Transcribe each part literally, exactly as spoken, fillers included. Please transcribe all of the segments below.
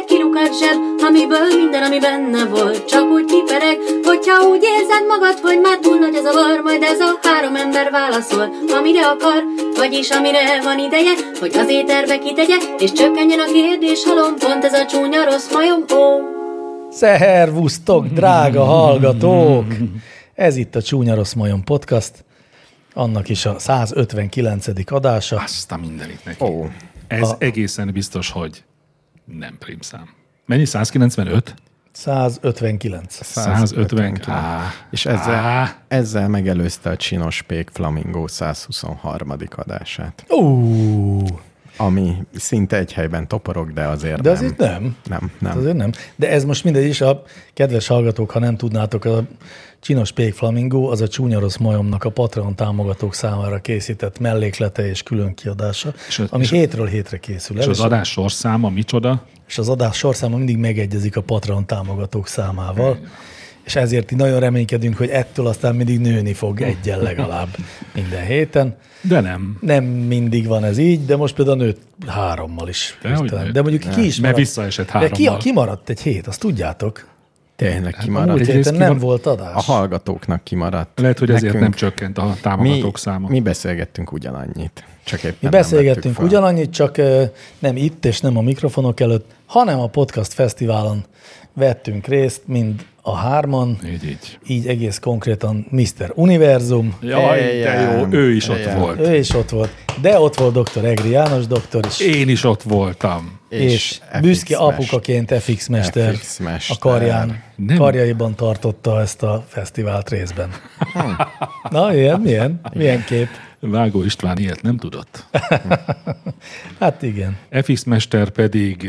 egy kilukat zseb, amiből minden, ami benne volt, csak úgy kipereg. Hogyha úgy érzed magad, hogy már túl nagy a zavar, majd ez a három ember válaszol, amire akar, vagyis amire van ideje, hogy az éterbe kitegye, és csökkenjen a kérdés halom, pont ez a csúnya rossz majom, ó. Szervusztok, drága hallgatók! Ez itt a Csúnya Rossz Majom podcast, annak is a százötvenkilencedik adása. Azt a mindenit neki. Oh. Ez a... egészen biztos, hogy nem prímszám. Mennyi? százkilencvenöt? százötvenkilenc. százötvenkilenc. Á, és ezzel, á. ezzel megelőzte a Csinos Pék Flamingo százhuszonharmadik adását. Uh. Ami szinte egy helyben toporog, de azért de nem. azért nem. Nem, nem. Azért nem. De ez most mindegy is, a kedves hallgatók, ha nem tudnátok, a Csinos Pék Flamingo az a Csúnya Rossz Majomnak a Patreon támogatók számára készített melléklete és külön kiadása, és ami és hétről hétre készül el. És az adás sorszáma micsoda? És az adás sorszáma mindig megegyezik a Patreon támogatók számával. Hmm. És ezért nagyon reménykedünk, hogy ettől aztán mindig nőni fog egyen legalább minden héten. De nem. Nem mindig van ez így, de most például nőtt hárommal is. De, de mondjuk ne. ki is maradt. Mert visszaesett hárommal. De ki, kimaradt egy hét, azt tudjátok? Tényleg kimaradt. A múlt héten nem volt adás. A hallgatóknak kimaradt. Lehet, hogy ezért nem csökkent a támogatók mi, száma. Mi beszélgettünk ugyanannyit. Csak éppen mi beszélgettünk ugyanannyit, csak nem itt és nem a mikrofonok előtt, hanem a Podcast Fesztiválon vettünk részt, mind a hárman. Így, így. Így egész konkrétan miszter Univerzum. Jaj, de jó, ő is ott volt. Ő is ott volt. De ott volt doktor Egri János doktor is. Én is ott voltam. És, és büszke apukaként ef iksz Mester, F X Mester a karján, nem. karjaiban tartotta ezt a fesztivált részben. Hmm. Na, ilyen, milyen? Milyen kép? Vágó István ilyet nem tudott. Hát igen. ef iksz Mester pedig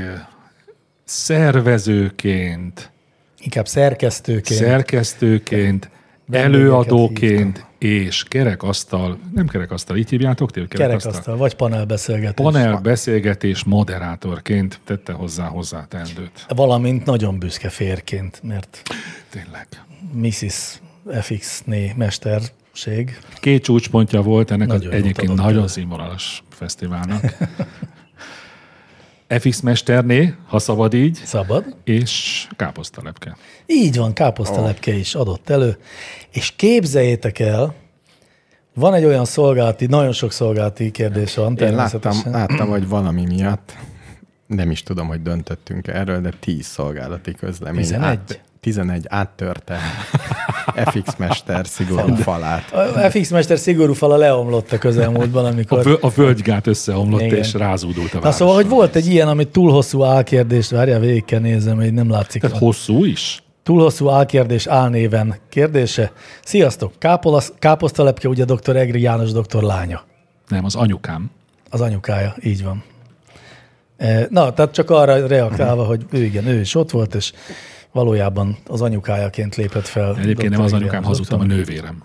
szervezőként, inkább szerkesztőként, szerkesztőként, előadóként és kerekasztal, nem kerekasztal, így hívjátok? Kerekasztal, kerekasztal vagy panelbeszélgetés. Panelbeszélgetés moderátorként tette hozzá hozzátendőt. Valamint nagyon büszke férként, mert tényleg. missziz ef iksz-né mesterség. Két csúcspontja volt ennek nagyon az egyébként nagyon színvonalas fesztiválnak. ef iksz Mesterné, ha szabad így. Szabad. És káposztalepke. Így van, káposztalepke oh. is adott elő. És képzeljétek el, van egy olyan szolgálati, nagyon sok szolgálati kérdés van. Én láttam, láttam, hogy valami miatt, nem is tudom, hogy döntöttünk erről, de tíz szolgálati közlemény. tizenegy? Át, tizenegy áttörte ef iksz Mester szigorú falát. A ef iksz Mester szigorú fala leomlott a közelmúltban, amikor... A, vö, a völgygát összeomlott, igen. És rázúdult a város. Na szóval, hogy volt egy ilyen, amit túl hosszú álkérdést, várjál, végig kell nézem, hogy nem látszik. Tehát hosszú is? Túl hosszú álkérdés álnéven kérdése. Sziasztok, Kápolasz, káposztalepke, ugye doktor Egri János doktor lánya. Nem, az anyukám. Az anyukája, így van. Na, tehát csak arra reagálva, uh-huh. hogy ő igen, ő is ott volt, és valójában az anyukájaként lépett fel. Egyébként nem az anyukám, hazudtam, a nővérem.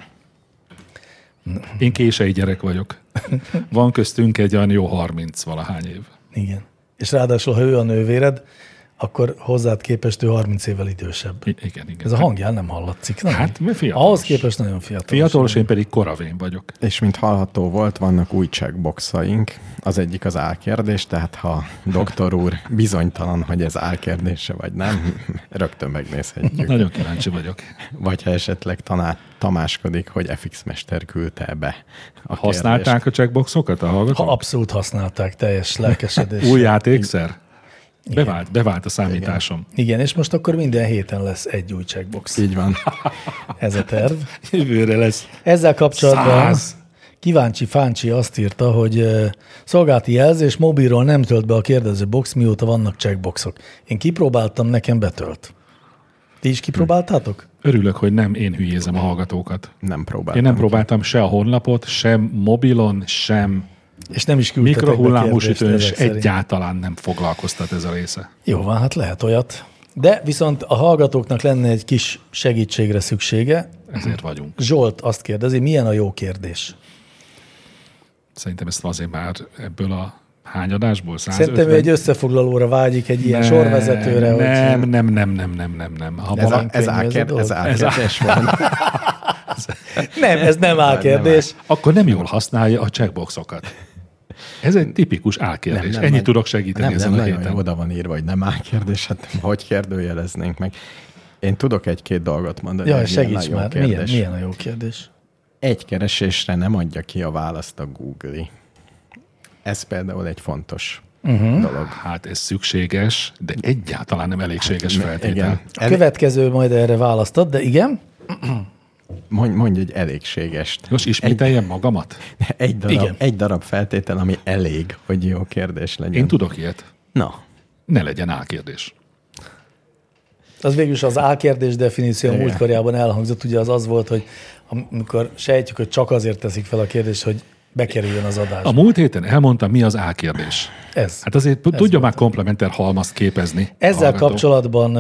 Én kései gyerek vagyok. Van köztünk egy olyan jó harminc valahány év. Igen. És ráadásul, ha ő a nővéred, akkor hozzád képest ő harminc évvel idősebb. I- igen, igen. Ez a hangján nem hallatszik. Nem? Hát, mi fiatalos. Ahhoz képest nagyon fiatalos. Fiatalos, én pedig koravén vagyok. És mint hallható volt, vannak új checkboxaink. Az egyik az álkérdés, tehát ha doktor úr bizonytalan, hogy ez álkérdése vagy nem, rögtön megnézhetjük. Nagyon kíváncsi vagyok. Vagy ha esetleg taná- tamáskodik, hogy ef iksz Mester küldte be a Használták kérdést. a checkboxokat a hallgatók? Ha abszolút használták, teljes lelkesedés. Új játékszer? Bevált, bevált a számításom. Igen. Igen, és most akkor minden héten lesz egy új checkbox. Így van. Ez a terv. Jövőre lesz ezzel kapcsolatban száz. Kíváncsi Fáncsi azt írta, hogy uh, szolgálati jelzés mobilról nem tölt be a kérdező box, mióta vannak checkboxok. Én kipróbáltam, nekem betölt. Ti is kipróbáltátok? Örülök, hogy nem én hülyézem a hallgatókat. Nem próbáltam. Én nem próbáltam se a honlapot, sem mobilon, sem és nem is küldtetek mikrohullámúsütőn, és egyáltalán nem foglalkoztat ez a része. Jó van, hát lehet olyat. De viszont a hallgatóknak lenne egy kis segítségre szüksége. Ezért vagyunk. Zsolt azt kérdezi, milyen a jó kérdés? Szerintem ezt azért már ebből a hányadásból? százötven? Szerintem egy összefoglalóra vágyik, egy ilyen ne, sorvezetőre. Nem, hogy... nem, nem, nem, nem, nem, nem. Ha ez, a, ez, álkér, ez álkérdés van. Nem, ez nem álkérdés. Akkor nem jól használja a checkboxokat. Ez egy tipikus álkérdés. Nem, nem, Ennyit tudok segíteni nem, ezen nem, a nagyon héten. oda van írva, hogy nem álkérdés, hát hogy kérdőjeleznénk meg. Én tudok egy-két dolgot mondani. Jaj, segíts már. Milyen, milyen a jó kérdés? Egy keresésre nem adja ki a választ a Google. Ez például egy fontos uh-huh. dolog. Hát ez szükséges, de egyáltalán nem elégséges hát, feltétel. Igen. A következő majd erre választod, de igen. Mondj, mondj egy elégségest. Most ismételjem egy, magamat? Egy darab, egy darab feltétel, ami elég, hogy jó kérdés legyen. Én tudok ilyet. Na. Ne legyen álkérdés. Az végülis az álkérdés definíció múltkorjában elhangzott, ugye az az volt, hogy amikor sejtjük, hogy csak azért teszik fel a kérdést, hogy bekerüljön az adásba. A múlt héten elmondtam, mi az álkérdés. Ez. Hát azért ez tudja már komplementer halmazt képezni. Ezzel hallgató. Kapcsolatban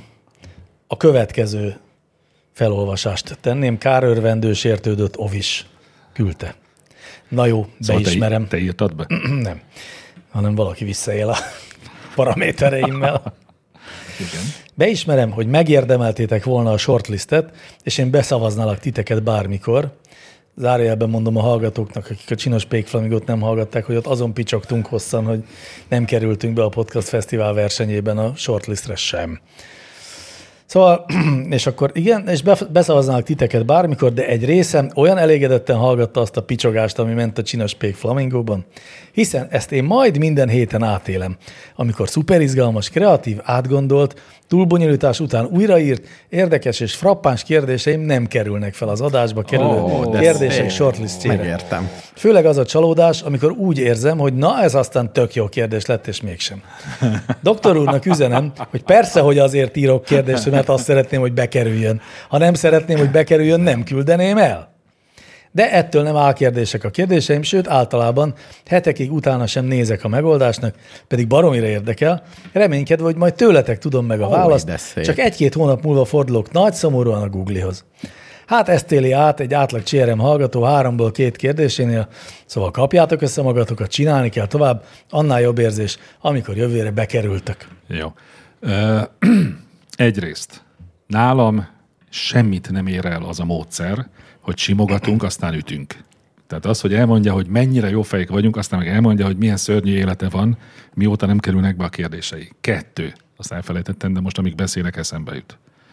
a következő felolvasást tenném. Kárörvendő, sértődött Ovis küldte. Na jó, szóval beismerem. Te, te írtad be? Nem, hanem valaki visszaél a paramétereimmel. Igen. Beismerem, hogy megérdemeltétek volna a shortlistet, és én beszavaználak titeket bármikor. Zárójelben mondom a hallgatóknak, akik a Csinos Pék Flamingot nem hallgatták, hogy ott azon picsogtunk hosszan, hogy nem kerültünk be a Podcast Fesztivál versenyében a shortlistre sem. Szóval, és akkor igen, és beszavaználak titeket bármikor, de egy részem olyan elégedetten hallgatta azt a picsogást, ami ment a Csinos Pék Flamingóban, hiszen ezt én majd minden héten átélem, amikor szuperizgalmas, kreatív, átgondolt, túlbonyolítás után újraírt, érdekes és frappáns kérdéseim nem kerülnek fel az adásba kerülő oh, kérdések shortlistjére. Megértem. Főleg az a csalódás, amikor úgy érzem, hogy na ez aztán tök jó kérdés lett, és mégsem. Doktor úrnak üzenem, hogy persze, hogy azért írok kérdést, mert azt szeretném, hogy bekerüljön. Ha nem szeretném, hogy bekerüljön, nem küldeném el. De ettől nem áll kérdések a kérdéseim, sőt általában hetekig utána sem nézek a megoldásnak, pedig baromira érdekel, reménykedve, hogy majd tőletek tudom meg a oh, választ, csak egy-két hónap múlva fordulok nagy szomorúan a Google-hoz. Hát ezt éli át egy átlag cé er em hallgató háromból két kérdésénél, szóval kapjátok össze magatokat, csinálni kell tovább, annál jobb érzés, amikor jövőre bekerültök. Jó. Uh, egyrészt nálam semmit nem ér el az a módszer, hogy simogatunk, aztán ütünk. Tehát az, hogy elmondja, hogy mennyire jó fejek vagyunk, aztán meg elmondja, hogy milyen szörnyű élete van, mióta nem kerülnek be a kérdései. Kettő. Azt elfelejtettem, de most amíg beszélek, eszembe jut.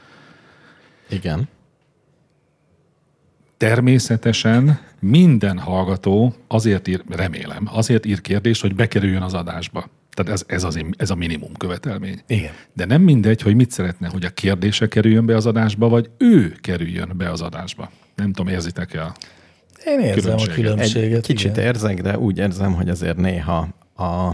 Igen. Természetesen minden hallgató azért ír, remélem, azért ír kérdést, hogy bekerüljön az adásba. Tehát ez, ez, az, ez a minimum követelmény. Igen. De nem mindegy, hogy mit szeretne, hogy a kérdése kerüljön be az adásba, vagy ő kerüljön be az adásba. Nem tudom, érzitek el? Én érzem a különbséget. Egy kicsit igen. érzek, de úgy érzem, hogy azért néha a,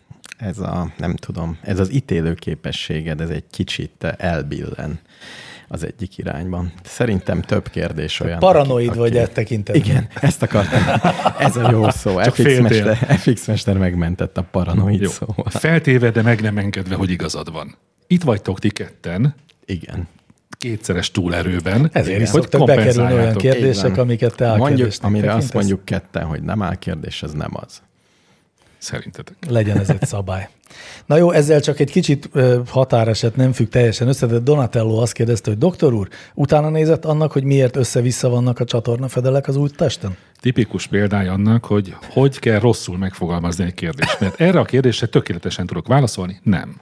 ez a, nem tudom, ez az ítélőképességed, ez egy kicsit elbillen az egyik irányban. Szerintem több kérdés olyan. Paranoid aki, vagy aki, e tekintetben. Igen, ezt akartam. Ez a jó szó. ef iksz Mester, ef iksz Mester megmentett a paranoid jó. Szóval. Feltéve, de meg nem engedve, hogy igazad van. Itt vagytok ti ketten. Igen. Kétszeres túlerőben. Ezért is szoktak bekerülni olyan kérdések, igen. amiket te álkérdésnek Amire tekintesz. azt mondjuk ketten, hogy nem álkérdés, az nem az. Szerintetek. Legyen ez egy szabály. Na jó, ezzel csak egy kicsit uh, határeset nem függ teljesen össze, de Donatello azt kérdezte, hogy doktor úr, utána nézett annak, hogy miért össze-vissza vannak a csatornafedelek az új testen? Tipikus példája annak, hogy hogy kell rosszul megfogalmazni egy kérdést. Mert erre a kérdésre tökéletesen tudok válaszolni? Nem.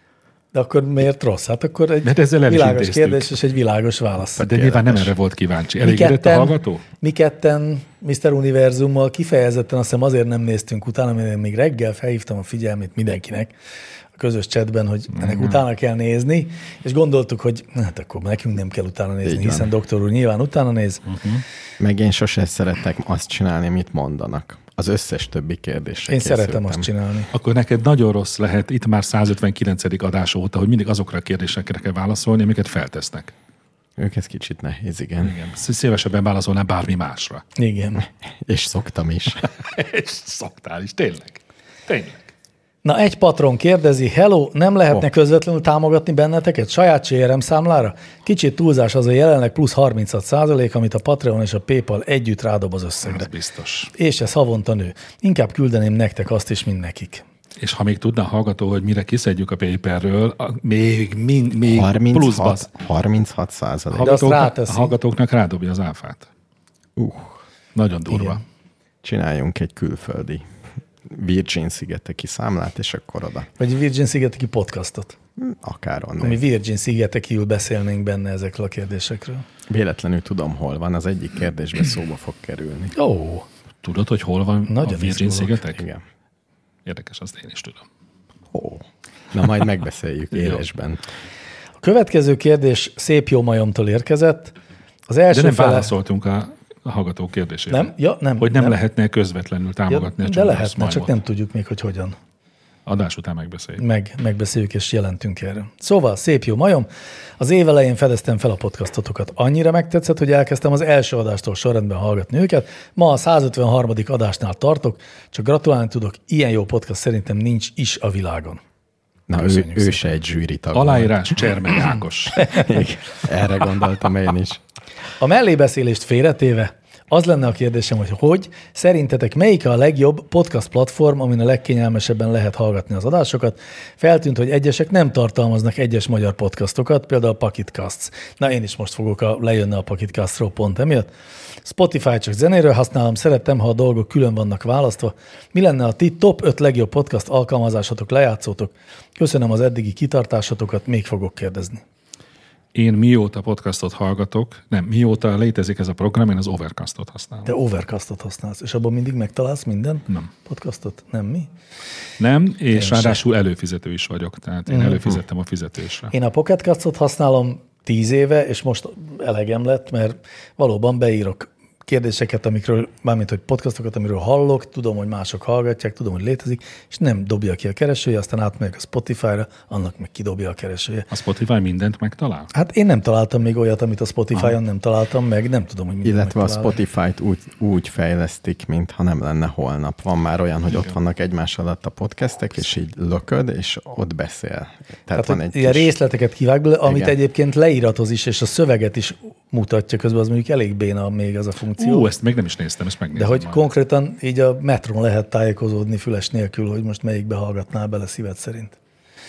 De akkor miért rossz? Hát akkor egy Mert ezzel világos kérdés és egy világos válasz. De nyilván nem erre volt kíváncsi. Elégedett a hallgató? Mi ketten miszter Univerzummal kifejezetten azt hiszem azért nem néztünk utána, mert én még reggel felhívtam a figyelmét mindenkinek a közös chatben, hogy ennek mm-hmm. utána kell nézni, és gondoltuk, hogy hát akkor nekünk nem kell utána nézni, hiszen doktor úr nyilván utána néz. Mm-hmm. Meg én sose szeretek azt csinálni, amit mondanak. Az összes többi kérdésre Én készültem. szeretem azt csinálni. Akkor neked nagyon rossz lehet itt már százötvenkilencedik adás óta, hogy mindig azokra a kérdésekre kell válaszolni, amiket feltesznek. Ők ez kicsit nehéz, igen. Igen. Szívesebben válaszolnál bármi másra. Igen. És szoktam is. És szoktál is, tényleg. Tényleg. Na, egy patron kérdezi, hello, nem lehetne oh. közvetlenül támogatni benneteket saját cé er em számlára? Kicsit túlzás az a jelenleg plusz harminchat százalék, amit a Patreon és a PayPal együtt rádob az összegre. Ez biztos. És ez havonta nő. Inkább küldeném nektek azt is, mint nekik. És ha még tudna hallgató, hogy mire kiszedjük a PayPal-ről, még, még, még harminchat, pluszban. harminchat százalék. De azt ráteszi. A hallgatóknak rádobja az áfát. Uh. Nagyon durva. Igen. Csináljunk egy külföldi Virgin-szigeteki számlát, és akkor oda. Vagy Virgin-szigeteki podcastot. Akár onnan. Ami Virgin-szigetekül beszélnénk benne ezekről a kérdésekről. Véletlenül tudom, hol van. Az egyik kérdésben szóba fog kerülni. Ó, oh. Tudod, hogy hol van Nagyon a Virgin-szigetek? Igen. Érdekes, azt én is tudom. Ó. Na, majd megbeszéljük élesben. A következő kérdés szép jó majomtól érkezett. Az első De nem fele... válaszoltunk a, a hallgató kérdésére. Nem? Ja, nem. Hogy nem, nem. lehetne közvetlenül támogatni ja, a De Csongrász lehetne, majmot. csak nem tudjuk még, hogy hogyan. Adás után megbeszéljük. Meg, megbeszéljük és jelentünk erről. Szóval, szép jó majom, az év elején fedeztem fel a podcastotokat. Annyira megtetszett, hogy elkezdtem az első adástól sorrendben hallgatni őket. Ma a százötvenharmadik adásnál tartok, csak gratulálni tudok, ilyen jó podcast szerintem nincs is a világon. Na, ő, ő se egy zsűritag. Aláírás Csermely Ákos. Erre gondoltam én is. A mellébeszélést félretéve, az lenne a kérdésem, hogy hogy szerintetek melyik a legjobb podcast platform, amin a legkényelmesebben lehet hallgatni az adásokat? Feltűnt, hogy egyesek nem tartalmaznak egyes magyar podcastokat, például a Pocketcasts. Na, én is most fogok a, lejönni a Pocketcastról pont emiatt. Spotify csak zenéről használom, szeretem, ha a dolgok külön vannak választva. Mi lenne a ti top öt legjobb podcast alkalmazásotok, lejátszótok? Köszönöm az eddigi kitartásotokat, még fogok kérdezni. Én mióta podcastot hallgatok, nem, mióta létezik ez a program, én az Overcastot használom. Te Overcastot használsz, és abban mindig megtalálsz minden Nem. podcastot? Nem mi? Nem, és Én ráadásul előfizető is vagyok, tehát én Mhm. előfizettem a fizetésre. Én a Pocketcastot használom tíz éve, és most elegem lett, mert valóban beírok kérdéseket, amikről, mármint hogy podcastokat, amiről hallok, tudom, hogy mások hallgatják, tudom, hogy létezik, és nem dobja ki a keresője, aztán átmegyek a Spotify-ra, annak meg kidobja a keresője. A Spotify mindent megtalál? Hát én nem találtam még olyat, amit a Spotify-on nem találtam meg, nem tudom, hogy mindent Illetve a megtalálom. Spotify-t úgy, úgy fejlesztik, mintha nem lenne holnap. Van már olyan, hogy ott vannak egymás alatt a podcastek, és így lököd, és ott beszél. Tehát, Tehát van hogy egy ilyen kis... részleteket kivág bele, amit Igen. egyébként leíratoz is, és a szöveget is mutatja közben, az mondjuk elég béna még az a funkció. Ú, ezt még nem is néztem, ezt megnézem. De hogy majd. konkrétan így a metron lehet tájékozódni füles nélkül, hogy most melyikbe hallgatnál bele szíved szerint.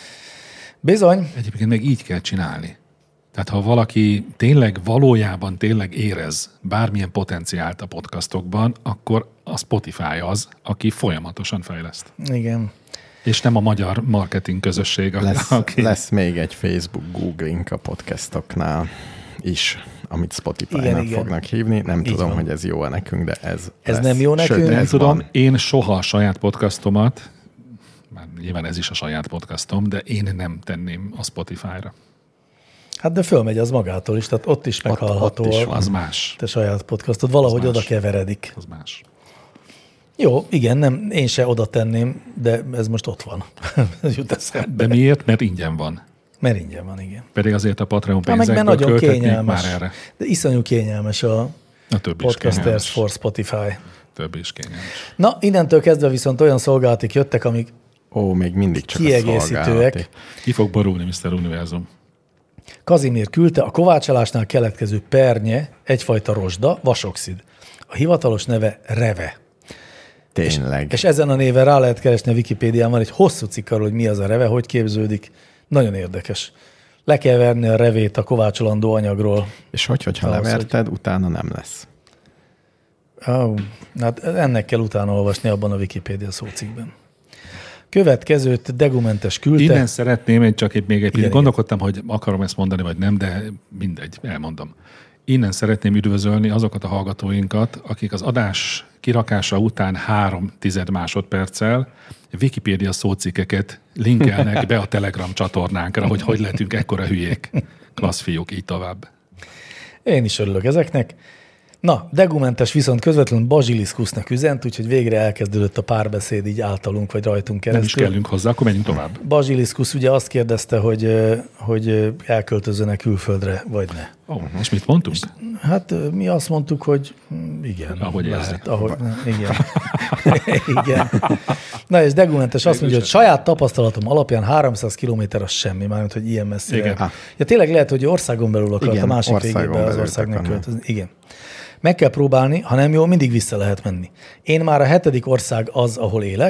Bizony. Egyébként meg így kell csinálni. Tehát ha valaki tényleg valójában tényleg érez bármilyen potenciált a podcastokban, akkor a Spotify az, aki folyamatosan fejleszt. Igen. És nem a magyar marketing közösség. Lesz, aki... lesz még egy Facebook Googlink a podcastoknál is, amit Spotify-nak Igen, igen. fognak hívni. Nem Így tudom, van. hogy ez jó-e nekünk, de ez Ez lesz. nem jó nekünk? Sőt, Nem ez tudom, van. én soha a saját podcastomat, már nyilván ez is a saját podcastom, de én nem tenném a Spotify-ra. Hát de fölmegy az magától is, tehát ott is meghallható ott is a van. Az más. te saját podcastod, valahogy Az más. oda keveredik. Az más. Jó, igen, nem, én se oda tenném, de ez most ott van. Ez jut eszembe. De miért? Mert ingyen van. Mert ingyen van, igen. Pedig azért a Patreon Hát meg mert pénzekből nagyon költetnék kényelmes. már erre. De iszonyú kényelmes a A többi is Podcasters kényelmes. for Spotify. Többi is kényelmes. Na, innentől kezdve viszont olyan szolgálatik jöttek, amik Ó, még mindig csak a kiegészítőek. szolgálati. Ki fog borulni, miszter Univerzum? Kazimír küldte, a kovácsolásnál keletkező pernye, egyfajta rozsda, vasoxid. A hivatalos neve Reve. Tényleg. És ezen a néven rá lehet keresni a Wikipédián, van egy hosszú cikk arról, hogy mi az a Reve, hogy képződik. Nagyon érdekes. Le kell verni a revét a kovácsolandó anyagról. És hogy, hogyha Ahhoz, leverted, utána nem lesz. Oh, hát ennek kell utána olvasni abban a Wikipédia szócikkben. Következőt Degumentes küldte. Innen szeretném, én csak itt még egy picit igen. gondolkodtam, hogy akarom ezt mondani, vagy nem, de mindegy, elmondom. Innen szeretném üdvözölni azokat a hallgatóinkat, akik az adás kirakása után három tized másodperccel Wikipédia szócikkeket linkelnek be a Telegram csatornánkra, hogy hogy lehetünk ekkora hülyék. Klassz fiúk, így tovább. Én is örülök ezeknek. Na, Degumentes viszont közvetlenül Bazsiliszkusznak üzent, úgyhogy végre elkezdődött a párbeszéd így általunk, vagy rajtunk Nem is keresztül. kellünk hozzá, akkor menjünk tovább. Bazsiliszkusz ugye azt kérdezte, hogy, hogy elköltözön-e külföldre, vagy ne. Oh, és mit mondtunk? Hát mi azt mondtuk, hogy igen. Ahogy lehet, érzi. ahogy, igen. igen. Na és Degumentes azt mondja, hogy saját tapasztalatom alapján háromszáz kilométer az semmi, mármint, hogy ilyen messzire. Igen. Ja, tényleg lehet, hogy országon belül akart Igen, a másik országon végébe az belül országnak akarnak. költözni. Igen. Meg kell próbálni, ha nem jó, mindig vissza lehet menni. Én már a hetedik ország az, ahol élek,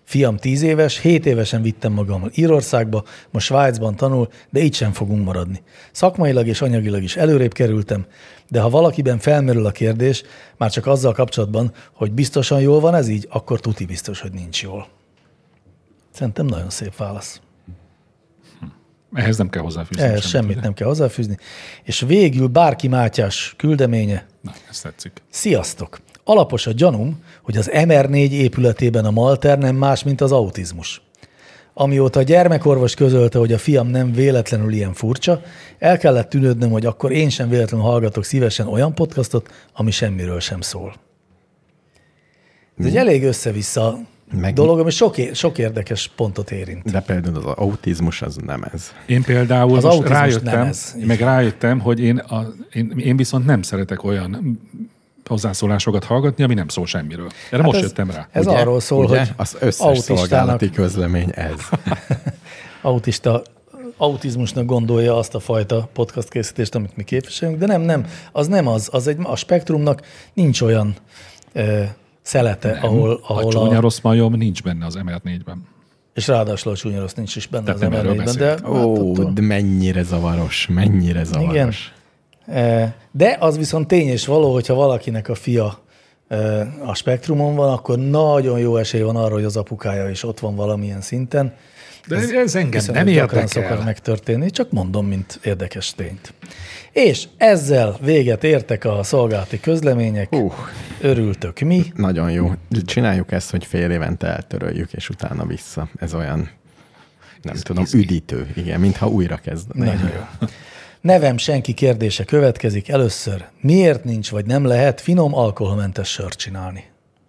Fiam tíz éves, hét évesen vittem magammal Írországba, most Svájcban tanul, de így sem fogunk maradni. Szakmailag és anyagilag is előrébb kerültem, de ha valakiben felmerül a kérdés, már csak azzal kapcsolatban, hogy biztosan jól van ez így, akkor tuti biztos, hogy nincs jól. Szerintem nagyon szép válasz. Ehhez nem kell hozzáfűzni. Ehhez semmit, semmit nem kell hozzáfűzni. És végül Bárki Mátyás küldeménye. Na, ezt tetszik. Sziasztok! Alapos a gyanúm, hogy az em er négy épületében a malter nem más, mint az autizmus. Amióta a gyermekorvos közölte, hogy a fiam nem véletlenül ilyen furcsa, el kellett tűnődnöm, hogy akkor én sem véletlenül hallgatok szívesen olyan podcastot, ami semmiről sem szól. Ez egy elég össze-vissza Meg... dolog, ami sok, sok érdekes pontot érint. De például az autizmus az nem ez. Én például az most rájöttem, nem ez. meg rájöttem, hogy én, a, én, én viszont nem szeretek olyan hozzászólásokat hallgatni, ami nem szól semmiről. Erre hát most ez, jöttem rá. Ez ugye, arról szól, ugye? hogy az összes szolgálati közlemény ez. Autista, autizmusnak gondolja azt a fajta podcast készítést, amit mi képviselünk, de nem, nem, az nem az. az egy, a spektrumnak nincs olyan e, szelete, nem, ahol, ahol a csúnya rossz majom nincs benne az em er négyben. És ráadásul a csúnya rossz nincs is benne Tehát az em er négyben. De, Ó, hát, de mennyire zavaros, mennyire zavaros. Igen. De az viszont tény és való, hogyha valakinek a fia a spektrumon van, akkor nagyon jó esély van arra, hogy az apukája is ott van valamilyen szinten. De ez, ez engem nem érdekel. Szokott megtörténni, csak mondom, mint érdekes tényt. És ezzel véget értek a szolgálati közlemények. Uh, Örültök mi? Nagyon jó. Csináljuk ezt, hogy fél évente eltöröljük, és utána vissza. Ez olyan, nem ez tudom, izgi. Üdítő. Igen, mintha újra kezdenél. Nagyon jó. Nevem senki kérdése következik. Először, miért nincs vagy nem lehet finom alkoholmentes sört csinálni?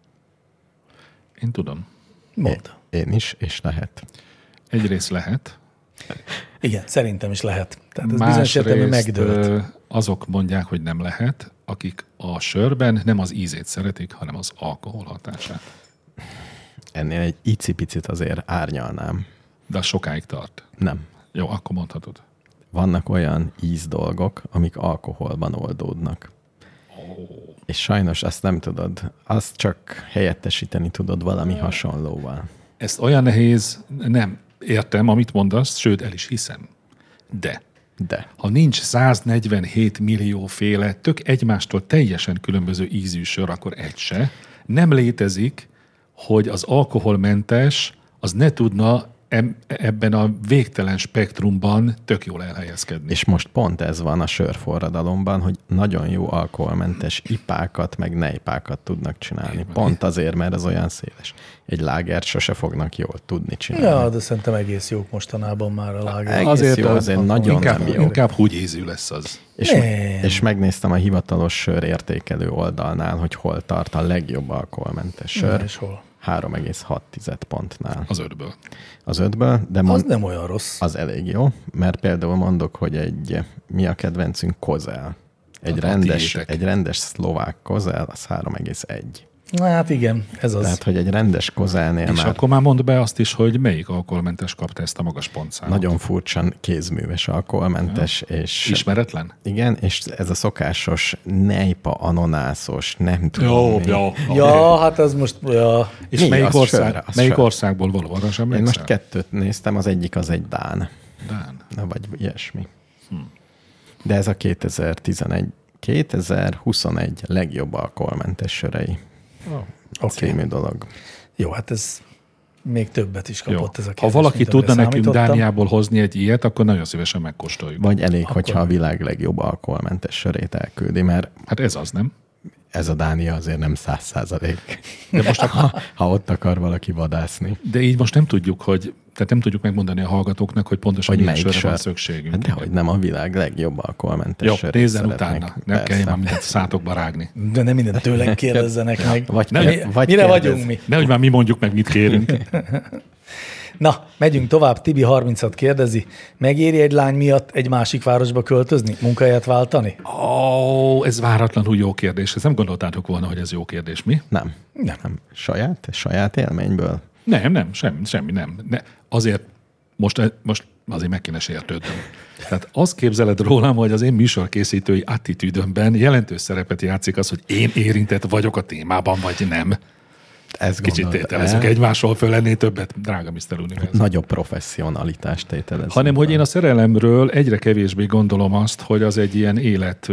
Én tudom. Mondd. Én, én is, és lehet. Egyrészt lehet. Igen, szerintem is lehet. Tehát ez bizonyos értelemben megdőlt. Azok mondják, hogy nem lehet, akik a sörben nem az ízét szeretik, hanem az alkohol hatását. Ennél egy icipicit azért árnyalnám. De az sokáig tart. Nem. Jó, akkor mondhatod. Vannak olyan ízdolgok, amik alkoholban oldódnak. Oh. És sajnos azt nem tudod, azt csak helyettesíteni tudod valami hasonlóval. Ezt olyan nehéz, nem értem, amit mondasz, sőt, el is hiszem. De, De. ha nincs száznegyvenhét millió féle, tök egymástól teljesen különböző ízű sör, akkor egy se. Nem létezik, hogy az alkoholmentes az ne tudna ebben a végtelen spektrumban tök jól elhelyezkedni. És most pont ez van a sörforradalomban, hogy nagyon jó alkoholmentes ipákat, meg nejpákat tudnak csinálni. Pont azért, mert az olyan széles. Egy lágert sose fognak jól tudni csinálni. Ja, de szerintem egész jók mostanában már a láger. Egész azért jó, azért nagyon inkább, nem jó. Inkább húgyízű lesz az. És, és megnéztem a hivatalos sörértékelő oldalnál, hogy hol tart a legjobb alkoholmentes sör. Na, és hol? három egész hat pontnál. Az ötből. Az ötből, de mond, az nem olyan rossz. Az elég jó, mert például mondok, hogy egy, mi a kedvencünk, Kozel. Egy, a rendes, egy rendes szlovák Kozel, az három egész egy. Na hát igen, ez az. Tehát, hogy egy rendes Kozelnél és már... akkor már mondd be azt is, hogy melyik alkoholmentes kapta ezt a magas pontszámot. Nagyon furcsan kézműves alkoholmentes, ja. És... Ismeretlen? Igen, és ez a szokásos nejpa ananászos, nem tudom jó, mi. Jó, jó. Ja, hát ez most... Ja. És mi? melyik, Az ország, sör, az melyik sör. országból való? Arra sem Én most kettőt néztem, az egyik az egy dán. Dán. Na, vagy ilyesmi. Hm. De ez a kétezer-tizenegy, kétezer-huszonegy legjobb alkoholmentes sörei. Oh. Okay. Című dolog. Jó, hát ez még többet is kapott Jó. ez a kérdés. Ha valaki tudna nekünk számítottam. Dániából hozni egy ilyet, akkor nagyon szívesen megkóstoljuk. Vagy elég, akkor hogyha a világ legjobb alkoholmentes sörét elküldi, mert hát ez az, nem? ez a Dánia azért nem száz százalék. De most ha, ha ott akar valaki vadászni. De így most nem tudjuk, hogy, tehát nem tudjuk megmondani a hallgatóknak, hogy pontosan hogy milyen sörre sör. van szükségünk. Hát dehogy nem a világ legjobb alkoholmentes jó, sörét nézzen szeretnék. utána. Nem kell már mindent szátokba rágni. De nem mindent tőlünk kérdezzenek meg. Vagy, nem, kér, vagy mire kérdez. vagyunk mi? Nehogy már mi mondjuk meg, mit kérünk. Na, megyünk tovább. Tibi harmincat kérdezi. Megéri egy lány miatt egy másik városba költözni? Munkahelyet váltani? Ó, oh, ez váratlanul jó kérdés. Ezt nem gondoltátok volna, hogy ez jó kérdés, mi? Nem. Nem. nem. Saját? Saját élményből? Nem, nem, semmi, semmi nem. Ne. Azért most, most azért meg kéne sértődnöm. Tehát azt képzeled rólam, hogy az én műsorkészítői attitűdömben jelentős szerepet játszik az, hogy én érintett vagyok a témában, vagy nem. Ezt Kicsit tételezünk egymásról föl, lenné többet, drága miszter Univerzum. Nagyobb professzionalitást tételezünk. Hanem, hogy én a szerelemről egyre kevésbé gondolom azt, hogy az egy ilyen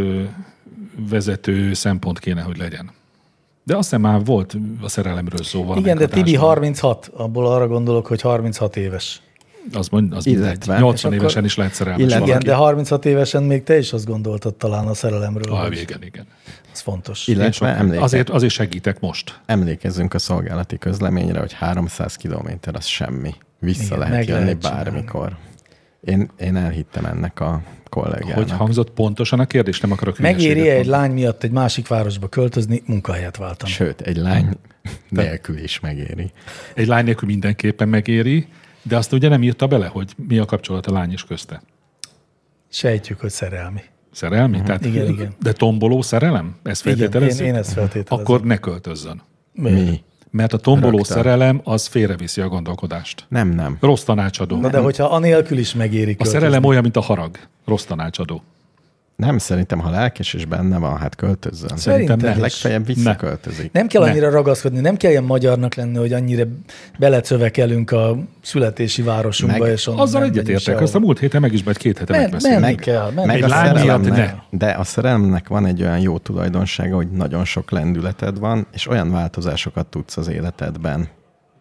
életvezető szempont kéne, hogy legyen. De azt hiszem már volt a szerelemről szó valamelyik. Igen, de Tibi harminchat, abból arra gondolok, hogy harminchat éves. Az, mond, az mindegy. nyolcvan évesen akkor, is lehet szerelmes igen, valaki. de harminchat évesen még te is azt gondoltad talán a szerelemről. Ah, igen, igen. Ez fontos. Illetve emléke... azért, azért segítek most. Emlékezzünk a szolgálati közleményre, hogy háromszáz kilométer az semmi. Vissza igen, lehet jönni lehet bármikor. Én, én elhittem ennek a kollégának. Hogy hangzott pontosan a kérdés? Nem akarok megéri egy lány miatt egy másik városba költözni, munkahelyet váltani? Sőt, egy lány nélkül is megéri. Egy lány nélkül mindenképpen megéri, de azt ugye nem írta bele, hogy mi a kapcsolat a lány és közte. Sejtjük, hogy szerelmi. Szerelmi? Uh-huh. Tehát, igen, igen. De tomboló szerelem? Ezt feltételezzük? Igen, én, én ezt feltételezem. Akkor ne költözzön. Mi? Mert a tomboló Rögtön. szerelem az félreviszi a gondolkodást. Nem, nem. Rossz tanácsadó. Na de hogyha anélkül is megéri költözni. A szerelem olyan, mint a harag. Rossz tanácsadó. Nem, szerintem, ha lelkes és benne van, hát költözzön. Szerintem nem. Legfeljebb visszaköltözik. Nem kell annyira ne. ragaszkodni, nem kell ilyen magyarnak lenni, hogy annyira belecövekelünk a születési városunkba. Meg, és azzal egyetértek. Azt a múlt héten meg is, mert két hete megbeszéltünk. Menni kell. Menni meg kell. a szerelemnek, de a szerelemnek van egy olyan jó tulajdonsága, hogy nagyon sok lendületed van, és olyan változásokat tudsz az életedben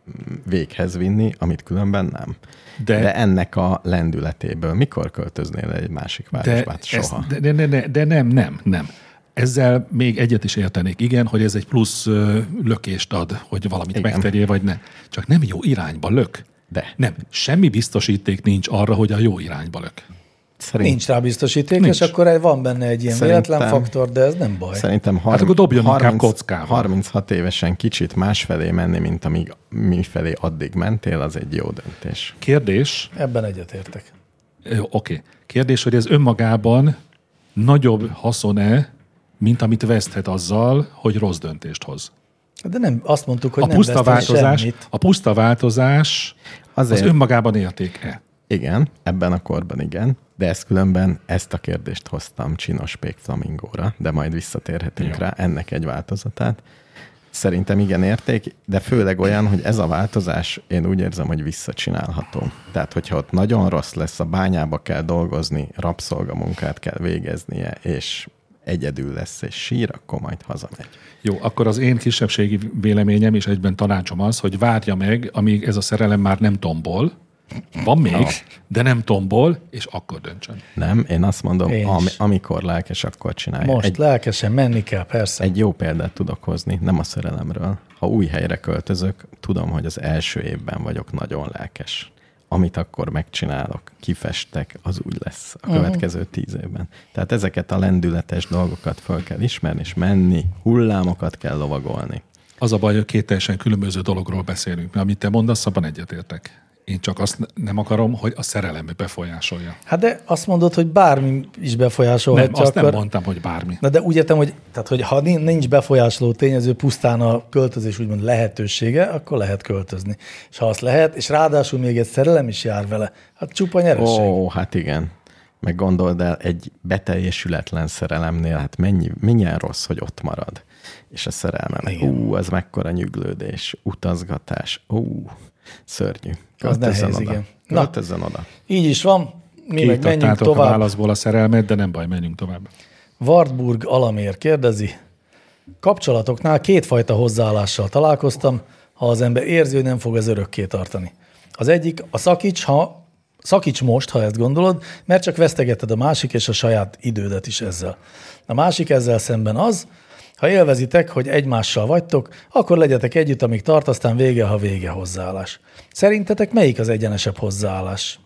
véghez vinni, amit különben nem. De, de ennek a lendületéből mikor költöznél egy másik városba? Hát soha. Ezt, de, de, de, de nem, nem, nem. Ezzel még egyet is értenék. Igen, hogy ez egy plusz lökést ad, hogy valamit Igen. megtegyél, vagy ne. Csak nem jó irányba lök. De. Nem. Semmi biztosíték nincs arra, hogy a jó irányba lök. Szerint... Nincs rá biztosíték, nincs. És akkor van benne egy ilyen véletlen faktor, de ez nem baj. Szerintem harminc, hát akkor dobjon inkább kockával. harminchat évesen kicsit másfelé menni, mint amíg mifelé addig mentél, az egy jó döntés. Kérdés. Ebben egyetértek. Oké. Okay. Kérdés, hogy ez önmagában nagyobb haszon-e, mint amit veszthet azzal, hogy rossz döntést hoz. De nem, azt mondtuk, hogy a nem puszta változás, semmit. A puszta változás Azért... az önmagában érték-e? Igen, ebben a korban igen, de ezt különben ezt a kérdést hoztam Csinos Pék Flamingóra, de majd visszatérhetünk Jó. rá, ennek egy változatát. Szerintem igen érték, de főleg olyan, hogy ez a változás, én úgy érzem, hogy visszacsinálható. Tehát, hogyha ott nagyon rossz lesz, a bányába kell dolgozni, rabszolgamunkát kell végeznie, és egyedül lesz és sír, akkor majd hazamegy. Jó, akkor az én kisebbségi véleményem és egyben tanácsom az, hogy várja meg, amíg ez a szerelem már nem tombol, van még, no. de nem tombol, és akkor döntsön. Nem, én azt mondom, én am- amikor lelkes, akkor csinálja. Most egy, lelkesen menni kell, persze. Egy jó példát tudok hozni, nem a szerelemről. Ha új helyre költözök, tudom, hogy az első évben vagyok nagyon lelkes. Amit akkor megcsinálok, kifestek, az úgy lesz a következő uh-huh. tíz évben. Tehát ezeket a lendületes dolgokat fel kell ismerni, és menni, hullámokat kell lovagolni. Az a baj, hogy két teljesen különböző dologról beszélünk. Mert amit te mondasz, abban egyetértek. Én csak azt nem akarom, hogy a szerelem befolyásolja. Hát de azt mondod, hogy bármi is befolyásolhatja. Nem, azt akkor... nem mondtam, hogy bármi. Na de úgy értem, hogy, tehát, hogy ha nincs befolyásoló tényező, pusztán a költözés úgymond lehetősége, akkor lehet költözni. És ha azt lehet, és ráadásul még egy szerelem is jár vele, hát csupa nyeresség. Ó, hát igen. Meg gondold el, egy beteljesületlen szerelemnél, hát mennyi, milyen rossz, hogy ott marad. És a szerelmem, ú, az mekkora nyüglődés, utazgatás, ú, szörnyű. Költözzön oda. Igen. Költözzön oda. Így is van. Mi meg menjünk tovább. A válaszból a szerelmet, de nem baj, menjünk tovább. Wartburg Alamér kérdezi. Kapcsolatoknál kétfajta hozzáállással találkoztam, ha az ember érzi, hogy nem fog ez örökké tartani. Az egyik, a szakíts, ha, szakíts most, ha ezt gondolod, mert csak vesztegeted a másik és a saját idődet is ezzel. A másik ezzel szemben az, ha élvezitek, hogy egymással vagytok, akkor legyetek együtt, amíg tart, aztán vége, ha vége hozzáállás. Szerintetek melyik az egyenesebb hozzáállás?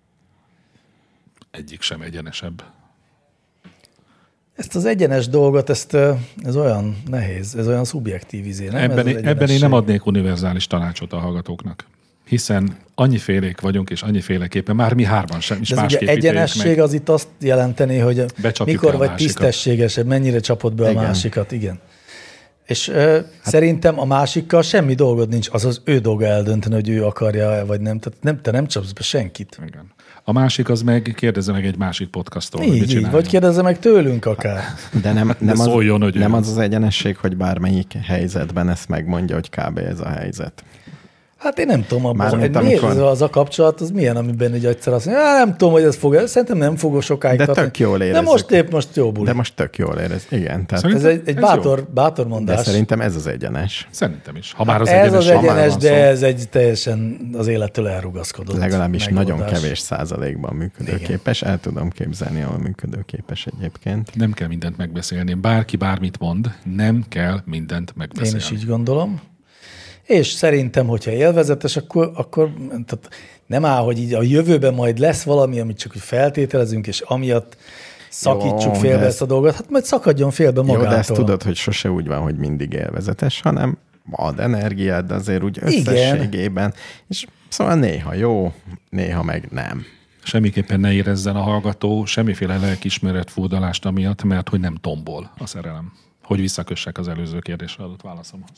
Egyik sem egyenesebb. Ezt az egyenes dolgot, ezt, ez olyan nehéz, ez olyan szubjektív izé, nem? Ebben, én, ebben én nem adnék univerzális tanácsot a hallgatóknak. Hiszen annyifélék vagyunk, és annyiféleképpen, már mi hárman sem, és másképp ítéljük meg. egyenesség az itt azt jelenteni, hogy Becsapjuk mikor vagy tisztességesebb, mennyire csapod be a Igen. másikat, igen. És ö, hát, szerintem a másikkal semmi dolgod nincs, az az ő dolga eldönteni, hogy ő akarja vagy nem. Tehát nem, te nem csapsz be senkit. Igen. A másik az meg kérdezze meg egy másik podcasttól, így, hogy mit így, vagy kérdezze meg tőlünk akár. De nem, nem, De az, szóljon, hogy nem ő. az az egyenesség, hogy bármelyik helyzetben ezt megmondja, hogy kb. Ez a helyzet. Hát én nem tudom, abban, Mármint miért amikor... az a kapcsolat, az milyen, amiben egy egyszer azt mondja, nem tudom, hogy ez fog, szerintem nem fog sokáig De tartani. tök jól érezzük. De most épp most jó buli. De most tök jól érez. Igen. Tehát ez egy, egy ez bátor, bátor mondás. de szerintem ez az egyenes. Szerintem is. Ha már az ez egyenes, az egyenes, van de szó. ez egy teljesen az élettől elrugaszkodott Legalábbis megoldás. nagyon kevés százalékban működőképes. El tudom képzelni, ahol működőképes egyébként. Nem kell mindent megbeszélni. Bárki bármit mond, nem kell mindent Én megbeszélni. is így gondolom. És szerintem, hogyha élvezetes, akkor, akkor tehát nem áll, hogy így a jövőben majd lesz valami, amit csak úgy feltételezünk, és amiatt szakítsuk Jó, félbe ez... ezt a dolgot, hát majd szakadjon félbe magától. Jó, de ezt tudod, hogy sose úgy van, hogy mindig élvezetes, hanem ad energiát, de azért úgy összességében. Igen. És szóval néha jó, néha meg nem. Semmiképpen ne érezzen a hallgató semmiféle lelkiismeret furdalást amiatt, mert hogy nem tombol a szerelem. Hogy visszakössek az előző kérdésre adott válaszomhoz.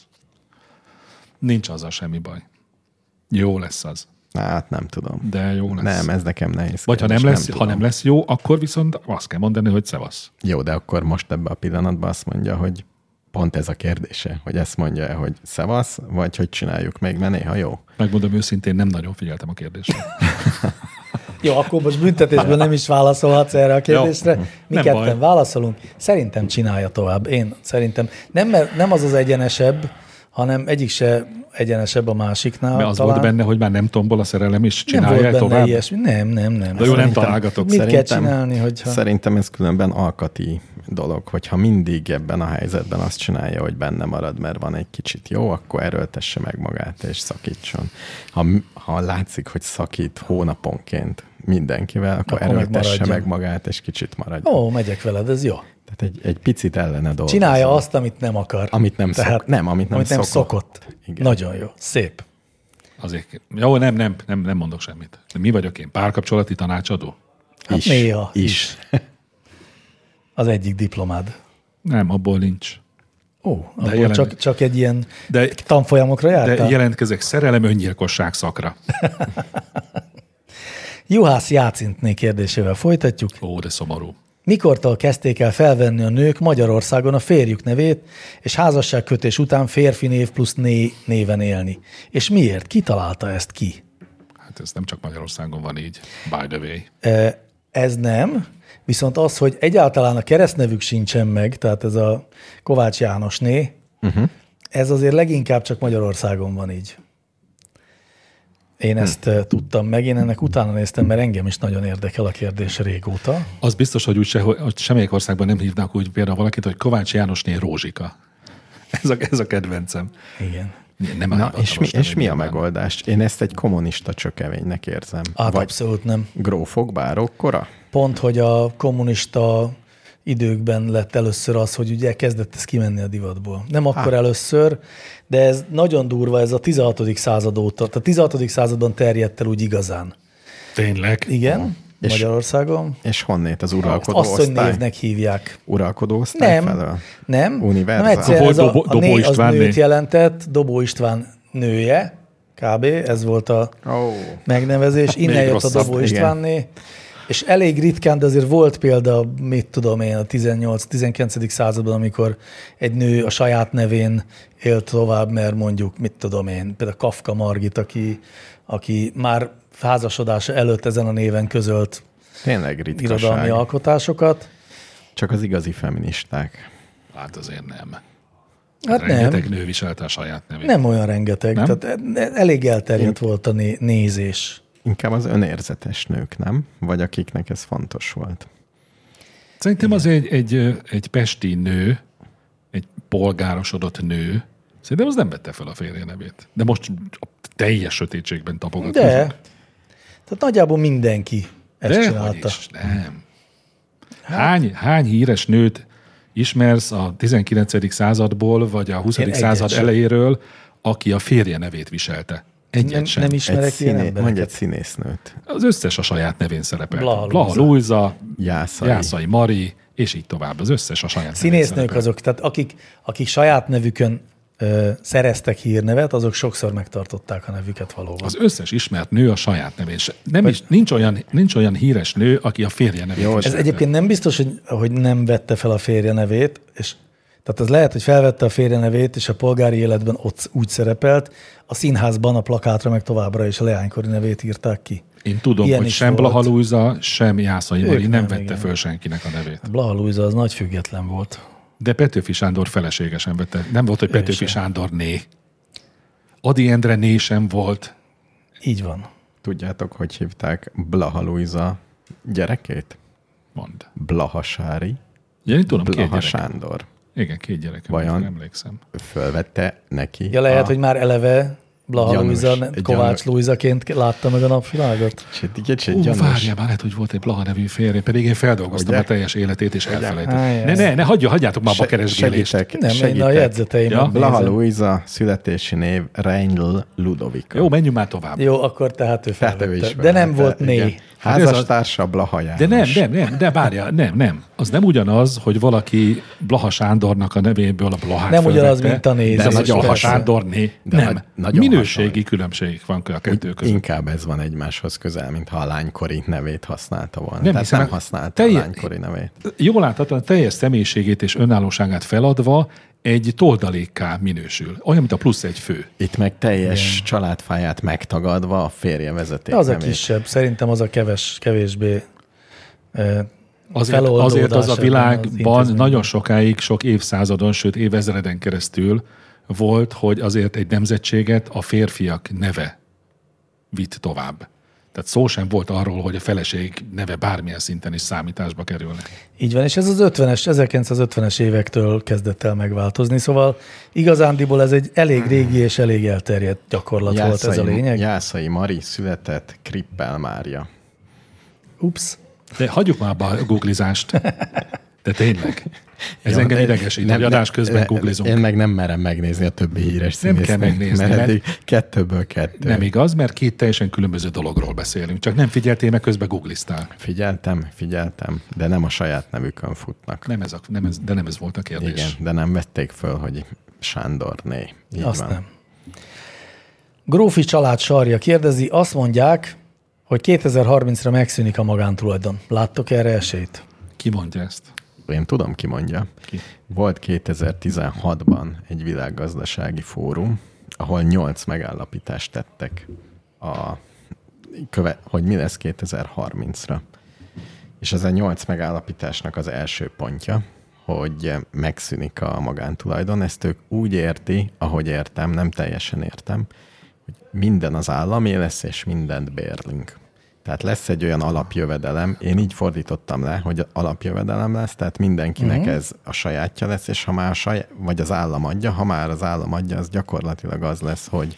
Nincs azzal semmi baj. Jó lesz az. Hát nem tudom. De jó lesz. Nem, ez nekem nehéz. Vagy ha nem, lesz, nem ha nem lesz jó, akkor viszont azt kell mondani, hogy szevasz. Jó, de akkor most ebben a pillanatban azt mondja, hogy pont ez a kérdése, hogy ezt mondja, hogy szevasz, vagy hogy csináljuk még, mert néha jó. Megmondom őszintén, nem nagyon figyeltem a kérdésre. Jó, akkor most büntetésben nem is válaszolhatsz erre a kérdésre. Jó, Mi nem ketten baj. válaszolunk. Szerintem csinálja tovább. Én szerintem nem, mert nem az az egyenesebb, hanem egyik se egyenesebb a másiknál. Mert az talán. volt benne, hogy már nem tombol a szerelem, és Nem volt csinálja benne tovább. ilyesmi. Nem, nem, nem. De jó, nem Szerintem- találgatok. Mit kell Szerintem- csinálni, hogyha... Szerintem ez különben alkati dolog, hogyha mindig ebben a helyzetben azt csinálja, hogy benne marad, mert van egy kicsit jó, akkor erőltesse meg magát és szakítson. Ha, ha látszik, hogy szakít hónaponként mindenkivel, akkor, Akkor meg erőltesse maradjon. meg magát, és kicsit maradjon. Ó, megyek veled, ez jó. Tehát egy, egy picit ellene dolgozni. Csinálja azt, amit nem akar. Amit nem szok- nem, amit nem amit nem szokott. szokott. Igen. Nagyon jó. Szép. Azért. Jó, nem, nem, nem, nem mondok semmit. De mi vagyok én? Párkapcsolati tanácsadó? Hát Is. néha. Is. Az egyik diplomád. Nem, abból nincs. Ó, abból jelen- csak, csak egy ilyen De, tanfolyamokra de jártál? jelentkezek szerelem öngyilkosság szakra. Juhász Jácintné kérdésével folytatjuk. Ó, de szomorú. Mikortól kezdték el felvenni a nők Magyarországon a férjük nevét, és házasságkötés után férfi név plusz né néven élni? És miért? Ki találta ezt ki? Hát ez nem csak Magyarországon van így, by the way. E, Ez nem, viszont az, hogy egyáltalán a keresztnevük sincsen meg, tehát ez a Kovács Jánosné, uh-huh. ez azért leginkább csak Magyarországon van így. Én ezt hm. tudtam meg, én ennek utána néztem, mert engem is nagyon érdekel a kérdés régóta. Az biztos, hogy, úgy se, hogy semmelyik országban nem hívnak úgy például valakit, hogy Kovács Jánosné Rózsika. Ez a, ez a kedvencem. Igen. Nem Na, és mi, és mi a nyilván. megoldás? Én ezt egy kommunista csökevénynek érzem. Hát Vagy abszolút nem. grófok bárokkora? Pont, hogy a kommunista időkben lett először az, hogy ugye kezdett ez kimenni a divatból. Nem akkor először, de ez nagyon durva, ez a tizenhatodik század óta. Tehát a tizenhatodik században terjedt el úgy igazán. Tényleg? Igen, És- Magyarországon. És honnét az uralkodó Asszony osztály? névnek hívják. Uralkodó osztály Nem, felől? nem. Univerzál. Nem egyszerűen Volt ez a, Dobó- a né Dobó az István nőt né. jelentett, Dobó István nője, kb. Ez volt a Ó, megnevezés. Innen Még jött a rosszabb, Dobó igen. Istvánné. És elég ritkán, de azért volt példa, mit tudom én, a tizennyolc-tizenkilencedik században, amikor egy nő a saját nevén élt tovább, mert mondjuk, mit tudom én, például Kafka Margit, aki, aki már házasodása előtt ezen a néven közölt tényleg irodalmi ritkaság. alkotásokat. Csak az igazi feministák. Hát azért nem. Hát Rengeteg nem, nő viselte a saját nevét. nem olyan rengeteg. Nem? Tehát elég elterjedt volt a né- nézés. Inkább az önérzetes nők, nem? Vagy akiknek ez fontos volt. Szerintem az egy, egy, egy pesti nő, egy polgárosodott nő, szerintem az nem vette fel a férje nevét. De most a teljes sötétségben tapogatkozunk. De, tehát nagyjából mindenki ezt De csinálta. hogy is, nem. Hány, hány híres nőt ismersz a tizenkilencedik századból, vagy a huszadik Én század egyet sem. elejéről, aki a férje nevét viselte? Egyet Nem, sem. nem Egy ismerek ilyen színé, embereket. mondj egy színésznőt. Az összes a saját nevén szerepel. Blaha Blaha Lujza. Lujza, Jászai. Jászai Mari, És így tovább. Az összes a saját Színésznők azok, tehát akik, akik saját nevükön ö, szereztek hírnevet, azok sokszor megtartották a nevüket valóban. Az összes ismert nő a saját nevén. Nem is, nincs, olyan, nincs olyan híres nő, aki a férje nevét. Jó, ez egyébként nem biztos, hogy, hogy nem vette fel a férje nevét, és tehát az lehet, hogy felvette a férje nevét, és a polgári életben ott úgy szerepelt, a színházban a plakátra meg továbbra is a leánykori nevét írták ki. Én tudom, Ilyen hogy sem Blaha Lujza, sem Jászai Mari nem, nem vette igen. föl senkinek a nevét. Blaha Lujza az nagy független volt. De Petőfi Sándor feleségesen vette. Nem volt, hogy ő Petőfi sem. Sándor né. Adi Endre né sem volt. Így van. Tudjátok, hogy hívták Blaha Lujza gyerekét? Mondd. Blaha Sári. Ja, én tudom, Blaha Sándor. Igen, két gyerekem. Vajon emlékszem. fölvette neki? Ja, lehet, a... hogy már eleve Blaha Lujza, Kovács Lujzaként látta meg a napvilágot. Ó, várjál, már lehet, hogy volt egy Blaha nevű férje, pedig én feldolgoztam ugye? A teljes életét, és elfelejtettem. Ne, ne, ne, hagyja, hagyjátok már a keresgélést. Segítek, nem, segítek. én a jegyzeteim. Ja? Blaha Lujza, születési név Reindl Ludovika. Jó, menjünk már tovább. Jó, akkor tehát ő felvette. Tehát ő is de nem volt né. Házastársa Blaha János. De nem, nem, nem, de várjál, nem, nem. Az nem ugyanaz, hogy valaki Blaha Sándornak a nevéből a Blahát nem fölvette, ugyanaz, mint a nézés. De nagy Blaha Sándorné. Nem. Nagyon minőségi hasonlít. különbség van a kettő között. Inkább ez van egymáshoz közel, mintha a lánykori nevét használta volna. Nem, Tehát hiszem, nem használta telje, a lánykori nevét. Jól láthatóan teljes személyiségét és önállóságát feladva egy toldalékká minősül. Olyan, mint a plusz egy fő. Itt meg teljes igen. családfáját megtagadva a férje vezeték az nevét. A kisebb. Szerintem az a keves, kevésbé eh, azért, azért az a világban nagyon sokáig, sok évszázadon, sőt évezreden keresztül volt, hogy azért egy nemzetséget a férfiak neve vitt tovább. Tehát szó sem volt arról, hogy a feleség neve bármilyen szinten is számításba kerülne. Így van, és ez az ötvenes, ezerkilencszázötvenes évektől kezdett el megváltozni, szóval igazándiból ez egy elég régi és elég elterjedt gyakorlat Jászai, volt ez a lényeg. Jászai Mari született Krippel Mária. Ups. De hagyjuk már abba a googlizást. De tényleg. Ez engem idegesít, hogy adás közben googlizunk. Én meg nem merem megnézni a többi híres színészt. Nem kell megnézni. Mert eddig kettőből kettő. Nem igaz, mert két teljesen különböző dologról beszélünk. Csak nem figyeltél, meg közben googliztál. Figyeltem, figyeltem, de nem a saját nevükön futnak. Nem ez a, nem ez, de nem ez volt a kérdés. Igen, de nem vették föl, hogy Sándorné. Így azt van. nem. Grófi család sarja kérdezi, azt mondják, hogy kétezer-harmincra megszűnik a magántulajdon. Láttok erre esélyt? Ki mondja ezt? Én tudom, ki mondja. Ki? Volt kétezer-tizenhatban egy világgazdasági fórum, ahol nyolc megállapítást tettek, a, köve, hogy mi lesz kétezer-harmincra. És ez a nyolc megállapításnak az első pontja, hogy megszűnik a magántulajdon. Ezt ők úgy érti, ahogy értem, nem teljesen értem, hogy minden az államé lesz, és mindent bérlünk. Tehát lesz egy olyan alapjövedelem, én így fordítottam le, hogy alapjövedelem lesz, tehát mindenkinek uh-huh. ez a sajátja lesz, és ha már a saját, vagy az állam adja, ha már az állam adja, az gyakorlatilag az lesz, hogy,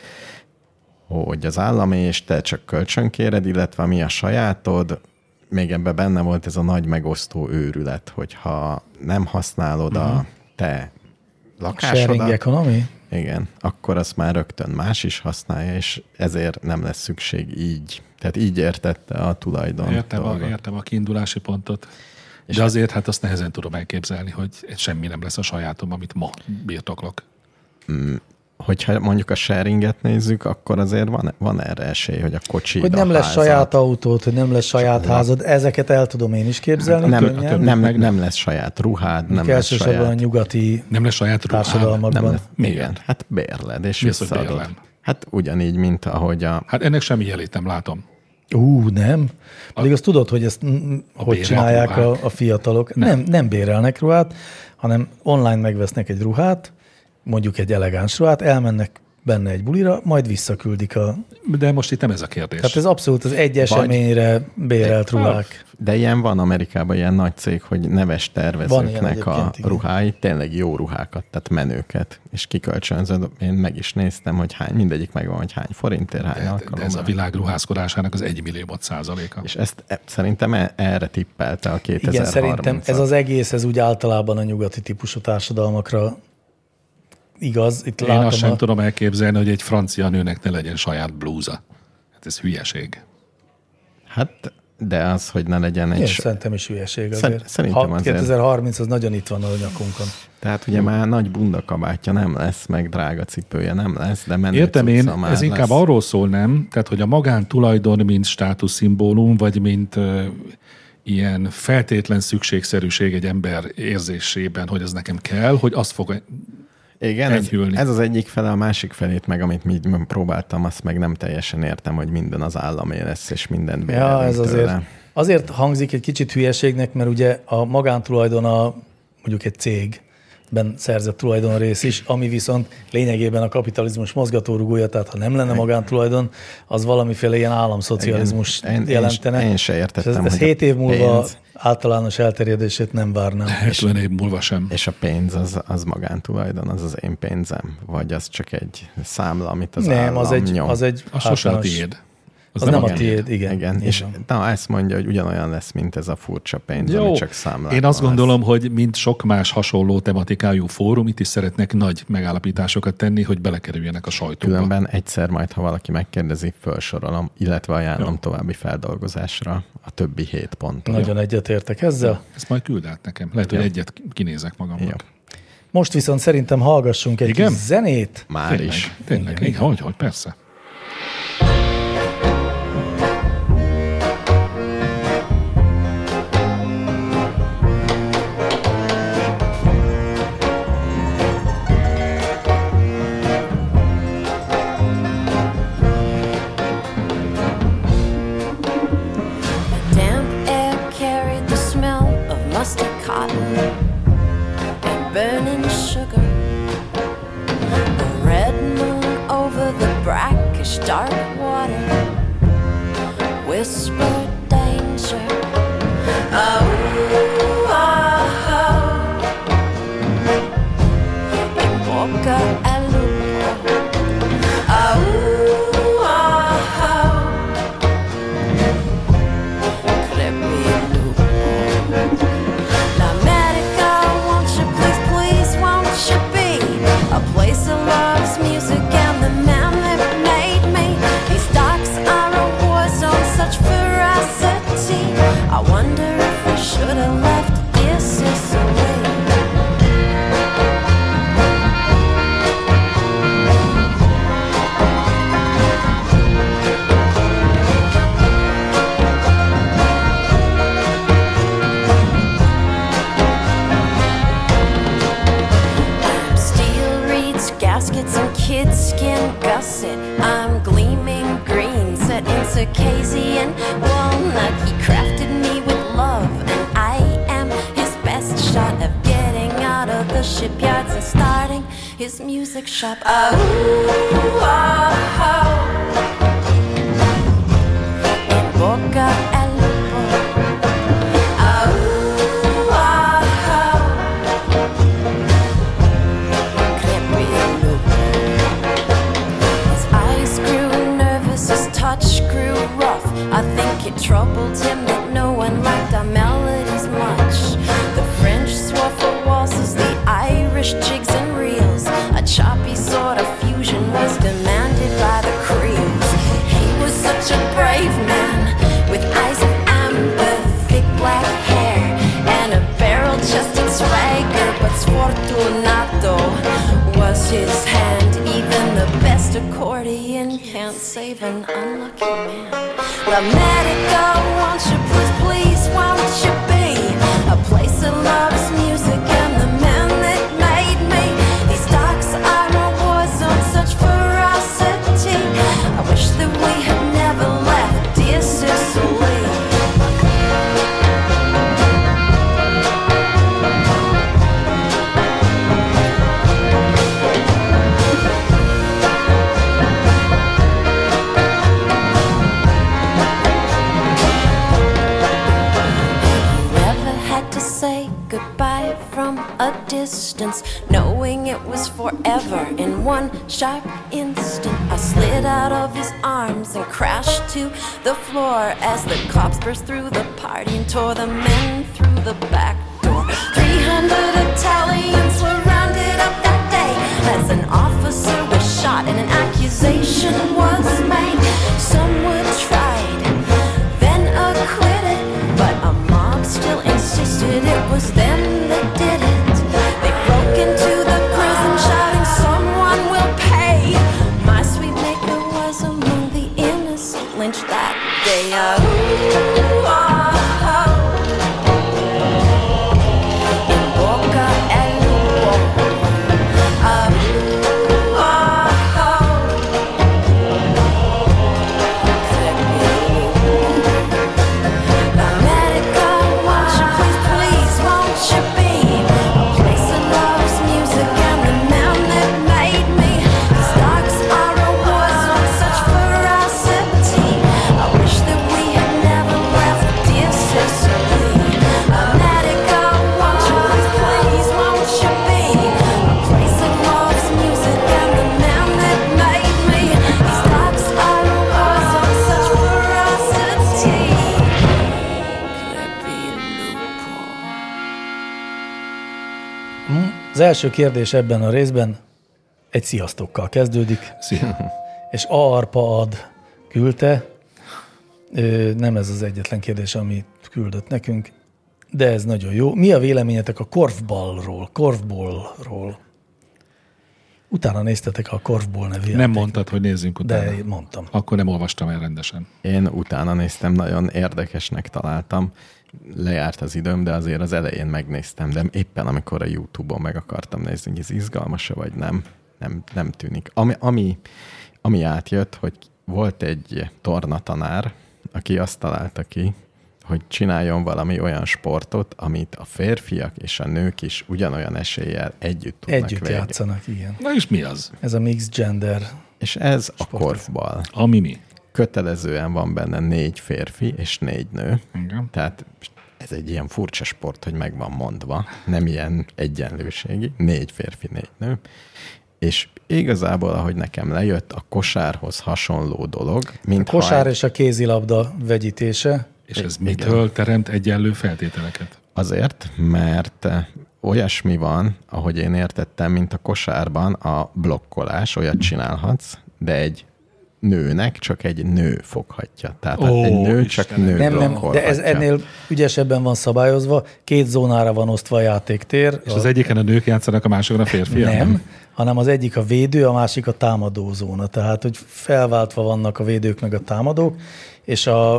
hogy az államé, és te csak kölcsönkéred, illetve mi a sajátod, még ebben benne volt ez a nagy megosztó őrület, hogyha nem használod uh-huh. a te lakásodat. Sharing economy? Igen, akkor azt már rögtön más is használja, és ezért nem lesz szükség így. Tehát így értette a tulajdon. Értem a, értem a kiindulási pontot. És de azért hát azt nehezen tudom elképzelni, hogy semmi nem lesz a sajátom, amit ma birtoklok. Mm, hogyha mondjuk a sharinget nézzük, akkor azért van, van erre esély, hogy a kocsi. Hogy nem lesz házad. Saját autód, hogy nem lesz saját Csak házad, ezeket el tudom én is képzelni. Nem, nem, nem, nem, nem lesz saját ruhád, nem lesz saját... a nyugati nem lesz saját társadalmakban. Nem lesz, igen, hát bérled, és mi visszaadod. Az, hát ugyanígy, mint ahogy a... Hát ennek semmi jelét nem látom. Ú, nem. Pedig azt tudod, hogy ezt hogy csinálják a, a fiatalok. Nem. nem, nem bérelnek ruhát, hanem online megvesznek egy ruhát, mondjuk egy elegáns ruhát, elmennek benne egy bulira, majd visszaküldik a... De most itt nem ez a kérdés. Tehát ez abszolút az egy eseményre bérelt ruhák. De ilyen van Amerikában, ilyen nagy cég, hogy neves tervezőknek a ruháit, tényleg jó ruhákat, tehát menőket, és kikölcsönzöd. Én meg is néztem, hogy hány, mindegyik megvan, hogy hány forintért, hány de, alkalommal. De ez a világ ruházkodásának az egy millió százaléka. És ezt e, szerintem erre tippelte a kétezer-harminc. Igen, szerintem ez az egész, ez úgy általában a nyugati típusú társadalmakra igaz. Itt Én azt sem a... tudom elképzelni, hogy egy francia nőnek ne legyen saját blúza. Hát ez hülyeség. Hát de az, hogy ne legyen egy... Én szerintem is hülyeség azért. Szerintem azért. kétezer-harminc az nagyon itt van a nyakunkon. Tehát ugye már nagy bundakabátja nem lesz, meg drága cipője nem lesz, de menő Értem én, már ez inkább lesz. arról szól, nem? Tehát, hogy a magántulajdon, mint státuszszimbólum, vagy mint uh, ilyen feltétlen szükségszerűség egy ember érzésében, hogy ez nekem kell, hogy azt fog Igen, ez, enyhülni. ez az egyik fele, a másik felét meg, amit mi próbáltam, azt meg nem teljesen értem, hogy minden az államé lesz, és mindent bérelünk Ja, ez azért, tőle. azért hangzik egy kicsit hülyeségnek, mert ugye a magántulajdon a mondjuk egy cégben szerzett tulajdonrész is, ami viszont lényegében a kapitalizmus mozgatórugója, tehát ha nem lenne magántulajdon, az valamiféle ilyen államszocializmus én, jelentene. Én, én se értettem, ez, ez hogy hét év múlva pénz, általános elterjedését nem várnám. hetven év múlva sem. és a pénz az, az magántulajdon, az az én pénzem, vagy az csak egy számla, amit az nem, állam az egy, nyom. az egy Az sose a általános- tiéd. Az, az nem a tiéd, igen. Igen, és na, ezt mondja, hogy ugyanolyan lesz, mint ez a furcsa pénz, Jó. ami csak számlák. Én azt gondolom, hogy mint sok más hasonló tematikájú fórum, itt is szeretnek nagy megállapításokat tenni, hogy belekerüljenek a sajtóba. Különben egyszer majd, ha valaki megkérdezi, felsorolom, illetve ajánlom Jó. további feldolgozásra a többi hét pontot. Nagyon egyetértek ezzel. Ezt majd küld át nekem. Lehet, Jó. hogy egyet kinézek magamnak. Jó. Most viszont szerintem hallgassunk egy Igen? kis zenét. Már Tényleg, is. tényleg. Igen, hogy, hogy, persze. Damp air carried the smell of musty cotton and burning sugar. The red moon over the brackish dark water whispered danger. Oh, oh, oh. In boca el lupo. Oh, oh, oh. America, won't you please, please, won't you be a place that loves music and the man that made me? These docks are a war zone, such ferocity. I wonder if we should have left dear Sicily. Steel reeds, gaskets, and kid skin gusset. I'm gleaming green, set in Circassian walnut. He crafted me with love, and I am his best shot of getting out of the shipyards and starting his music shop. Oh, oh, oh. In Boca el Lupo. Oh, oh, oh. His eyes grew nervous, his touch grew rough. I think it troubled him that no one liked our melodies much. The French swore for waltzes, the Irish jigs and reels. A choppy sort of fusion was demanded by the Creoles. He was such a brave man, with eyes of amber, thick black hair, and a barrel-chested swagger. But Sfortunato was his hand. Even the best accordion can't save an unlucky man. America, won't you please, please, won't you be a place that loves music and the man that made me? These docks are a war zone, such ferocity. I wish that we had never left dear Sicily. Never had to say goodbye from a distance, knowing it was forever in one sharp instant. I slid out of his arms and crashed to the floor as the cops burst through the party and tore the men through the back door. Three hundred Italians were rounded up that day as an officer was shot and an accusation was made. Some were tried, then acquitted. Az első kérdés ebben a részben egy sziasztokkal kezdődik. Szia. És A. Arpa ad küldte. Nem ez az egyetlen kérdés, amit küldött nekünk, de ez nagyon jó. Mi a véleményetek a korfballról, korfballról? Utána néztetek a korfball nevű Nem játékot. mondtad, hogy nézzünk utána. De mondtam. Akkor nem olvastam el rendesen. Én utána néztem, nagyon érdekesnek találtam. Lejárt az időm, de azért az elején megnéztem, de éppen amikor a YouTube-on meg akartam nézni, hogy ez izgalmas-e vagy nem, nem, nem tűnik. Ami, ami, ami átjött, hogy volt egy tornatanár, aki azt találta ki, hogy csináljon valami olyan sportot, amit a férfiak és a nők is ugyanolyan eséllyel együtt tudnak Együtt végig. játszanak, igen. Na és mi az? Ez a mixed gender. És ez Sport. a korfball. Ami mi? Kötelezően van benne négy férfi és négy nő. Igen. Tehát ez egy ilyen furcsa sport, hogy meg van mondva. Nem ilyen egyenlőségi. Négy férfi, négy nő. És igazából, ahogy nekem lejött, a kosárhoz hasonló dolog. Mint A kosár ha és a kézilabda vegyítése. És ez Igen. mitől teremt egyenlő feltételeket? Azért, mert olyasmi van, ahogy én értettem, mint a kosárban a blokkolás, olyat csinálhatsz, de egy nőnek csak egy nő foghatja. Tehát Ó, egy nő csak Istenem. nő Nem, nem, blokkolhatja. de ez ennél ügyesebben van szabályozva. Két zónára van osztva a játéktér. És az egyiken a nők játszanak, a másikon a férfiak? Nem, hanem az egyik a védő, a másik a támadózóna. Tehát, hogy felváltva vannak a védők meg a támadók, és a,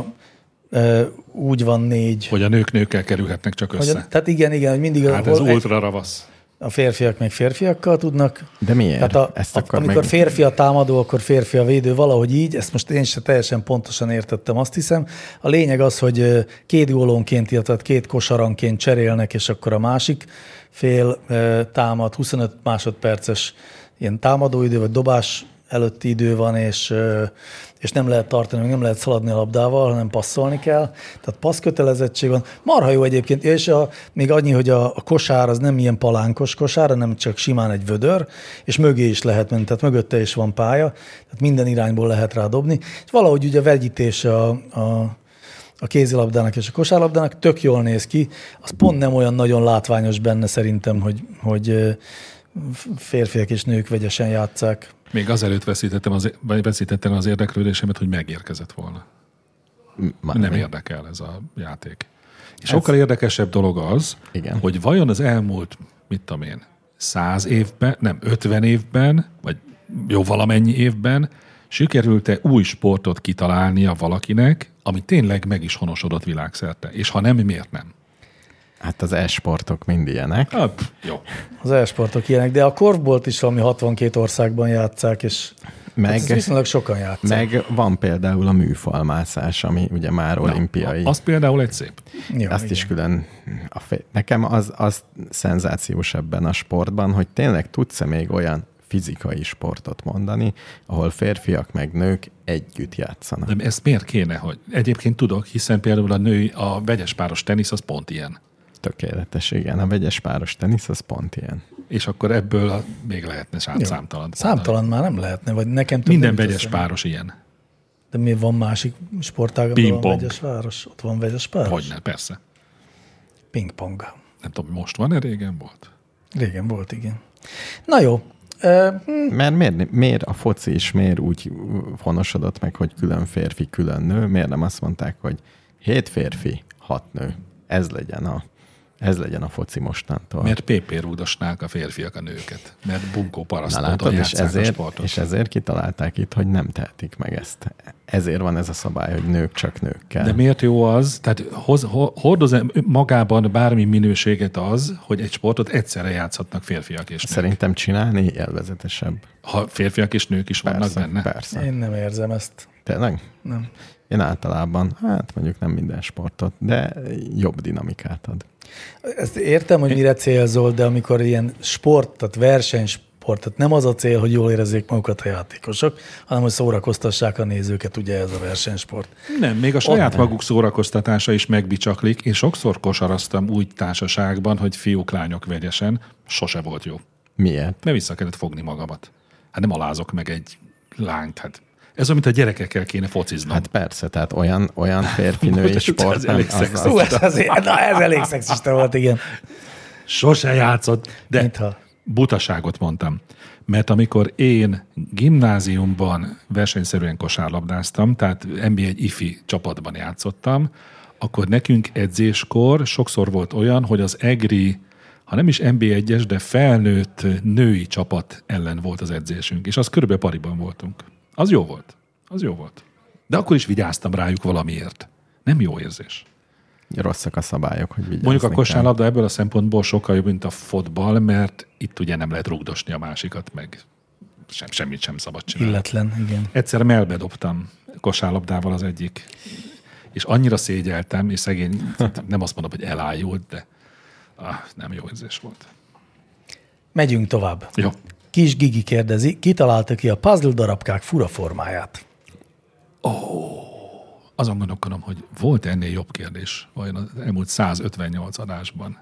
e, úgy van négy. Hogy a nők nőkkel kerülhetnek csak Hogy össze. a, tehát igen, igen, hogy mindig Hát ez hol- ultra ravasz. a férfiak meg férfiakkal tudnak. De miért? Tehát a, Ezt a, akkor amikor meg... férfi a támadó, akkor férfi a védő, valahogy így, ezt most én sem teljesen pontosan értettem, azt hiszem. A lényeg az, hogy két gólonként, illetve két kosaranként cserélnek, és akkor a másik fél támad, huszonöt másodperces ilyen támadóidő, vagy dobás előtti idő van, és, és nem lehet tartani, nem lehet szaladni a labdával, hanem passzolni kell. Tehát passzkötelezettség van. Marha jó egyébként, és a, még annyi, hogy a, a kosár az nem ilyen palánkos kosár, hanem csak simán egy vödör, és mögé is lehet menni, tehát mögötte is van pálya, tehát minden irányból lehet rá dobni. És valahogy ugye a vegyítés a, a a kézilabdának és a kosárlabdának tök jól néz ki. Az pont nem olyan nagyon látványos benne szerintem, hogy, hogy férfiak és nők vegyesen játsszák. Még azelőtt veszítettem az, vagy veszítettem az érdeklődésemet, hogy megérkezett volna. Már Nem mi? érdekel ez a játék. És sokkal érdekesebb dolog az, Igen. hogy vajon az elmúlt, mit tudom én, száz évben, nem ötven évben, vagy jó valamennyi évben sikerült-e új sportot kitalálnia valakinek, ami tényleg meg is honosodott világszerte? És ha nem, miért nem? Hát az e-sportok mind ilyenek. Ah, pff, jó. Az e-sportok ilyenek, de a korfballt is valami hatvankét országban játsszák, és Meg, hát viszonylag sokan játszák. meg van például a műfalmászás, ami ugye már olimpiai. Az például egy szép. Jó, Azt igen. is külön. A fé... Nekem az, az szenzációs ebben a sportban, hogy tényleg tudsz-e még olyan fizikai sportot mondani, ahol férfiak meg nők együtt játszanak. De ezt miért kéne, hogy egyébként tudok, hiszen például a női, a vegyes páros tenisz az pont ilyen. Tökéletes, igen. A vegyes páros tenisz az pont ilyen. És akkor ebből a, még lehetne sám, számtalan. Számtalan már nem lehetne, vagy nekem több Minden nem jut vegyes eszembe. páros ilyen. De mi van másik sportágban, van Ping-pong. vegyes város? Ott van vegyes páros? Hogyne, persze. Pingpong. Nem tudom, most van-e, régen volt? Régen volt, igen. Na jó. Uh, Mert miért, miért a foci is miért úgy honosodott meg, hogy külön férfi, külön nő? Miért nem azt mondták, hogy hét férfi, hat nő? Ez legyen a, ez legyen a foci mostantól. Mert pépérúdosnák a férfiak a nőket. Mert bunkó Na parasztmódon látod, és játsszák a ezért, sportot. és ezért kitalálták itt, hogy nem tehetik meg ezt. Ezért van ez a szabály, hogy nők csak nőkkel. De miért jó az? Tehát hoz, ho- hordoz magában bármi minőséget az, hogy egy sportot egyszerre játszhatnak férfiak és nők. Szerintem csinálni élvezetesebb. Ha férfiak és nők is vannak Persze, benne. persze. én nem érzem ezt. Tényleg? Nem. Én általában, hát mondjuk nem minden sportot, de jobb dinamikát ad. Ezt értem, hogy mire célzol, de amikor ilyen sport, tehát versenysport, tehát nem az a cél, hogy jól érezzék magukat a játékosok, hanem hogy szórakoztassák a nézőket, ugye ez a versenysport. Nem, még a saját nem. maguk szórakoztatása is megbicsaklik. Én sokszor kosaraztam úgy társaságban, hogy fiúk-lányok vegyesen, sose volt jó. Miért? Mert vissza kellett fogni magamat. Hát nem alázok meg egy lányt, hát ez olyan, mint a gyerekekkel kéne fociznom. Hát persze, tehát olyan, olyan férfi-női Ez sport. elég nem, az, szexi. Hú, ez, azért, na, ez elég szexista volt, igen. Sose játszott, de Mintha. butaságot mondtam. Mert amikor én gimnáziumban versenyszerűen kosárlabdáztam, tehát en bé egy ifi csapatban játszottam, akkor nekünk edzéskor sokszor volt olyan, hogy az EGRI, ha nem is en bé egyes, de felnőtt női csapat ellen volt az edzésünk, és az körülbelül pariban voltunk. Az jó volt. Az jó volt. De akkor is vigyáztam rájuk valamiért. Nem jó érzés. Rosszak a szabályok, hogy vigyázni Mondjuk a kosárlabda kell. ebből a szempontból sokkal jobb, mint a fotball, mert itt ugye nem lehet rugdosni a másikat, meg sem, semmit sem szabad csinálni. Illetlen, igen. Egyszer melbe dobtam kosárlabdával az egyik, és annyira szégyeltem, és szegény, nem azt mondom, hogy elájult, de ah, nem jó érzés volt. Megyünk tovább. Jó. Kis Gigi kérdezi, ki találta ki a puzzle darabkák fura formáját? Azon gondolkodom, hogy volt ennél jobb kérdés vajon az elmúlt százötvennyolc adásban.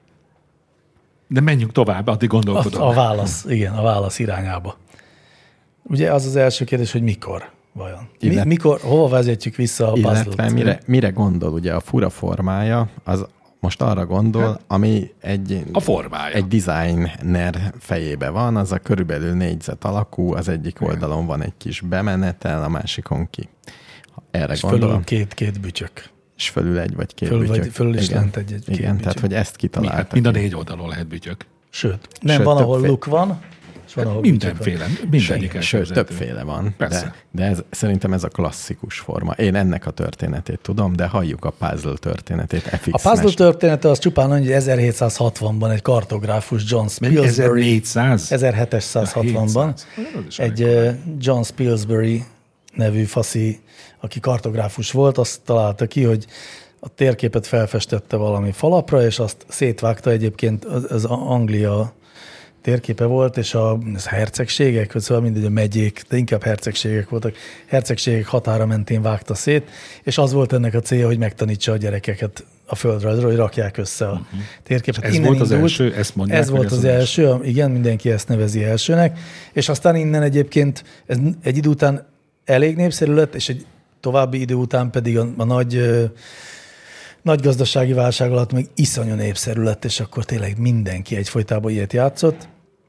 De menjünk tovább, addig gondolkodom. A, a válasz, igen, a válasz irányába. Ugye az az első kérdés, hogy mikor vajon? Mi, Illet- mikor, hova vezetjük vissza a Illetve puzzle-t? mire, mire gondol, ugye a fura formája, az most arra gondol, ami egy, A formája. egy designer fejébe van, az a körülbelül négyzet alakú, az egyik oldalon van egy kis bemenetel, a másikon ki. Erre És gondolom. fölül két, két bütyök. És fölül egy vagy két Fölül vagy- bütyök. fölül is Igen. lent egy- egy két Igen, bütyök. tehát hogy ezt Mi, kitalálta. hát mind a ki. négy oldalon lehet bütyök. Sőt, nem, Sőt, van, ahol többféle- luk van, és van, ahol bütyök Mindenféle, van. mindegyik Sőt, elképzelhető. többféle van, Persze. de, de ez, szerintem ez a klasszikus forma. Én ennek a történetét tudom, de halljuk a puzzle történetét. ef iksz A puzzle mester. története az csupán annyi, hogy ezerhétszázhatvanban egy kartográfus John Meg Pillsbury, ezernégyszáz? ezerhétszázhatvanban hétszáz. Az is egy elég uh, John Pillsbury nevű faszi, aki kartográfus volt, azt találta ki, hogy a térképet felfestette valami falapra, és azt szétvágta egyébként, az, az Anglia térképe volt, és a ez hercegségek, vagy szóval mindegy, a megyék, de inkább hercegségek voltak, hercegségek határa mentén vágta szét, és az volt ennek a célja, hogy megtanítsa a gyerekeket a földrajzról, hogy rakják össze a térképet. Ez Innen volt az indult, első, ezt mondják, Ez hogy volt ez az az első, igen, mindenki ezt nevezi elsőnek, és aztán innen egyébként ez egy idő után elég népszerű lett, és egy további idő után pedig a, a nagy, ö, nagy gazdasági válság alatt meg iszonyú népszerű lett, és akkor tényleg mindenki egyfolytában ilyet játszott.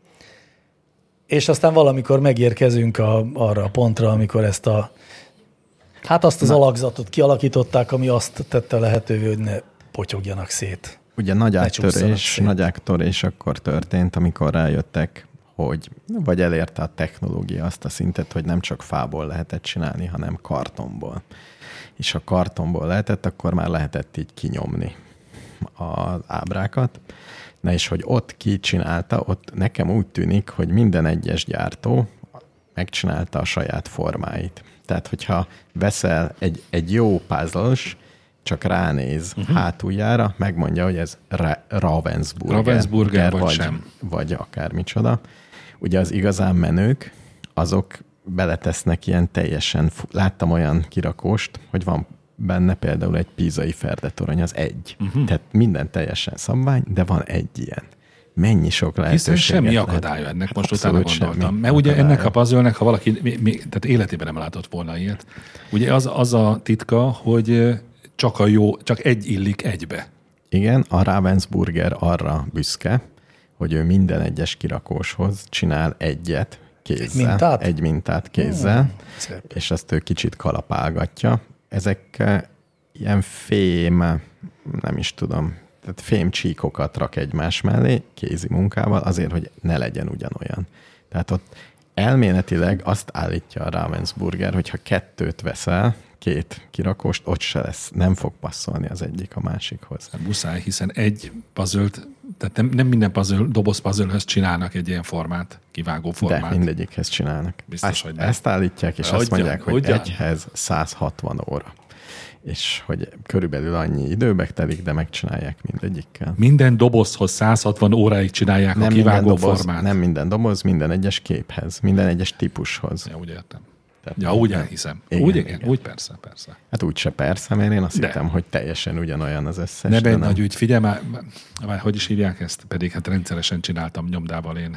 És aztán valamikor megérkezünk a, arra a pontra, amikor ezt a, hát azt az Na. alakzatot kialakították, ami azt tette lehetővé, hogy ne potyogjanak szét. Ugye nagy Ne csúszanak áttörés, szét. nagy áttörés akkor történt, amikor rájöttek, hogy vagy elérte a technológia azt a szintet, hogy nem csak fából lehetett csinálni, hanem kartonból. És ha kartonból lehetett, akkor már lehetett így kinyomni az ábrákat. Na és hogy ott ki csinálta, ott nekem úgy tűnik, hogy minden egyes gyártó megcsinálta a saját formáit. Tehát, hogyha veszel egy, egy jó puzzle-s, csak ránéz uh-huh. hátuljára, megmondja, hogy ez Ra- Ravensburger. Ravensburger vagy vagy sem. Vagy akármicsoda. Ugye az igazán menők, azok beletesznek ilyen teljesen, fu- láttam olyan kirakóst, hogy van benne például egy pízai ferdetorony, az egy. Uh-huh. Tehát minden teljesen szabvány, de van egy ilyen. Mennyi sok lehetőséget Hiszen semmi lehet. akadálya ennek, most Abszolút utána gondoltam. semmi Mert ugye akadálya. ennek a puzzle-nek, ha valaki mi, mi, tehát életében nem látott volna ilyet, ugye az, az a titka, hogy csak a jó, csak egy illik egybe. Igen, a Ravensburger arra büszke, hogy ő minden egyes kirakóshoz csinál egyet kézzel. Egy mintát? Egy mintát kézzel, Hmm, szép. és azt ő kicsit kalapálgatja. Ezek eh, ilyen fém, nem is tudom, tehát fém csíkokat rak egymás mellé kézi munkával, azért, hogy ne legyen ugyanolyan. Tehát ott elméletileg azt állítja a Ravensburger, hogyha kettőt veszel, két kirakóst, ott se lesz, nem fog passzolni az egyik a másikhoz. Muszáj, hiszen egy puzzle tehát nem, nem minden puzzle, doboz puzzle-höz csinálnak egy ilyen formát, kivágó formát. De mindegyikhez csinálnak. Biztos, ezt, hogy nem. ezt állítják, és De azt hogyan, mondják, hogy hogyan? egyhez száz hatvan óra. És hogy körülbelül annyi időbe telik, de megcsinálják mindegyikkel. Minden dobozhoz száz hatvan óráig csinálják Nem a minden, kivágó doboz, formát. nem minden doboz, minden egyes képhez, minden egyes típushoz. Ja, úgy értem. Tehát Ja, úgy nem- elhiszem. Igen, úgy, igen, igen. úgy persze, persze. Hát úgyse persze, mert én azt De. hittem, hogy teljesen ugyanolyan az összes. Ne de benn nem. nagy ügy, figyelj már, már, hogy is hívják ezt? Pedig hát rendszeresen csináltam nyomdával én. Hát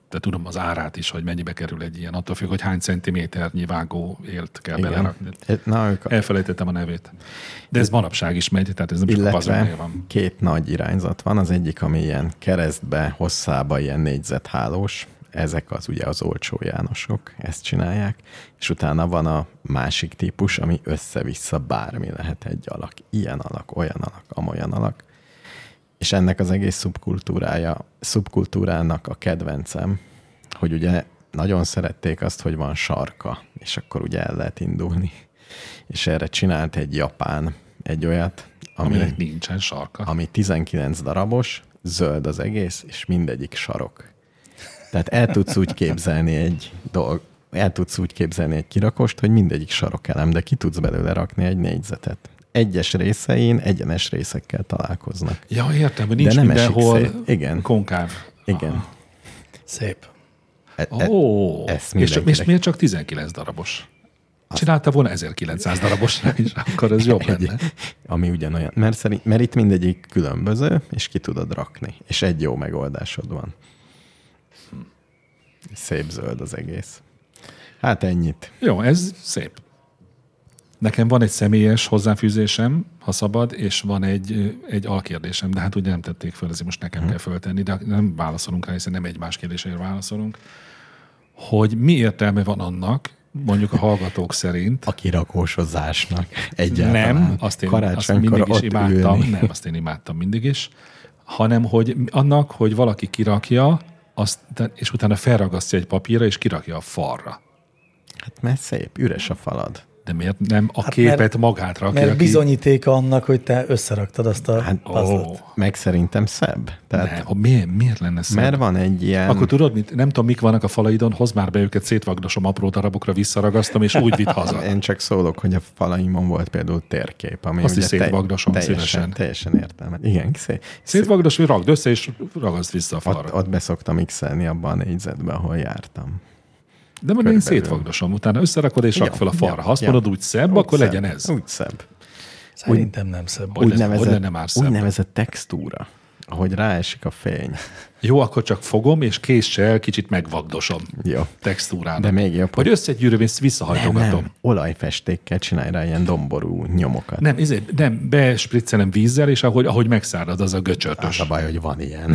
de tudom az árát is, hogy mennyibe kerül egy ilyen, attól függ, hogy hány centiméternyi vágó élt kell Igen. belerakni. Na, ők... Elfelejtettem a nevét. De ez manapság is megy, tehát ez nem csak a puzzle van. Két nagy irányzat van, az egyik, ami ilyen keresztbe, hosszába ilyen négyzethálós, ezek az ugye az olcsó Jánosok, ezt csinálják, és utána van a másik típus, ami össze-vissza bármi lehet egy alak. Ilyen alak, olyan alak, amolyan alak. És ennek az egész szubkultúrája, szubkultúrának a kedvencem, hogy ugye nagyon szerették azt, hogy van sarka, és akkor ugye el lehet indulni. És erre csinált egy japán egy olyat, ami, aminek nincsen sarka. Ami tizenkilenc darabos, zöld az egész, és mindegyik sarok. Tehát el tudsz úgy képzelni egy dolg, el tudsz úgy képzelni egy kirakost, hogy mindegyik sarokelem, de ki tudsz belőle rakni egy négyzetet. Egyes részein egyenes részekkel találkoznak. Ja, értem, hogy nincs de nem mindenhol igen. konkáv. Igen. Aha. Szép. E, e, Ó, és, és miért csak tizenkilenc darabos? Csinálta volna ezerkilencszáz darabosra is, akkor ez jobb lenne. Egy, ami ugyanolyan. Mert, szerint, mert itt mindegyik különböző, és ki tudod rakni. És egy jó megoldásod van. Szép zöld az egész. Hát ennyit. Jó, ez szép. Nekem van egy személyes hozzáfűzésem, ha szabad, és van egy, egy alkérdésem, de hát ugye nem tették föl, ezért most nekem hmm. kell föltenni, de nem válaszolunk rá, hiszen nem egymás kérdésére válaszolunk, hogy mi értelme van annak, mondjuk a hallgatók szerint. A kirakósozásnak egyáltalán. Nem, azt én azt mindig is imádtam, ülni. nem, azt én imádtam mindig is, hanem hogy annak, hogy valaki kirakja, azt, és utána felragasztja egy papírra, és kirakja a falra. Hát mert szép, üres a falad. De miért nem a hát képet mert, magát rakja? Mert ki? bizonyítéka annak, hogy te összeraktad azt a hát, oh. Meg szerintem szebb. Tehát, ne, miért, miért lenne szebb? Mert van egy ilyen... Akkor tudod, mit, nem tudom, mik vannak a falaidon, hozd már be őket, szétvagdosom apró darabokra, visszaragasztom, és úgy vidd haza. Én csak szólok, hogy a falaimon volt például térkép, ami azt ugye is szétvagdosom teljesen, szívesen. Teljesen értelme. Igen, szép. Szétvagdos, vagy ragd össze, és ragaszd vissza a falra. Ott, ott beszoktam x-elni abban a négyzetben, ahol jártam. De mondom, én szétvagdosom, utána összerakod és rak fel a falra. Ha azt mondod úgy szebb, úgy akkor szebb, legyen ez. Úgy szebb. Szerintem nem szebb. Úgy nevezett, úgy nevezett textúra, ahogy ráesik a fény. Jó, akkor csak fogom, és késsel kicsit megvagdosom. Jó. Textúrának. De még jobb. Vagy összegyűröm, és visszahajtogatom. Nem, nem. Olajfestékkel csinálj rá ilyen domború nyomokat. Nem, ezért, nem, bespriccelem vízzel, és ahogy, ahogy megszárad, az a göcsörtös. Az a baj, hogy van ilyen.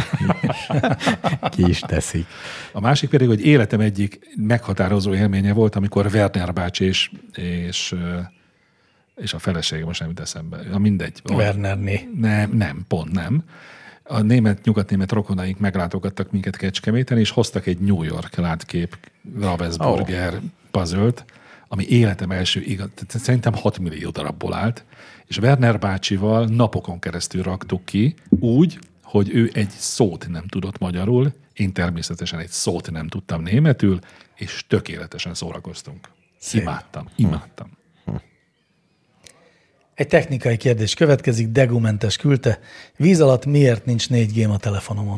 Ki is teszik. A másik pedig, hogy életem egyik meghatározó élménye volt, amikor Werner bácsi és, és, és a felesége, most nem jut eszembe. Ja, mindegy. Wernerné. Nem, nem, pont nem. A német, nyugatnémet rokonaink meglátogattak minket Kecskeméten, és hoztak egy New York látkép Ravensburger oh. puzzle-t, ami életem első, igaz, szerintem hat millió darabból állt, és Werner bácsival napokon keresztül raktuk ki, úgy, hogy ő egy szót nem tudott magyarul, én természetesen egy szót nem tudtam németül, és tökéletesen szórakoztunk. Szép. Imádtam, imádtam. Egy technikai kérdés következik, Degumentes küldte. Víz alatt miért nincs négy gé a telefonomon?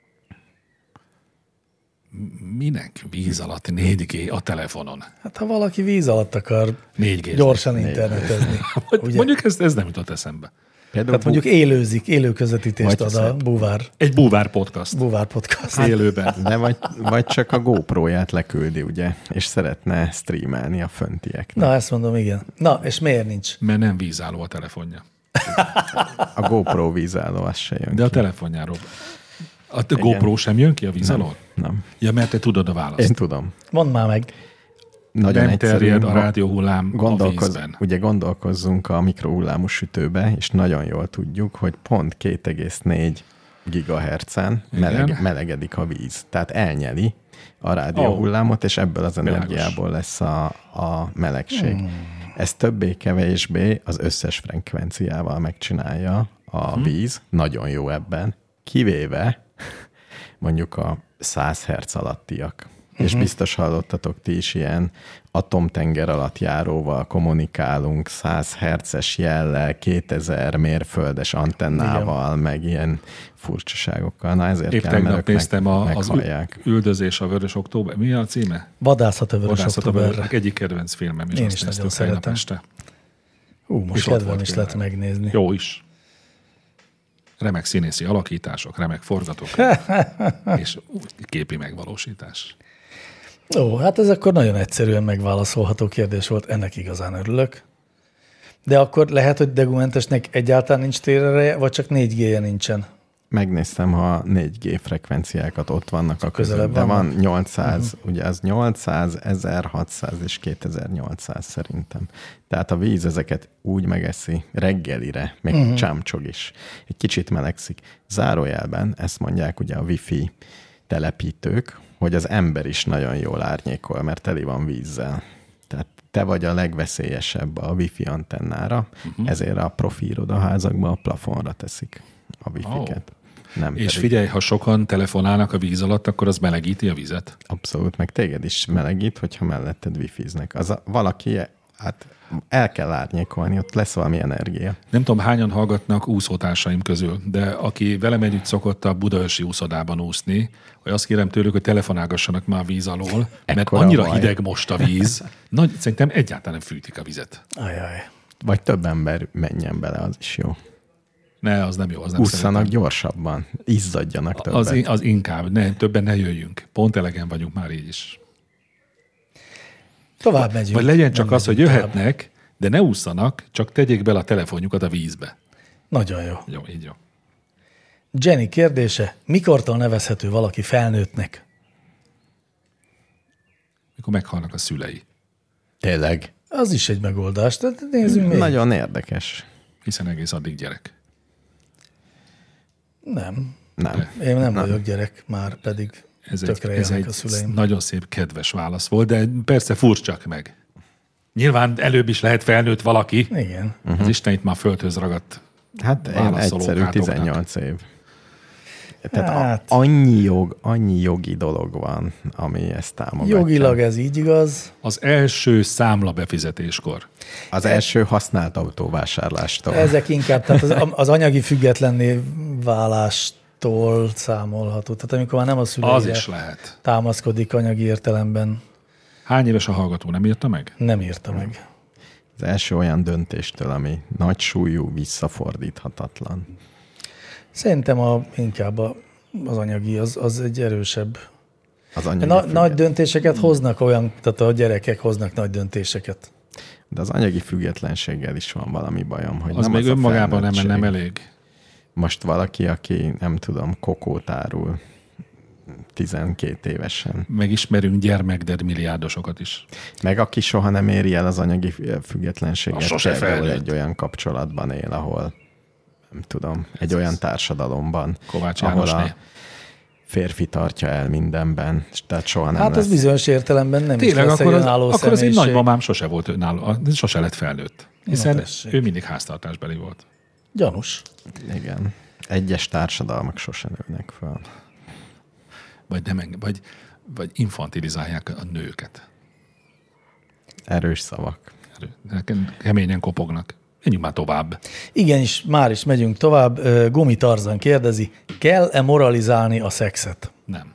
Minek víz alatt négy gé a telefonon? Hát ha valaki víz alatt akar négy gé gyorsan négy internetezni. Mondjuk ez, ez nem jutott eszembe. Például Tehát mondjuk élőzik, élő közvetítést ad a búvár. Egy búvár podcast. Búvár podcast. Hát, élőben. De vagy, vagy csak a GoPro-ját leküldi, ugye, és szeretne streamelni a föntieknek. Na, ezt mondom, igen. Na, és miért nincs? Mert nem vízálló a telefonja. A GoPro vízálló, az se jön De ki. a telefonjáról. A igen. GoPro sem jön ki a víz alól? Nem, nem. Ja, mert te tudod a választ. Én tudom. Mondd már meg. Nagyon nem terjed a rádióhullám gondolkoz, a vízben. Ugye gondolkozzunk a mikrohullámú sütőbe, és nagyon jól tudjuk, hogy pont két egész négy gigahertzen meleg, melegedik a víz. Tehát elnyeli a rádióhullámot, és ebből az energiából lesz a, a melegség. Hmm. Ez többé-kevésbé az összes frekvenciával megcsinálja a hmm. víz. Nagyon jó ebben. Kivéve mondjuk a száz hertz alattiak. És uh-huh. biztos hallottatok ti is, ilyen atomtenger alatt járóval kommunikálunk, száz hertzes jellel, kétezer mérföldes antennával, igen. meg ilyen furcsaságokkal. Na ezért Épp kell, mert néztem meg, a, meghallják. Az üldözés a Vörös Október. Mi a címe? Vadászat a Vörös Októberre. Egyik kedvenc filmem is. Én azt is nagyon szeretem. Este. Ú, most kedvem is lett megnézni. Jó is. Remek színészi alakítások, remek forgatók, és képi megvalósítás. Ó, hát ez akkor nagyon egyszerűen megválaszolható kérdés volt, ennek igazán örülök. De akkor lehet, hogy Degumentesnek egyáltalán nincs térereje, vagy csak négy G-je nincsen? Megnéztem, ha négy G frekvenciákat ott vannak a között, de vannak. van nyolcszáz, Uh-huh. ugye az nyolcszáz, ezerhatszáz és kétezer-nyolcszáz szerintem. Tehát a víz ezeket úgy megeszi reggelire, még uh-huh. csámcsog is. Egy kicsit melegszik. Zárójelben ezt mondják ugye a wifi telepítők, hogy az ember is nagyon jól árnyékol, mert teli van vízzel. Tehát te vagy a legveszélyesebb a wifi antennára, uh-huh. ezért a profi irodaházakban a plafonra teszik a wifi-ket. Oh. Nem És pedig. figyelj, ha sokan telefonálnak a víz alatt, akkor az melegíti a vizet? Abszolút, meg téged is melegít, hogyha melletted wifiznek. Az a, valaki, hát el kell árnyékolni, ott lesz valami energia. Nem tudom, hányan hallgatnak úszótársaim közül, de aki velem együtt szokott a budaörsi úszodában úszni, hogy azt kérem tőlük, hogy telefonálgassanak már a víz alól, mert Ekkora annyira baj. hideg most a víz, nagy, szerintem egyáltalán nem fűtik a vizet. Ajaj. Vagy több ember menjen bele, az is jó. Ne, az nem jó, az nem Ússzanak szeretem. gyorsabban, izzadjanak többet. Az, az inkább, ne, többen ne jöjjünk. Pont elegen vagyunk már így is. Tovább megyünk. Vagy legyen csak Nem az, hogy megyünk tovább. jöhetnek, de ne ússzanak, csak tegyék bele a telefonjukat a vízbe. Nagyon jó. Jó, így jó. Jenny kérdése, mikortól nevezhető valaki felnőttnek? Mikor meghalnak a szülei. Tényleg. Az is egy megoldás. Tehát nézzünk még. Nagyon érdekes. Hiszen egész addig gyerek. Nem. Nem. Én nem, nem vagyok gyerek, már pedig Ez tökre egy, ez élnek egy a szüleim. nagyon szép, kedves válasz volt, de persze furcs csak meg. Nyilván előbb is lehet felnőtt valaki. Igen. Uh-huh. Az Isten itt már földhöz ragadt. Hát én Válaszolók egyszerű átoknak. tizennyolc év. Tehát Hát. hát. annyi, jog, annyi jogi dolog van, ami ezt támogatja. Jogilag ez így igaz. Az első számla befizetéskor. Az első használt autóvásárlástól. Ezek inkább, tehát az, az anyagi függetlenné válástól számolható. Tehát amikor már nem a Az szüleire is lehet. támaszkodik anyagi értelemben, Hány éves a hallgató, nem írta meg? nem írta meg. Az első olyan döntéstől, ami nagy súlyú, visszafordíthatatlan. Szerintem a, inkább a, az anyagi, az, az egy erősebb. Az anyagi Na, független- nagy döntéseket hoznak olyan, tehát a gyerekek hoznak nagy döntéseket. De az anyagi függetlenséggel is van valami bajom, hogy Az nem még az a önmagában nem, felnőttség. nem elég. Most valaki, aki nem tudom, kokót árul tizenkét évesen. Megismerünk gyermekded milliárdosokat is. Meg aki soha nem éri el az anyagi függetlenséget, Az sose például felnőtt. egy olyan kapcsolatban él, ahol nem tudom, egy olyan társadalomban, Kovács ahol Jánosné. a férfi tartja el mindenben, és tehát soha nem Hát lesz. ez bizonyos értelemben nem Tényleg, is lesz akkor egy az, önálló akkor az én személyiség. nagymamám sose volt önálló, sose lett felnőtt. Hiszen tessék. ő mindig háztartásbeli volt. Gyanús. Igen. Egyes társadalmak sose nőnek fel. Vagy, nem, enge- vagy, vagy infantilizálják a nőket. Erős szavak. Erő- Keményen kopognak. Menjünk már tovább. Igenis, már is megyünk tovább. Ö, Gumi Tarzan kérdezi, kell-e moralizálni a szexet? Nem.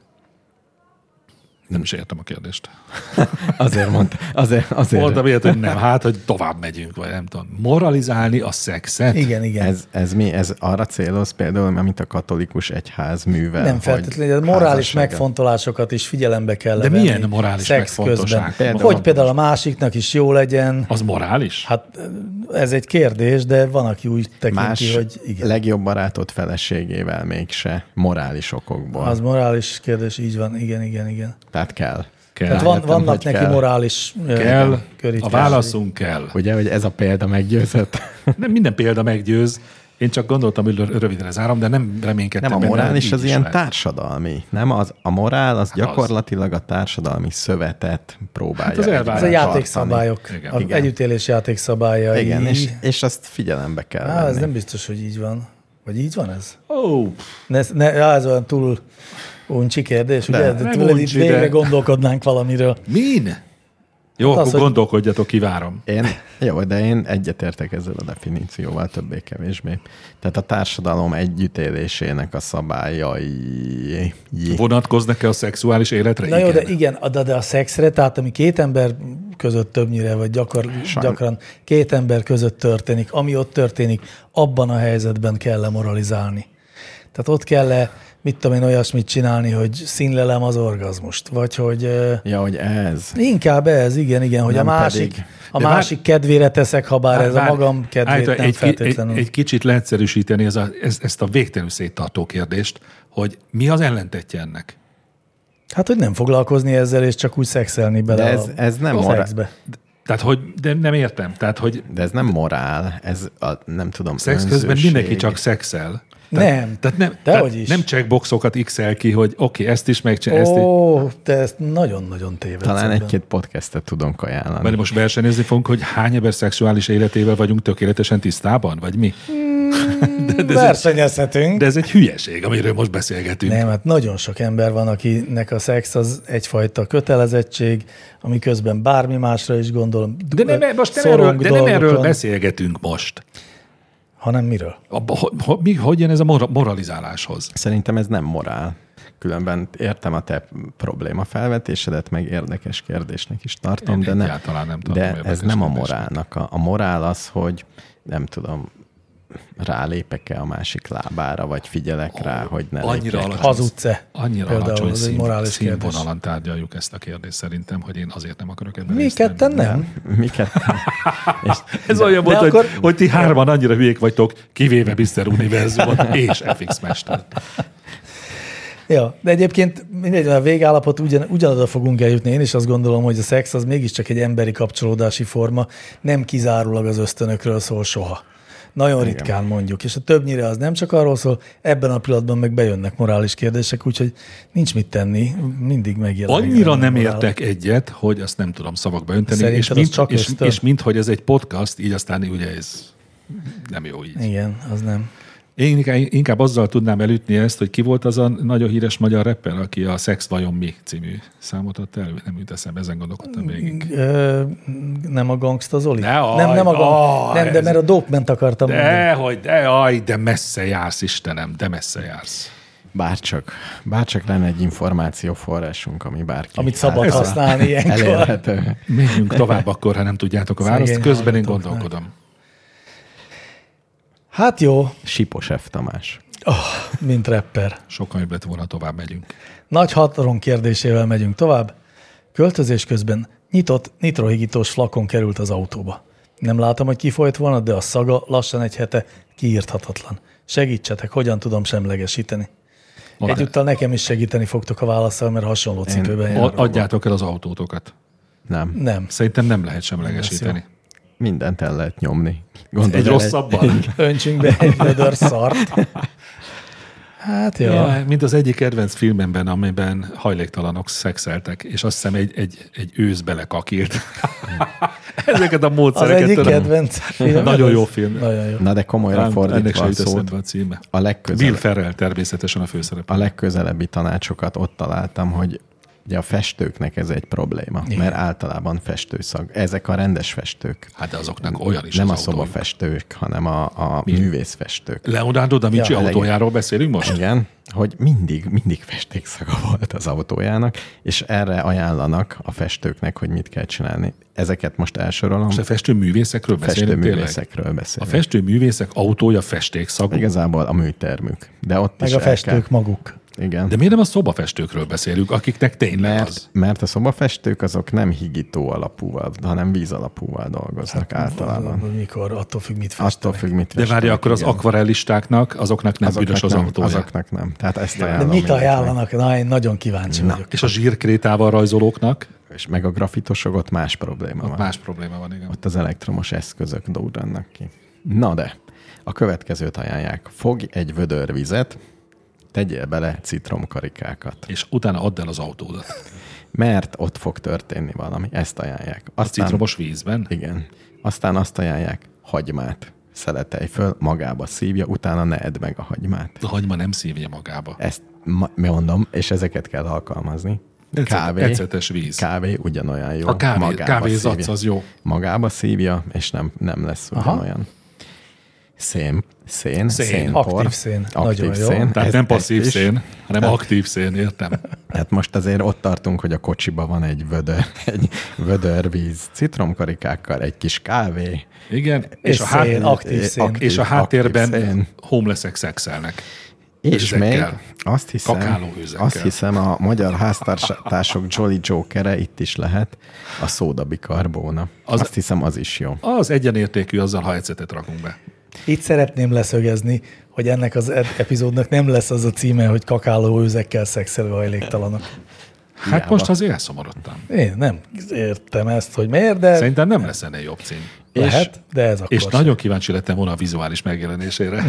Nem is értem a kérdést. Azért mondta, azért, azért Mondtam ilyet, hogy nem, hát, hogy tovább megyünk, vagy nem tudom. Moralizálni a szexet? Igen, igen. ez, ez mi? Ez arra céloz például, amit a katolikus egyház művel? Nem hogy feltétlenül, de morális házassága- megfontolásokat is figyelembe kell De venni. milyen morális szex megfontosság? közben. Például- Hogy például a másiknak is jó legyen. Az morális? Hát ez egy kérdés, de van, aki úgy tekinti, Más hogy igen. legjobb barátot feleségével mégse morális okokból. Az morális kérdés, így van, igen, igen, igen. Tehát kell. Kell. Tehát van, Értem, vannak hogy neki kell. morális ö, Kell. A körítései. válaszunk kell. Ugye, hogy ez a példa meggyőzött? Nem minden példa meggyőz. Én csak gondoltam, hogy rövidre zárom, de nem reménykedtem. Nem, a benne, morális így az is ilyen lehet. társadalmi. Nem az, a morál az Hát gyakorlatilag a társadalmi szövetet próbálja. Hát az elvárás. Ez a egyben játékszabályok, Igen. az Igen. együttélés játékszabályai. tartani. Igen, és, és azt figyelembe kell Á, ez venni. nem biztos, hogy így van. Vagy így van ez? Ó, Ne, ne, á, ez olyan túl uncsi kérdés, ugye? De, De, nem tőled itt uncsi, végre de- gondolkodnánk valamiről. min? Jó, Hát akkor az, hogy- gondolkodjatok, kivárom. Én, jó, de én egyetértek ezzel a definícióval többé-kevésbé. Tehát a társadalom együttélésének a szabályai. Vonatkoznak-e a szexuális életre? Na jó, Igen. de igen, de, de a szexre, tehát ami két ember között többnyire, vagy gyakor, gyakran két ember között történik, ami ott történik, abban a helyzetben kell moralizálni. Tehát ott kell mit tudom én, olyasmit csinálni, hogy színlelem az orgazmust, vagy hogy... Ja, hogy ez. Inkább ez, igen, igen, hogy nem a másik, pedig. a De másik vár... kedvére teszek, ha bár ez vár... a magam kedvét állítva, nem egy, feltétlenül. Egy, egy kicsit leegyszerűsíteni ez a, ez, ezt a végtelenül széttartó kérdést, hogy mi az ellentetje ennek? Hát, hogy nem foglalkozni ezzel, és csak úgy szexelni bele de ez, ez nem a morál. szexbe. Tehát, hogy de nem értem. Tehát, hogy de ez nem morál, ez a, nem tudom, szex önzőség. közben mindenki csak szexel. Tehát, nem, tehát nem, dehogy is. Nem checkboxokat x-el ki, hogy oké, okay, ezt is megcsinálni. Ó, te ezt nagyon-nagyon tévedsz. Talán egy-két podcastet tudunk ajánlani. Mert most versenyezni fogunk, hogy hány ember szexuális életével vagyunk tökéletesen tisztában, vagy mi? De, de versenyezhetünk. De ez egy hülyeség, amiről most beszélgetünk. Nem, hát nagyon sok ember van, akinek a szex az egyfajta kötelezettség, ami közben bármi másra is gondol. De nem, most nem erről, de nem erről beszélgetünk most. Hanem miről? Abba, ho, ho, mi, hogy jön ez a mora, moralizáláshoz? Szerintem ez nem morál. Különben értem a te probléma felvetésedet, meg érdekes kérdésnek is tartom, Én de, ne, nem de ez nem a morálnak. A, a morál az, hogy nem tudom, rálépek-e a másik lábára, vagy figyelek oh, rá, hogy ne lépjek. Hazudsz-e? Annyira alacsony szín, színvonalan tárgyaljuk ezt a kérdést szerintem, hogy én azért nem akarok ebben Mi ketten nem? Mi ketten. Ez de, olyan volt, hogy, akkor... hogy ti hárman annyira hülyék vagytok, kivéve miszter Univerzumot és ef iksz Mestert. Ja, de egyébként mindegy, a végállapot ugyan, ugyanoda fogunk eljutni. Én is azt gondolom, hogy a szex az mégiscsak egy emberi kapcsolódási forma, nem kizárólag az ösztönökről szól soha. Nagyon igen. ritkán mondjuk, és a többnyire az nem csak arról szól, ebben a pillanatban meg bejönnek morális kérdések, úgyhogy nincs mit tenni, mindig megjelenik. Annyira nem értek egyet, hogy azt nem tudom szavakba önteni, és mint, és, és mint hogy ez egy podcast, így aztán ugye ez nem jó így. Igen, az nem. Én inkább azzal tudnám elütni ezt, hogy ki volt az a nagyon híres magyar rapper, aki a Szex vajon mi című számot adta elő. Nem jut eszembe, ezen gondolkodtam végig. Nem a Gangsta Zoli? De, nem, aj, nem a gang... aj, nem, de mert a Dopement akartam de, mondani. Hogy, de, aj, de messze jársz, Istenem, de messze jársz. Bárcsak, bárcsak lenne egy információforrásunk, ami bárki. Amit szabad használni ilyenkor. Elérhető. Menjünk tovább akkor, ha nem tudjátok a választ. Közben én gondolkodom. Hát jó. Sipos F. Tamás. Oh, mint rapper. Sokkal jobb lett volna, tovább megyünk. Nagy hataron kérdésével megyünk tovább. Költözés közben nyitott nitrohigítós flakon került az autóba. Nem látom, hogy kifolyt volna, de a szaga lassan egy hete kiírthatatlan. Segítsetek, hogyan tudom semlegesíteni. Olá. Egyúttal nekem is segíteni fogtok a válaszsal, mert hasonló cipőben járok. Adjátok el az autótokat. Nem. Nem. Szerintem nem lehet semlegesíteni. Mindent el lehet nyomni. Gondolj egy rosszabban? Öntsünk be egy vödör szart. Hát jó. Ja, mint az egyik kedvenc filmemben, amiben hajléktalanok szexeltek, és azt hiszem egy, egy, egy ősz belekakilt. Ezeket a módszereket. Az egyik tudom. Kedvenc film. Nagyon jó film. Nagyon jó. Na de komolyra fordítva a szót. A címe. A legközelebb, Will Ferrell természetesen a főszereplő. A legközelebbi tanácsokat ott találtam, hogy ugye a festőknek ez egy probléma, igen. Mert általában festőszag. Ezek a rendes festők. Hát de azoknak olyan is nem az a szobafestők, hanem a, a Mi? művészfestők. Leonardo da Vinci ja, autójáról beszélünk most? Igen, hogy mindig, mindig festékszaga volt az autójának, és erre ajánlanak a festőknek, hogy mit kell csinálni. Ezeket most elsorolom. Most a festőművészekről beszélünk Festőművészekről beszélünk. A festőművészek autója festékszagú? Igazából a műtermük. De ott meg is a festők kell... maguk. Igen. De miért nem a szobafestőkről beszélünk, akiknek tényleg mert, az? Mert a szobafestők azok nem higító alapúval, hanem víz alapúval dolgoznak hát, általában. Mikor? Attól függ, mit festenek. Attól függ, mit festenek. De várja, akkor igen. Az akvarellistáknak, azoknak nem azoknak büdös az nem, autója. Azoknak nem. Tehát ezt de, de mit ajánlanak? Na, én nagyon kíváncsi Na. vagyok. És a zsírkrétával rajzolóknak? És meg a grafitosok, ott más probléma ott van. Más probléma van, igen. Ott az elektromos eszközök durrannak ki. Na de, a következőt ajánlják. Fogj egy vödör vizet, tegyél bele citromkarikákat. És utána add el az autódat. Mert ott fog történni valami. Ezt ajánlják. Aztán, a citromos vízben? Igen. Aztán azt ajánlják, hagymát szeletelj föl, magába szívja, utána ne edd meg a hagymát. A hagyma nem szívja magába. Ezt ma- mondom, és ezeket kell alkalmazni. Kávé, ecetes víz. Kávé ugyanolyan jó. A kávé, kávézatsz az jó. Magába szívja, és nem, nem lesz ugyanolyan. Aha. Szén, szén, szén, szénpor. Aktív szén. Aktív Nagyon szén. jó. Tehát ez, nem passzív szén, hanem tehát, aktív szén, értem. Hát most azért ott tartunk, hogy a kocsiba van egy vödör, egy vödörvíz citromkarikákkal, egy kis kávé. Igen, és, és, a, hát, szén, aktív szén. Aktív, és a háttérben homelessek szexelnek. És még őzekkel. azt hiszem, Kakálóőzekkel. azt hiszem a magyar háztartások Jolly Jokere itt is lehet, a szódabikarbóna. Az- Azt hiszem, az is jó. Az egyenértékű azzal, ha ecetet rakunk be. Itt szeretném leszögezni, hogy ennek az ep- epizódnak nem lesz az a címe, hogy kakálóőzekkel szexelő hajléktalanok. Hát Hiába. most azért elszomorodtam. Én nem értem ezt, hogy miért, de Szerintem nem lesz ennél jobb cím. lehet, de ez akkor És sem. nagyon kíváncsi lettem volna a vizuális megjelenésére.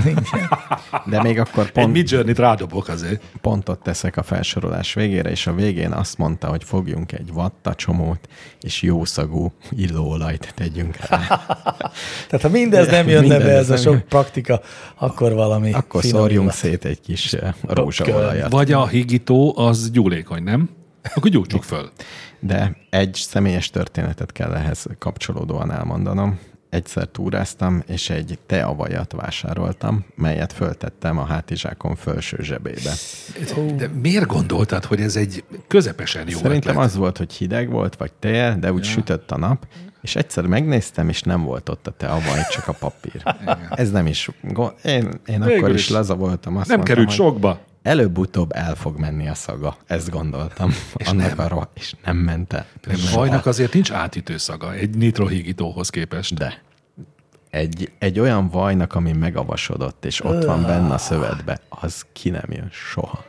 De még akkor Egy pont, Midjourney-t rádobok azért. pontot teszek a felsorolás végére, és a végén azt mondta, hogy fogjunk egy vattacsomót, és jószagú illóolajt tegyünk rá. Tehát ha mindez nem jönne Mindez be, ez a nem sok jön. praktika, akkor valami Akkor finom szórjunk illat. szét egy kis eh, rózsaolajat. Vagy a higító az gyúlékony, nem? Akkor gyújtsuk föl. De egy személyes történetet kell ehhez kapcsolódóan elmondanom. Egyszer túráztam, és egy teavajat vásároltam, melyet föltettem a hátizsákom felső zsebébe. De miért gondoltad, hogy ez egy közepesen jó Szerintem ötlet? az volt, hogy hideg volt, vagy tél, de úgy ja. sütött a nap, és egyszer megnéztem, és nem volt ott a teavaj, csak a papír. Ez nem is... go- Én, én akkor Végül is is. laza voltam. Azt Nem mondtam, került hogy sokba. előbb-utóbb el fog menni a szaga. Ezt gondoltam. És Annak nem. Arra, és nem ment el. Nem, vajnak azért nincs átütő szaga egy nitrohigítóhoz képest. De egy, egy olyan vajnak, ami megavasodott, és ott van benne a szövetbe, az ki nem jön soha.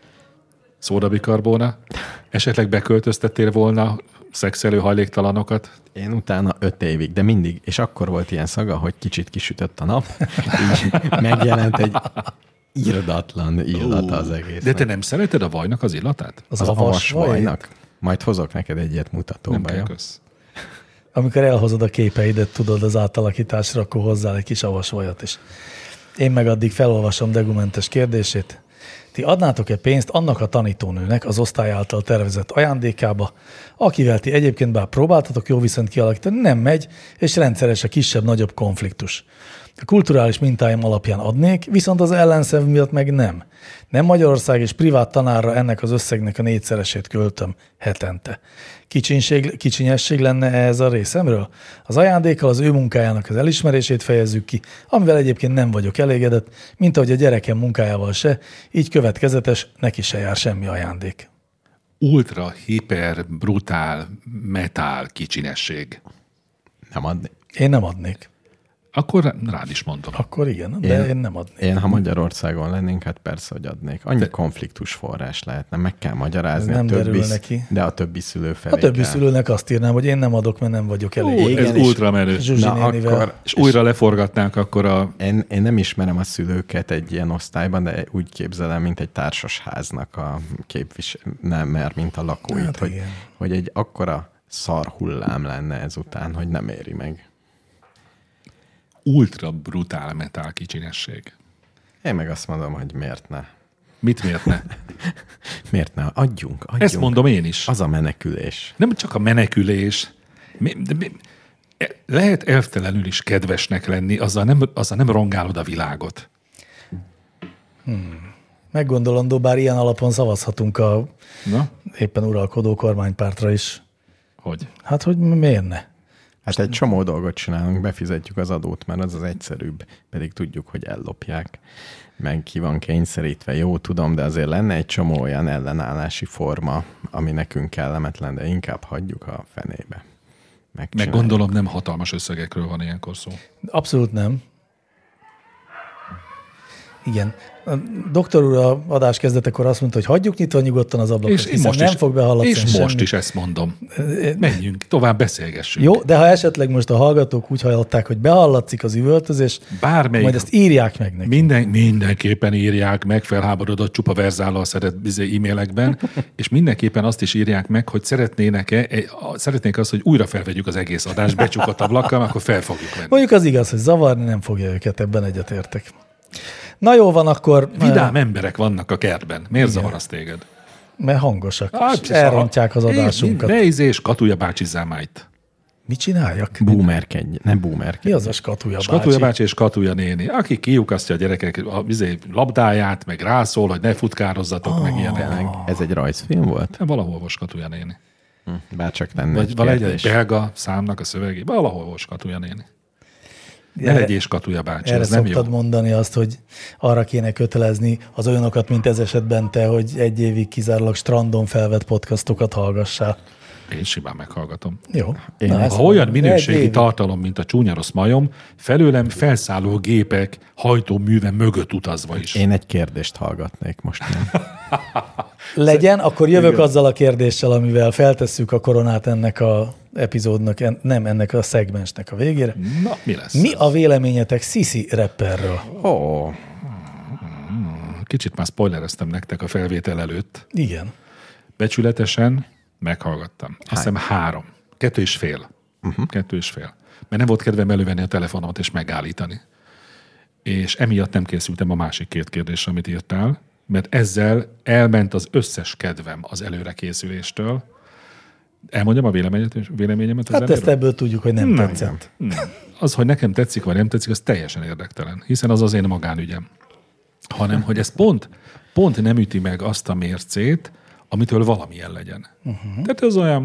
Szódabikarbóna. Esetleg beköltöztettél volna szexelő hajléktalanokat? Én utána öt évig, de mindig, és akkor volt ilyen szaga, hogy kicsit kisütött a nap, így megjelent egy irdatlan illata az egész. De te nem szereted a vajnak az illatát? Az, az avas avas vaj, vajnak? Majd hozok neked egy ilyet mutatóba. Nem kell, jó? kösz. amikor elhozod a képeidet, tudod az átalakításra, akkor hozzá egy kis avas vajat is. Én meg addig felolvasom Degumentes kérdését. Ti adnátok-e pénzt annak a tanítónőnek az osztály által tervezett ajándékába, akivel ti egyébként bár próbáltatok jó viszonyt kialakítani, nem megy, és rendszeres a kisebb-nagyobb konfliktus. A kulturális mintáim alapján adnék, viszont az ellenszev miatt meg nem. Nem Magyarország és privát tanárra ennek az összegnek a négyszeresét költöm hetente. Kicsinség, kicsinyesség lenne ez a részemről? Az ajándékkal az ő munkájának az elismerését fejezzük ki, amivel egyébként nem vagyok elégedett, mint ahogy a gyerekem munkájával se, így következetes, neki se jár semmi ajándék. Ultra, hiper, brutál, metál kicsinesség. Nem adni. Én nem adnék. Akkor rád is mondom. Akkor igen, de én, Én- én nem adnék. Én, ha Magyarországon lennénk, hát persze, hogy adnék. Annyi konfliktus forrás lehetne, meg kell magyarázni. Ez nem a többi, derül neki. De a többi szülő felé A többi kell. szülőnek azt írnám, hogy én nem adok, mert nem vagyok elég. Ó, igen, ez és- ultra menő. Zsuzsi Na, nénivel. akkor- És újra leforgatnánk akkor a... Én, én nem ismerem a szülőket egy ilyen osztályban, de úgy képzelem, mint egy társasháznak a képvisel, nem, mert mint a lakóit, Hát hogy, igen. hogy egy akkora szar hullám lenne ezután, hogy nem éri meg. ultra brutál metál kicsinesség. Én meg azt mondom, hogy miért ne. Mit miért ne? Miért ne? Adjunk, adjunk. Ezt mondom én is. Az a menekülés. Nem csak a menekülés. Mi, de mi, lehet elvtelenül is kedvesnek lenni, azzal nem, azzal nem rongálod a világot. Meggondolandó, bár ilyen alapon szavazhatunk a Na, éppen uralkodó kormánypártra is. hogy? Hát, hogy miért ne? Hát egy csomó dolgot csinálunk, befizetjük az adót, mert az az egyszerűbb, pedig tudjuk, hogy ellopják, meg ki van kényszerítve, jó, tudom, de azért lenne egy csomó olyan ellenállási forma, ami nekünk kellemetlen, de inkább hagyjuk a fenébe. Meg Megcsináljuk. gondolom nem hatalmas összegekről van ilyenkor szó. Abszolút nem. Igen. A doktor úr a adás kezdetekor azt mondta, hogy hagyjuk nyitva nyugodtan az ablakot, És én hiszen most nem is, fog behallatszani És semmi. most is ezt mondom. Menjünk, tovább beszélgessünk. Jó, de ha esetleg most a hallgatók úgy hallották, hogy behallatszik az üvöltözés, Bármelyik, majd ezt írják meg neki. minden, mindenképpen írják meg, felháborodott csupa verzállal szeret bizé e-mailekben, és mindenképpen azt is írják meg, hogy szeretnének-e, szeretnék azt, hogy újra felvegyük az egész adást becsukott ablakkal, akkor fel fogjuk venni. Mondjuk az igaz, hogy zavarni nem fogja őket, ebben egyetértek. Na jó van, akkor, Vidám emberek vannak a kertben. Miért zavar az téged? mert hangosak, Hát, és elrontják az adásunkat. Ne izés, Katuja bácsizzál már itt. Mit csináljak? Boomerkedj, nem boomerkedj. Mi az a skatuja bácsi? Katuja bácsi és Katuja néni, aki kiukasztja a gyerekek a izé, labdáját, meg rászól, hogy ne futkározzatok, Ah. meg ilyenek. Tényleg, ez egy rajzfilm volt? Valahol volt Katuja néni. Bár csak lenne Vagy egy valahogy egy kérdés. belga számnak a szövegében, valahol volt Katuja néni. Ne legyél skatuja bácsi, erre ez nem jó. szoktad mondani azt, hogy arra kéne kötelezni az olyanokat, mint ez esetben te, hogy egy évig kizárólag strandon felvett podcastokat hallgassál. Én simán meghallgatom. Jó. Én Na, egy- ezt Ha olyan mondom. minőségi Egy évig. tartalom, mint a csúnya rossz majom, felőlem felszálló gépek hajtóműve mögött utazva is. Én egy kérdést hallgatnék most. Nem? Legyen, akkor jövök Igen. azzal a kérdéssel, amivel feltesszük a koronát ennek a epizódnak, en, nem ennek a szegmensnek a végére. Na, mi lesz? Mi a véleményetek Sisi rapperről? Ó, Kicsit már spoilereztem nektek a felvétel előtt. Igen. Becsületesen meghallgattam. Azt hiszem három. Kettő és fél. Uh-huh. Kettő és fél. Mert nem volt kedvem elővenni a telefonomat és megállítani. És emiatt nem készültem a másik két kérdésre, amit írtál, mert ezzel elment az összes kedvem az előrekészüléstől. Elmondjam a véleményet, véleményemet az Hát ezt előre? ebből tudjuk, hogy nem, nem tetszett. Nem. Az, hogy nekem tetszik, vagy nem tetszik, az teljesen érdektelen, hiszen az az én magánügyem. Hanem, hogy ez pont, pont nem üti meg azt a mércét, amitől valamilyen legyen. Uh-huh. Tehát ez olyan...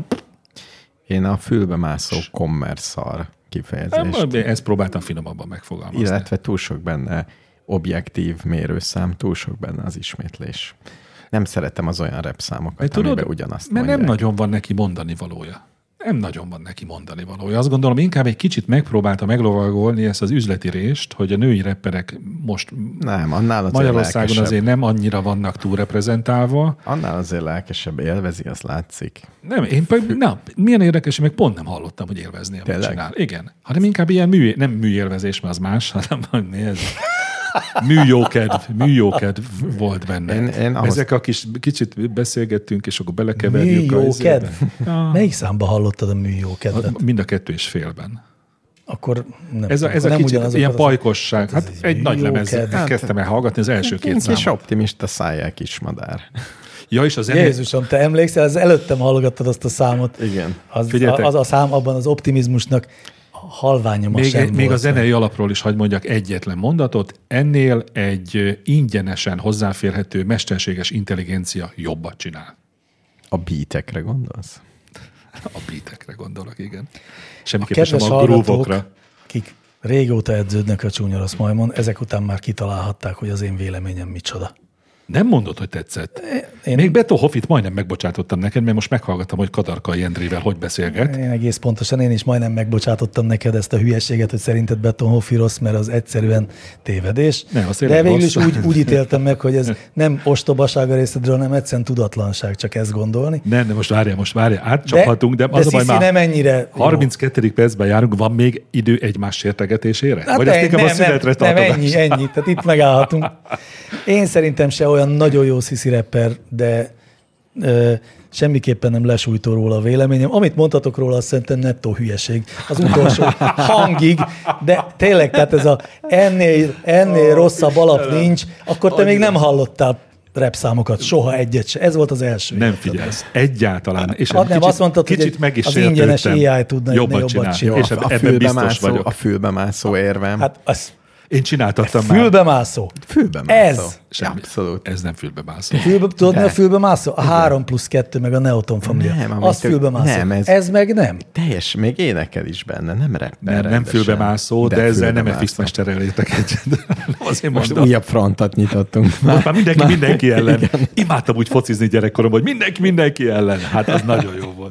én a fülbe mászó kommerszar kifejezést, Ezt próbáltam finomabban megfogalmazni. illetve túl sok benne objektív mérőszám, túl sok benne az ismétlés. Nem szeretem az olyan rap számokat, Mert amiben tudod, ugyanazt mert mondják. nem nagyon van neki mondani valója. Nem nagyon van neki mondani valója. Azt gondolom, inkább egy kicsit megpróbálta meglovagolni ezt az üzleti rést, hogy a női rapperek most Nem, annál azért Magyarországon lelkesebb. azért nem annyira vannak túl reprezentálva. Annál azért lelkesebb élvezi, az látszik. Nem, én pedig, na, milyen érdekes, meg pont nem hallottam, hogy élvezni, amit Tényleg? csinál. Igen. Hanem inkább ilyen mű, nem műélvezés, mert az más, hanem hogy nézd. Műjókedv, műjókedv volt benne. Én- én ahhoz- Ezek a kis, kicsit beszélgettünk, és akkor belekeverjük. a Műjókedv? izébe. Ah. Melyik számba hallottad a műjókedvet? Mind a kettő és félben. Akkor nem Ez a, tudom, ez a nem kicsit ugyanazokat ilyen az- pajkosság. Hát, ez egy egy nagy lemez. műjókedv. Hát, kezdtem el hallgatni az első két Kis számot. optimista szájjel kismadár. Ja, és a zene... Jézusom, te emlékszel, az előttem hallgattad azt a számot. Igen. Az, Figyeljetek. az a szám abban az optimizmusnak halványoma Még, sem egy, még a volt. zenei alapról is hagy mondjak egyetlen mondatot. Ennél egy ingyenesen hozzáférhető mesterséges intelligencia jobbat csinál. A beatekre gondolsz? A beatekre gondolok, igen. A Semmiképpen sem kedves a hallgatók, groove-okra. akik régóta edződnek a Csúnya Rossz Majmon, ezek után már kitalálhatták, hogy az én véleményem micsoda. Nem mondod, hogy tetszett. Én- Még Beto Hoffit majdnem megbocsátottam neked, mert most meghallgattam, hogy Kadarkai Endrével hogy beszélget. Én egész pontosan, én is majdnem megbocsátottam neked ezt a hülyeséget, hogy szerinted Beton Hoffi rossz, mert az egyszerűen tévedés. Nem, az De tényleg végül is rossz. úgy, úgy ítéltem meg, hogy ez nem ostobaság a részedről, hanem egyszerűen tudatlanság, csak ezt gondolni. Nem, de most várjál, most várjál, átcsaphatunk, de, de az a baj Sisi már nem ennyire jó. harminckettedik percben járunk, van még idő egymás sértegetésére? Hát Vagy ezt ennyi, inkább a születre nem, nem, tartogatás? ennyi, ennyi, tehát itt megállhatunk. Én szerintem se olyan nagyon jó Sisi rapper, de ö, semmiképpen nem lesújtó róla a véleményem. Amit mondhatok róla, azt szerintem nettó hülyeség. Az utolsó hangig, de tényleg, tehát ez a ennél, ennél rosszabb alap nincs, akkor te még nem hallottál rap számokat, soha egyet se. Ez volt az első. Nem életed. figyelsz. Egyáltalán. És Hát nem, azt mondtad, hogy kicsit egy- meg is az ingyenes sértődtem. á i tudna egy jobbat jobbat csinál. csinálni. És a, a, ebben fülbe biztos mászó, vagyok. a fülbe mászó érvem. Hát, Hát az Én csináltattam már. fülbemászó. fülbe mászó. Ez. Semmi. Abszolút. Ez nem fülbemászó. Fülbe, tudod, mi a De. fülbemászó? A három plusz kettő, meg a Neoton Família. Nem, amit Az ők- fülbemászó. nem, ez- ez meg nem. Teljes, még énekel is benne, nem rapper Nem, nem rendesen. fülbemászó, de, de ezzel nem egy fülbemászó. fiszmesterrel értek egyet. Azért Most mondom. újabb frontot nyitottunk. Most már mindenki mindenki ellen. Imádtam úgy focizni gyerekkoromban, hogy mindenki mindenki ellen. Hát az nagyon jó volt.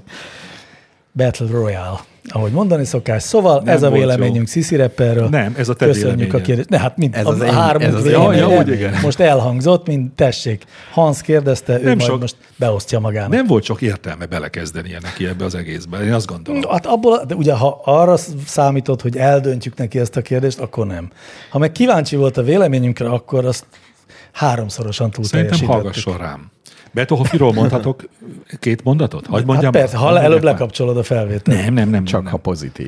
Battle Royale, ahogy mondani szokás. Szóval Nem ez a volt véleményünk Sisi rapperről. Nem, ez a te Köszönjük a véleményed. kérdést. Ne, hát mind, Ez a, az a én- hármunk ez az én véleménye Ja, ja, úgy igen. most elhangzott, mint tessék. Hans kérdezte, ő Nem majd sok- most beosztja magának. Nem volt sok értelme belekezdenie neki ebbe az egészbe. Én azt gondolom. Hát abból, de ugye ha arra számított, hogy eldöntjük neki ezt a kérdést, akkor nem. Ha meg kíváncsi volt a véleményünkre, akkor azt háromszorosan túl Szerintem teljesítettük. hallgasson rám. Beto Hoffiról mondhatok két mondatot? Hagy Hát mondjam? persze, ha hadd előbb mondjak már? lekapcsolod a felvételt. Nem, nem, nem. Csak nem, ha nem. pozitív.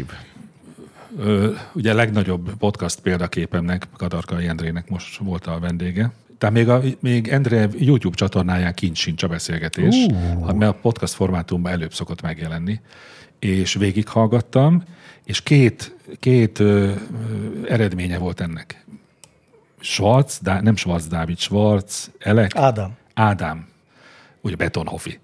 Ö, ugye a legnagyobb podcast példaképemnek, Kadarkai Endrének most volt a vendége. Tehát még, a, még Endre YouTube csatornáján kint sincs a beszélgetés, uh. mert a podcast formátumban előbb szokott megjelenni. És végighallgattam, és két, két ö, ö, eredménye volt ennek. Schwarz, Dá, nem Schwarz Dávid, Schwarz, Elek, Ádám. Ádám, ugye Beton Hoffi.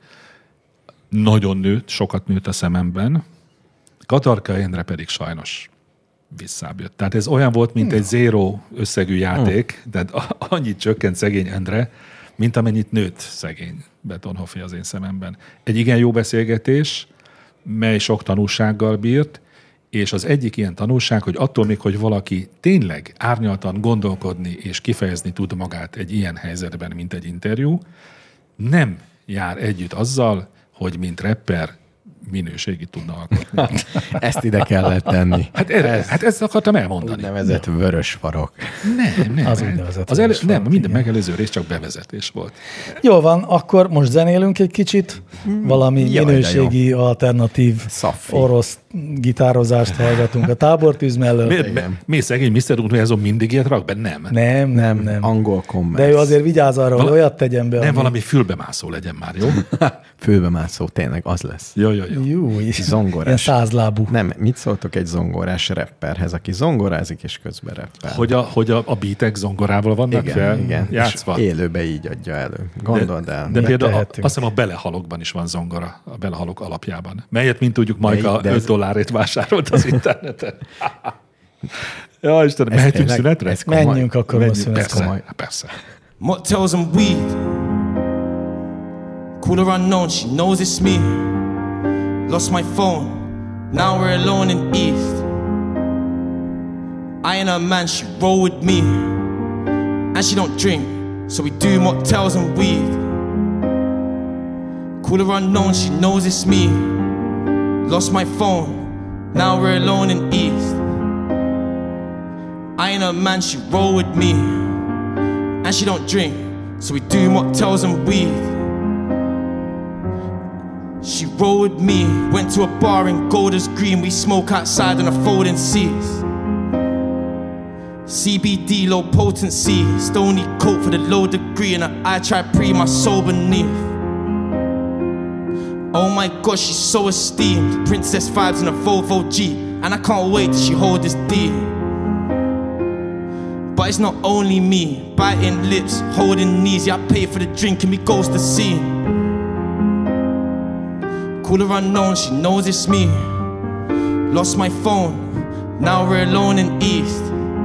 Nagyon nőtt, sokat nőtt a szememben. Kadarkai Endre pedig sajnos visszább jött. Tehát ez olyan volt, mint egy zéró összegű játék, de annyit csökkent szegény Endre, mint amennyit nőtt szegény Betonhoffi az én szememben. Egy igen jó beszélgetés, mely sok tanulsággal bírt, és az egyik ilyen tanulság, hogy attól még, hogy valaki tényleg árnyaltan gondolkodni és kifejezni tud magát egy ilyen helyzetben, mint egy interjú, nem jár együtt azzal, hogy mint rapper minőségit tudna alkotni. Ezt ide kellett tenni. Hát, erre, ez, hát ezt akartam elmondani. Úgynevezett vörös farok. Nem, nem. Az úgynevezett az elő, vörös nem, farok, minden igen. megelőző rész csak bevezetés volt. Jól van, akkor most zenélünk egy kicsit. Valami Jaj, de minőségi, alternatív Szaffi. orosz gitározást hallgatunk a tábortűz mellől. Miért? Me, mi szegény miszter Univerzum mindig ilyet rak be? Nem. Nem, nem, nem. Angol komment. De ő azért vigyáz arra, hogy Val- olyat tegyen be, Nem, ami... valami fülbemászó legyen már, jó? Fülbemászó, tényleg az lesz. Jó, jó, jó. Jó, Zongorás. ilyen százlábú. Nem, mit szóltok egy zongorás rapperhez, aki zongorázik és közben rappel? Hogy a, hogy a, a beatek zongorával vannak igen, fel igen. játszva. És élőbe így adja elő. Gondold el. De például a, tehetünk. azt hiszem a Belehalokban is van zongora, a Belehalok alapjában. Melyet, mint tudjuk, Majka De ez- öt dollárért vásárolt az interneten. Ja, Istenem, Ez mehetünk tényleg- szünetre? ez komoly. Menjünk akkor a Menjünk, szünetre. persze, komoly. persze. Mocktails and weed. Call her unknown, she knows it's me. Lost my phone, now we're alone in East. I ain't her man, she roll with me. And she don't drink, so we do mocktails and weed. Call her unknown, she knows it's me. Lost my phone, now we're alone in East. I ain't her man, she roll with me. And she don't drink, so we do mocktails and weed. She rolled with me, went to a bar in Golders Green. We smoke outside on the folding seats. C B D, low potency, stony coat for the low degree. And I, I try pre my soul beneath. Oh my gosh, she's so esteemed. Princess vibes in a Volvo G. And I can't wait till she hold this D. But it's not only me, biting lips, holding knees. Yeah, I pay for the drink and we goes to scene. Call her unknown, she knows it's me. Lost my phone, now we're alone in East.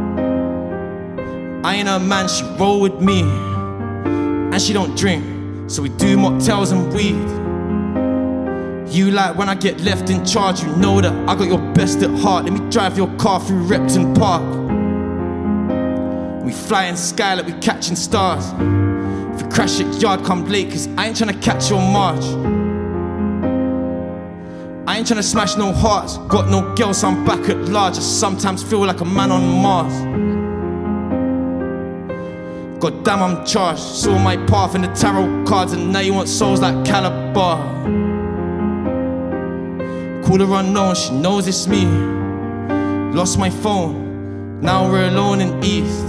I ain't her man, she roll with me. And she don't drink, so we do mocktails and weed. You like when I get left in charge, you know that I got your best at heart. Let me drive your car through Repton Park. We fly in sky like we catching stars. If we crash at yard, come late, cause I ain't tryna catch your march. I ain't tryna smash no hearts. Got no girl, so I'm back at large. I sometimes feel like a man on Mars. God damn, I'm charged. Saw my path in the tarot cards, and now you want souls like Calabar. Call her unknown, she knows it's me. Lost my phone, now we're alone in East.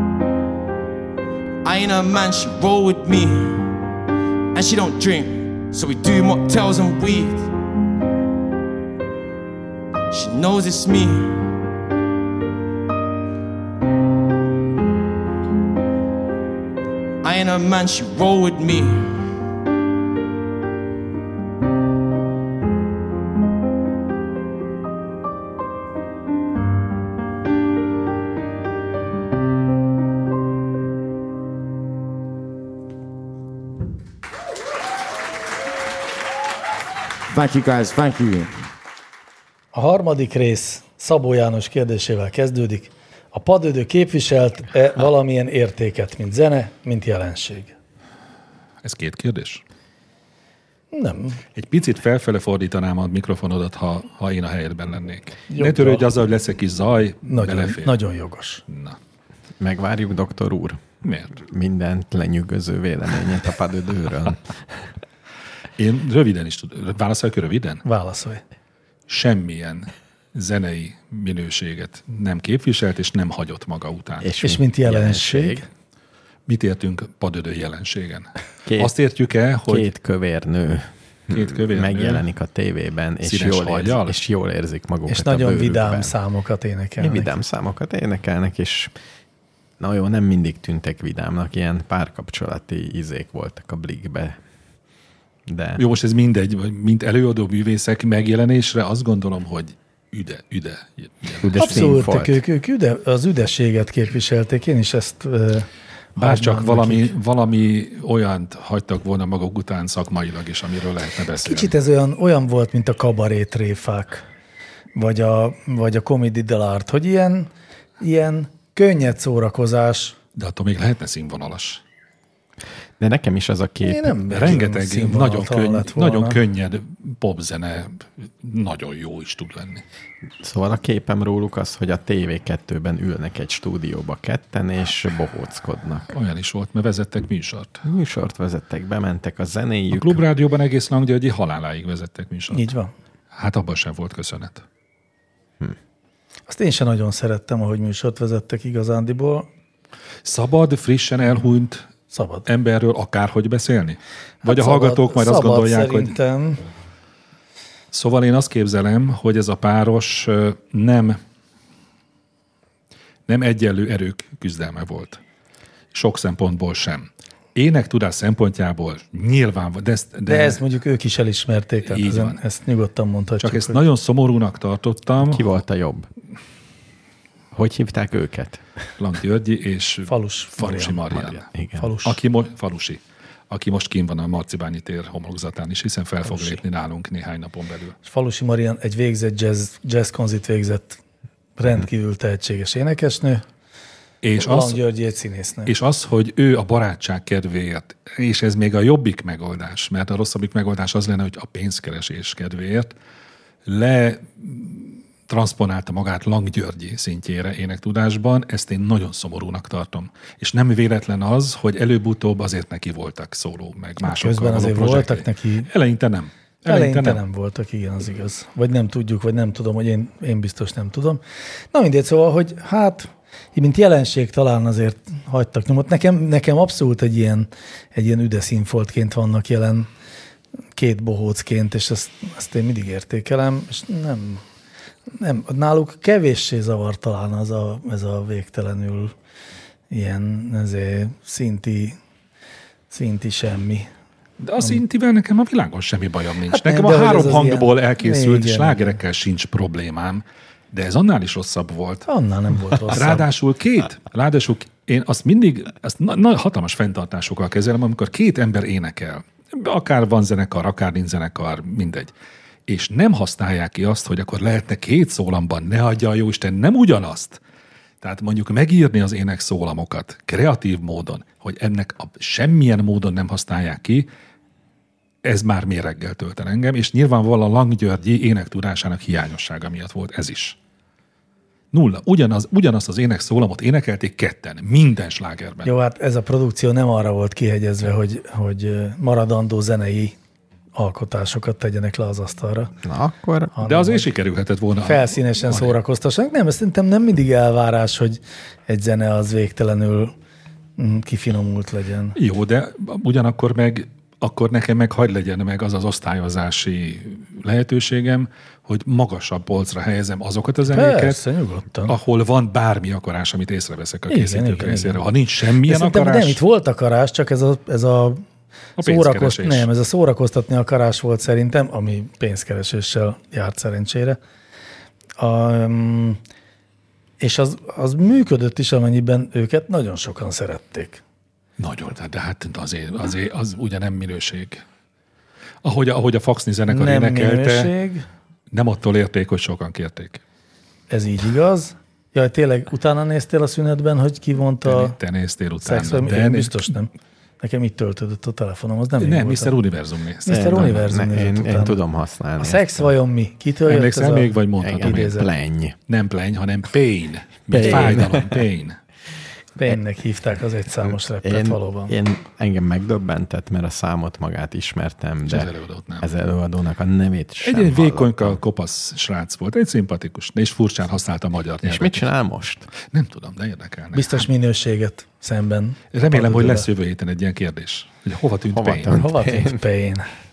I ain't her man, she roll with me. And she don't drink, so we do mocktails and weed. She knows it's me. I ain't her man, she roll with me. Thank you guys, thank you. A harmadik rész Szabó János kérdésével kezdődik. A padödő képviselt-e valamilyen értéket, mint zene, mint jelenség? Ez két kérdés. Nem. Egy picit felfele fordítanám a mikrofonodat, ha, ha én a helyedben lennék. Jobbra. Ne törődj azzal, hogy lesz egy kis zaj, Nagyon, belefér. nagyon jogos. Na, Megvárjuk, doktor úr, miért? mindent lenyűgöző véleményét a padödőről. Én röviden is tudom. Válaszoljak röviden? Válaszolj. Semmilyen zenei minőséget nem képviselt, és nem hagyott maga után. És mint jelenség? Mit értünk padödő jelenségen? Két- Azt értjük el, hogy Két kövér nő két kövér megjelenik a tévében, és Színes jól, hajjal? érzik, és jól érzik magukat És a nagyon bőrükben. vidám számokat énekelnek. Vidám számokat énekelnek, és na jó, nem mindig tűntek vidámnak, ilyen párkapcsolati izék voltak a Blikbe. De jó, most ez mindegy, vagy mint előadó művészek megjelenésre azt gondolom, hogy üde, üde. Üdes Abszolút, színfolt. ők, ők üde, az üdességet képviselték, én is ezt uh, Bár csak valami, nekik. valami olyant hagytak volna maguk után szakmailag is, amiről lehetne beszélni. Kicsit ez olyan, olyan volt, mint a kabarétréfák, vagy a, vagy a comedy dell'art, hogy ilyen, ilyen könnyed szórakozás. De attól még lehetne színvonalas. De nekem is az a kép. Én nem Rengeteg nagyon, könny, lett volna. nagyon könnyed popzene, nagyon jó is tud lenni. Szóval a képem róluk az, hogy a té vé kettőben ülnek egy stúdióba ketten, és bohóckodnak. Olyan is volt, mert vezettek műsort. Műsort vezettek, bementek a A zenéjük. Klubrádióban egész Langgyörgyi haláláig vezettek műsort. Így van. Hát abban sem volt köszönet. Azt én sem nagyon szerettem, ahogy műsort vezettek igazándiból. Szabad, frissen elhunyt Szabad. emberről akárhogy beszélni? Vagy Hát a hallgatók majd azt szabad gondolják, hogy... szerintem. Szóval én azt képzelem, hogy ez a páros ö, nem, nem egyenlő erők küzdelme volt. Sok szempontból sem. Énektudás szempontjából nyilván, de ezt, de, De ezt mondjuk ők is elismerték, tehát Így ezen, van. ezt nyugodtan mondhatjuk. csak ezt hogy nagyon szomorúnak tartottam. Ki volt a jobb? Hogy hívták őket? Lang Györgyi és Falus Falusi Marian. Marian. Igen. Falus. Aki mo- falusi. Aki most kín van a Marcibányi tér homlokzatán is, hiszen fel fog lépni nálunk néhány napon belül. És Falusi Marian egy végzett jazz, jazz konzit végzett rendkívül tehetséges énekesnő, És Lang az, Györgyi egy színésznő. és az, hogy ő a barátság kedvéért, és ez még a jobbik megoldás, mert a rosszabbik megoldás az lenne, hogy a pénzkeresés kedvéért le transponálta magát Lang Györgyi szintjére énektudásban, ezt én nagyon szomorúnak tartom. És nem véletlen az, hogy előbb-utóbb azért neki voltak szóló, meg másokkal Közben való azért projektjei. voltak neki... Eleinte nem. Eleinte nem. nem voltak, igen, az igaz. Vagy nem tudjuk, vagy nem tudom, hogy én, én biztos nem tudom. Na mindegy, szóval, hogy hát, így mint jelenség talán azért hagytak nyomot. Nekem, nekem abszolút egy ilyen, egy ilyen üde színfoltként vannak jelen, két bohócként, és ezt, ezt én mindig értékelem, és nem, nem, náluk kevéssé zavar talán az a, ez a végtelenül ilyen ezért szinti, szinti semmi. De a szintivel nekem a világon semmi bajom nincs. Hát Nekem nem, a de hogy három ez az hangból ilyen- elkészült Igen, slágerekkel sincs problémám, de ez annál is rosszabb volt. Annál nem volt rosszabb. Ráadásul két, ráadásul én azt mindig, azt na, na, hatalmas fenntartásokkal kezelem, amikor két ember énekel, akár van zenekar, akár nincs zenekar, mindegy, és nem használják ki azt, hogy akkor lehetne két szólamban, ne adja a jóisten, nem ugyanazt. Tehát mondjuk megírni az ének szólamokat kreatív módon, hogy ennek a, semmilyen módon nem használják ki, ez már méreggel tölt el engem, és nyilvánvalóan Lang Györgyi énektudásának hiányossága miatt volt ez is. Nulla. Ugyanaz, ugyanazt az ének szólamot énekelték ketten, minden slágerben. Jó, hát ez a produkció nem arra volt kihegyezve, hogy, hogy maradandó zenei alkotásokat tegyenek le az asztalra. Na akkor De azért sikerülhetett volna. Felszínesen Van- szórakoztassanak. Nem, ezt szerintem nem mindig elvárás, hogy egy zene az végtelenül mm, kifinomult legyen. Jó, de ugyanakkor meg akkor nekem meg hagy legyen meg az az osztályozási lehetőségem, hogy magasabb polcra helyezem azokat a zenéket, Persze, nyugodtan. ahol van bármi akarás, amit észreveszek a Igen, készítők igen, részéről. igen. Ha nincs De semmilyen szerintem akarás, nem, itt volt akarás, csak ez a, ez a, a szórakozt, pénzkeresés. nem, ez a szórakoztatni akarás volt szerintem, ami pénzkereséssel járt szerencsére. Um, és az, az működött is, amennyiben őket nagyon sokan szerették. Nagyon, de hát azért, azért az ugye nem minőség. Ahogy, ahogy a Faxni zenekar Nem énekelte, minőség, nem attól érték, hogy sokan kérték. ez így igaz. Jaj, tényleg utána néztél a szünetben, hogy ki mondta a Te, te néztél utána. szex, de én biztos nem. Nekem itt töltődött a telefonom, az nem én Nem, voltam. miszter Univerzum nézte. miszter Én- Univerzum ne, nézett én, utána. én tudom használni. A szex vajon mi? Kitől jött ez Emlékszel a... még, vagy mondhatom Igen, én? idézet. plenny. Nem pleny, hanem pain. Mint Pain. fájdalom, pain. Painnek hívták az egyszámos reppet Én, valóban. én engem megdöbbentett, mert a számot magát ismertem, És de az előadót nem. ez előadónak a nevét sem Egy, egy vékonyka, hallottam. kopasz srác volt, egy szimpatikus, és furcsán használta a magyar És nyelvet. mit csinál most? Nem tudom, de érdekelne. Biztos minőséget szemben. Remélem, hogy Padödővel. lesz jövő héten egy ilyen kérdés, hogy hova tűnt Hova Pain. tűnt? Hova tűnt Pain?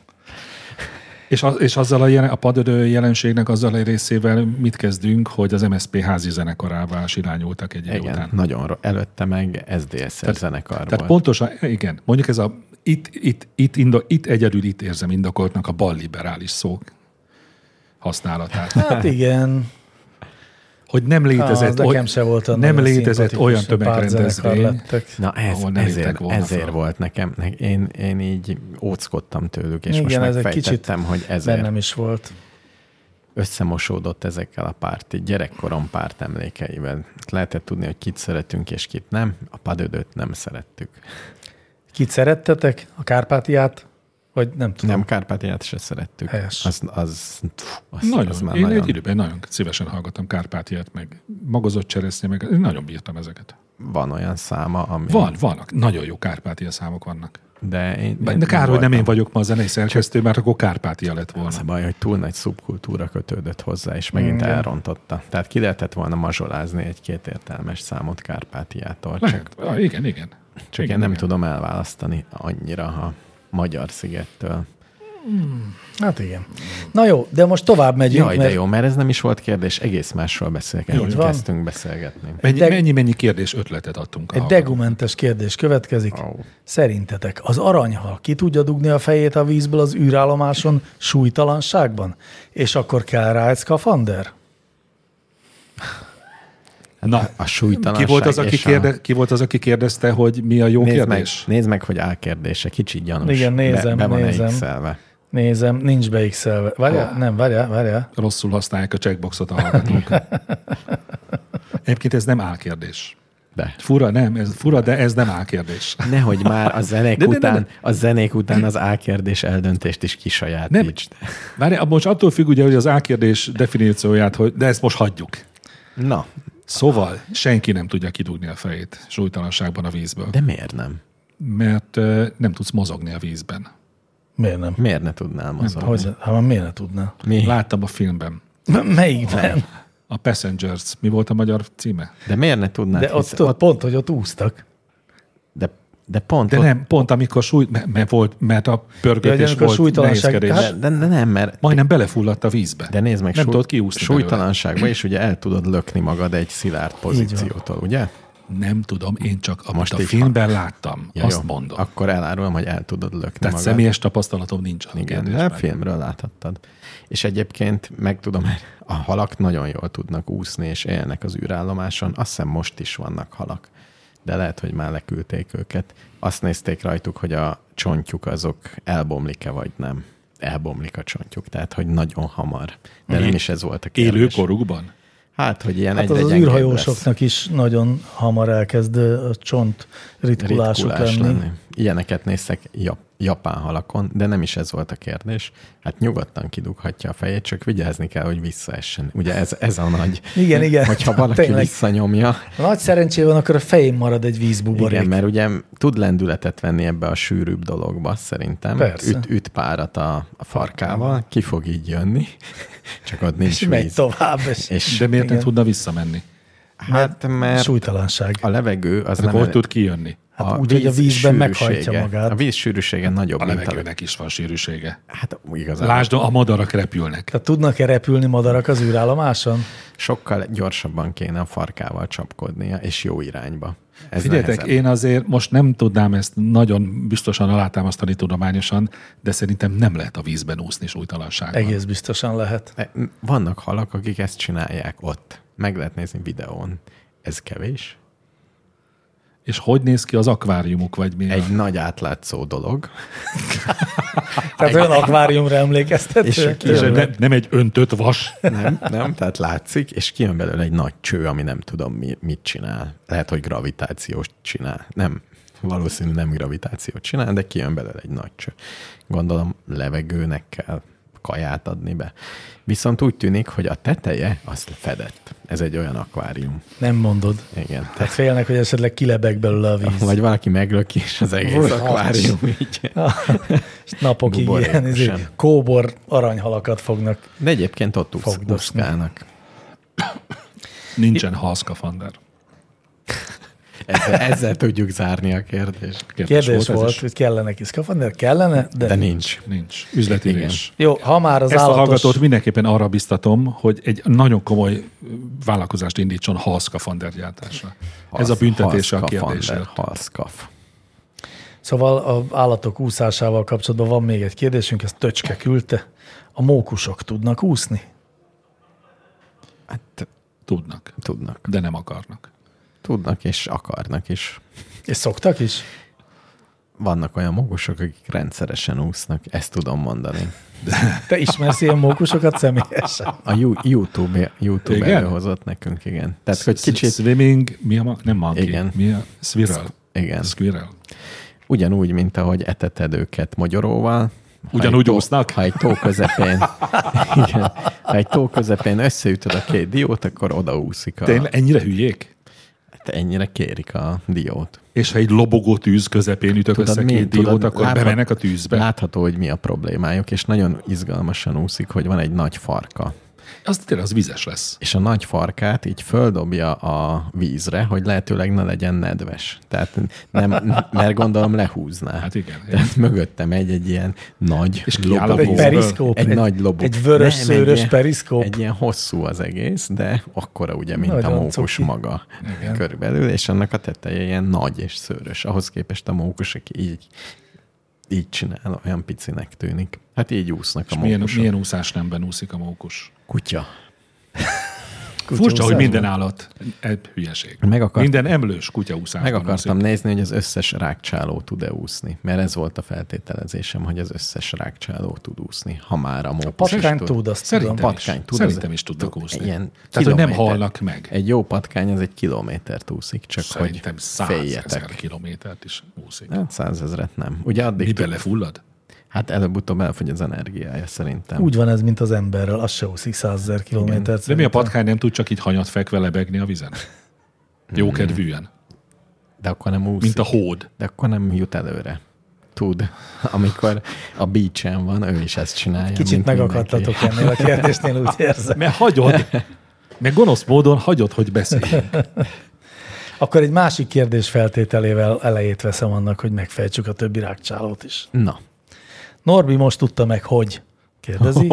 És, az, és azzal a, jelen, a padödő jelenségnek azzal a részével mit kezdünk, hogy az em es zé pé házi zenekarává irányultak egy idő Igen, után. nagyon ro- előtte meg es dé es Tehát- zenekar Tehát volt. pontosan, igen, mondjuk ez a, itt, itt, itt, indo, itt egyedül itt érzem indokoltnak a balliberális szó használatát. Hát igen. Hogy nem létezett, ah, oly, se volt nem létezett olyan tömegrendezvény, na ez, ezért, ezért volt nekem. Én, én így óckodtam tőlük, és igen, most megfejtettem, hogy ezért. Bennem is volt. Összemosódott ezekkel a párti, gyerekkorom párt emlékeivel. Lehetett tudni, hogy kit szeretünk, és kit nem. A Padödöt nem szerettük. Kit szerettetek? A Kárpátiát? Vagy nem tudom. Nem, Kárpátiát se szerettük. Helyes. Az, az, az, nagyon. az már én nagyon... egy időben nagyon szívesen hallgattam Kárpátiát, meg magozott cseresznye, meg én nagyon bírtam ezeket. Van olyan száma, ami... Van, vannak. Nagyon jó Kárpátia számok vannak. De, én, én de kár, hogy nem én vagyok ma a zenei szerkesztő, mert akkor Kárpátia lett volna. Az a baj, hogy túl nagy szubkultúra kötődött hozzá, és megint mm, elrontotta. Tehát ki lehetett volna mazsolázni egy-két értelmes számot Kárpátiától. Lehet. Csak, ah, igen, igen. Csak igen, én nem igen. tudom elválasztani annyira a Magyar Szigettől. Hmm, hát igen. Na jó, de most tovább megyünk. Jaj, mert... de jó, mert ez nem is volt kérdés, egész másról beszélgetünk. Kezdtünk beszélgetni. Mennyi, de... mennyi, mennyi kérdés ötletet adtunk? Egy degumentes kérdés következik. Oh. Szerintetek az aranyhal ki tudja dugni a fejét a vízből az űrállomáson súlytalanságban? És akkor kell rá egy szkafander? Na, a súlytalanság. Ki volt, az, aki kérde, a... ki volt az, aki kérdezte, hogy mi a jó nézd kérdés? Meg, nézd meg, hogy álkérdése. Kicsit gyanús. Igen, nézem, be, be nézem. Van nézem, nincs beixelve. Várjál, oh. nem, várjál, várjál. Rosszul használják a checkboxot a hallgatók. Egyébként ez nem álkérdés. De. Fura, nem, ez fura, de ez nem álkérdés. Nehogy már a zenék, de, de, után, de, de. a zenék után az álkérdés eldöntést is kisajátítsd. Várjál, most attól függ ugye, hogy az álkérdés definícióját, hogy, de ezt most hagyjuk. Na. Szóval senki nem tudja kidugni a fejét súlytalanságban a vízből. De miért nem? Mert uh, nem tudsz mozogni a vízben. Miért nem? Miért ne tudnál mozogni? Hogy, hát miért ne tudnál? Mi? Láttam a filmben. M- melyikben? A Passengers. Mi volt a magyar címe? De miért ne tudnál? De ott, ott pont, hogy ott úsztak. De, de pont De ott... nem, pont amikor súly, mert, mert, volt, mert a pörgetés ja, volt nehézkedés. Hát, de, de nem, mert... Majdnem belefulladt a vízbe. De nézd meg, nem súly, tudod kiúszni súlytalanságba, és ugye el tudod lökni magad egy szilárd pozíciótól, ugye? Nem tudom, én csak amit most a filmben ha... láttam, ja, azt jó. mondom. Akkor elárulom, hogy el tudod lökni Tehát magad. személyes tapasztalatom nincs. Igen, de filmről láthattad. És egyébként megtudom, hogy a halak nagyon jól tudnak úszni, és élnek az űrállomáson. Azt hiszem most is vannak halak, de lehet, hogy már leküldték őket. Azt nézték rajtuk, hogy a csontjuk azok elbomlik-e, vagy nem. Elbomlik a csontjuk, tehát hogy nagyon hamar. De nem is ez volt a kérdés. Élőkorukban? Hát, hogy ilyen hát egyre az, az űrhajósoknak is nagyon hamar elkezd a csont ritkulásuk lenni. lenni. Ilyeneket néztek jap, japán halakon, de nem is ez volt a kérdés. Hát nyugodtan kidughatja a fejét, csak vigyázni kell, hogy visszaessen. Ugye ez, ez a nagy... Igen, igen. Hogyha valaki Tényleg. visszanyomja... A nagy szerencsé van, akkor a fején marad egy vízbuborék. Igen, mert ugye tud lendületet venni ebbe a sűrűbb dologba, szerintem. Persze. Üt, üt párat a, a farkával, ki fog így jönni, csak ott nincs és víz. megy tovább. És és de miért igen. nem tudna visszamenni? Hát, mert súlytalanság. a levegő az hát nem... Hogy tud kijönni? Hát a úgy, hogy a vízben meghajtja magát. A víz sűrűsége nagyobb, a mint levegőnek is van sűrűsége. Hát igazából. Lásd, a madarak repülnek. Tehát tudnak-e repülni madarak az űrállomáson? Sokkal gyorsabban kéne a farkával csapkodnia, és jó irányba. Ez Figyeljetek, nehezebb. én azért most nem tudnám ezt nagyon biztosan alátámasztani tudományosan, de szerintem nem lehet a vízben úszni súlytalanságban. Egész biztosan lehet. Vannak halak, akik ezt csinálják ott. Meg lehet nézni videón. Ez kevés? És hogy néz ki az akváriumuk, vagy mi? Egy nagy átlátszó dolog. Tehát olyan akváriumra emlékeztető? És és ne, nem egy öntött vas. Nem, nem, tehát látszik, és kijön belőle egy nagy cső, ami nem tudom mi, mit csinál. Lehet, hogy gravitációt csinál. Nem, valószínű nem gravitációt csinál, de kijön belőle egy nagy cső. Gondolom levegőnek kell kaját adni be. Viszont úgy tűnik, hogy a teteje az fedett. Ez egy olyan akvárium. Nem mondod. Igen. Tehát félnek, hogy esetleg kilebeg belőle a víz. Vagy valaki meglöki, és az egész Úgy, akvárium így. Napokig ilyen izé, kóbor aranyhalakat fognak. De egyébként ott fogdosni. úszkálnak. Nincsen halszkafander. Ezzel, ezzel tudjuk zárni a kérdést. Kérdés, Kérdés volt, volt hogy kellene neki szkafander, kellene, de, de nincs. Nincs. Üzleti is. Jó, ha már az Ezt állatos... a hallgatót mindenképpen arra biztatom, hogy egy nagyon komoly vállalkozást indítson halszkafander gyártásra. Halsz, Ez a büntetése a kérdésért. Halszkaf. Szóval az állatok úszásával kapcsolatban van még egy kérdésünk, ezt Töcske küldte. A mókusok tudnak úszni? Hát Tudnak, tudnak. de nem akarnak. Tudnak és akarnak is. És szoktak is? Vannak olyan mókusok, akik rendszeresen úsznak, ezt tudom mondani. Te ismersz ilyen mókusokat személyesen? A YouTube, YouTube Igen? előhozott nekünk, igen. Tehát, hogy kicsit... Swimming, mi a ma- nem monkey, Igen. mi a squirrel? Igen. Squirrel. Ugyanúgy, mint ahogy eteted őket mogyoróval. Ugyanúgy ha egy úsznak? tó, ha egy tó közepén, igen, ha egy tó közepén összeütöd a két diót, akkor odaúszik a... Tényleg ennyire hülyék? Hát ennyire kérik a diót. És ha egy lobogó tűz közepén ütök Tudod, össze mi? két diót, Tudod, akkor láthat- bemennek a tűzbe. Látható, hogy mi a problémájuk, és nagyon izgalmasan úszik, hogy van egy nagy farka. Az tényleg az vizes lesz. És a nagy farkát így földobja a vízre, hogy lehetőleg ne legyen nedves. Tehát nem, mert gondolom lehúzná. Hát igen. Tehát mögöttem egy, egy ilyen nagy És kiáll a lobogó. Egy periszkóp? Egy, egy nagy lobogó. Egy vörös Nem, szőrös egy periszkóp? Ilyen, egy ilyen hosszú az egész, de akkora ugye, mint Nagyon a mókus cuki. maga Igen. körülbelül, és annak a teteje ilyen nagy és szőrös. Ahhoz képest a mókus, aki így, így csinál, olyan picinek tűnik. Hát így úsznak És a milyen, mókusok. milyen úszásnemben úszik a mókus? Kutya. Furcsa, hogy úszásban? minden állat egy hülyeség. Meg akart- Minden emlős kutyaúszásban Meg akartam úszik. nézni, hogy az összes rágcsáló tud-e úszni, mert ez volt a feltételezésem, hogy az összes rágcsáló tud úszni, ha már a mókus Patkány is tud, azt Szerintem, tudom. Patkány is. tud, Szerintem az- is tudnak tud- úszni. ilyen Tehát, hogy nem kilométer- halnak meg. Egy jó patkány az egy kilométert úszik, csak Szerintem hogy százezer féljetek. kilométert is úszik. Hát százezret nem. Ugye addig Mi tud- belefullad? Hát előbb-utóbb elfogy az energiája szerintem. Úgy van ez, mint az emberrel, az se úszik százezer kilométert. De mi a szerintem. patkány nem tud csak így hanyat fekve lebegni a vizen? Jókedvűen. De akkor nem úszik. Mint a hód. De akkor nem jut előre. Tud. Amikor a beachen van, ő is ezt csinálja. Kicsit mint megakadtatok mindenki. ennél a kérdésnél, úgy érzem. Mert hagyod, mert gonosz módon hagyod, hogy beszéljünk. Akkor egy másik kérdés feltételével elejét veszem annak, hogy megfejtsük a többi rágcsálót is. Na. Norbi most tudta meg, hogy? Kérdezi.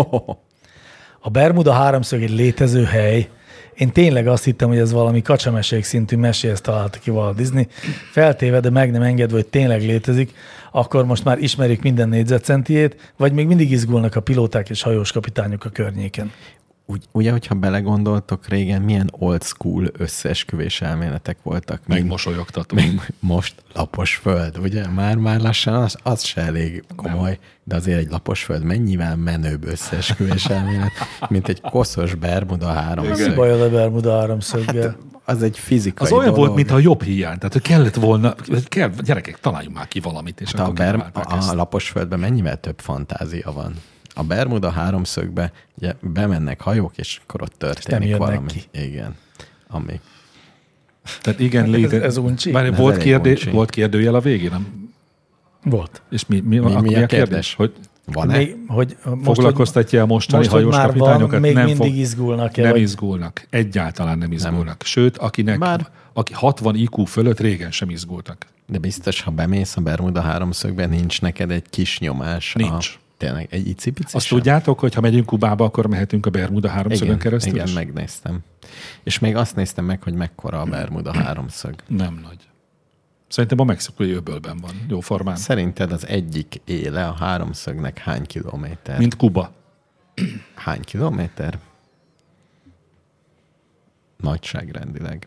A Bermuda háromszög egy létező hely. Én tényleg azt hittem, hogy ez valami kacsamesék szintű meséhez találta ki Walt Disney. Feltéve, de meg nem engedve, hogy tényleg létezik, akkor most már ismerjük minden négyzetcentiét, vagy még mindig izgulnak a pilóták és hajós kapitányok a környéken. Úgy, ugye, hogyha belegondoltok régen, milyen old school összeesküvés elméletek voltak. Még, Megmosolyogtatunk. még most lapos föld, ugye? Már, már lassan az, az se elég komoly, de azért egy lapos föld mennyivel menőbb összeesküvés elmélet, mint egy koszos Bermuda Mi háromszög. baj a Bermuda háromszöggel? Az egy fizikai Az olyan dolog. volt, mintha a jobb hiány. Tehát, hogy kellett volna, kell, gyerekek, találjunk már ki valamit, és Hát a, akkor Ber- kitalálták a, ezt. a lapos földben mennyivel több fantázia van. A Bermuda háromszögbe ugye, bemennek hajók, és akkor ott történik jönnek valami. ki. Igen. Ami. Tehát igen, léte... Ez- ez uncsi? Várj, Ez volt, elég kérdé... uncsi. volt kérdőjel a végén? Nem? Volt. És mi, mi, Mi- mi, mi mi a a kérdés? kérdés? Hogy Van-e? Még, hogy most, foglalkoztatja a mostani most, hogy hajós már kapitányokat? van, még nem mindig fog... izgulnak-e? Nem vagy- izgulnak. Egyáltalán nem izgulnak. Nem. Sőt, akinek, Bár- aki hatvan I Q fölött régen sem izgultak. De biztos, ha bemész a Bermuda háromszögben, nincs neked egy kis nyomás. Nincs. A, tényleg, egy icipici Azt sem? tudjátok, hogy ha megyünk Kubába, akkor mehetünk a Bermuda háromszögön Igen, keresztül? igen, is? megnéztem. És még azt néztem meg, hogy mekkora a Bermuda háromszög. Nem nagy. Szerintem a mexikói öbölben van, jó formán. Szerinted az egyik éle a háromszögnek hány kilométer? Mint Kuba. Hány kilométer? Nagyságrendileg.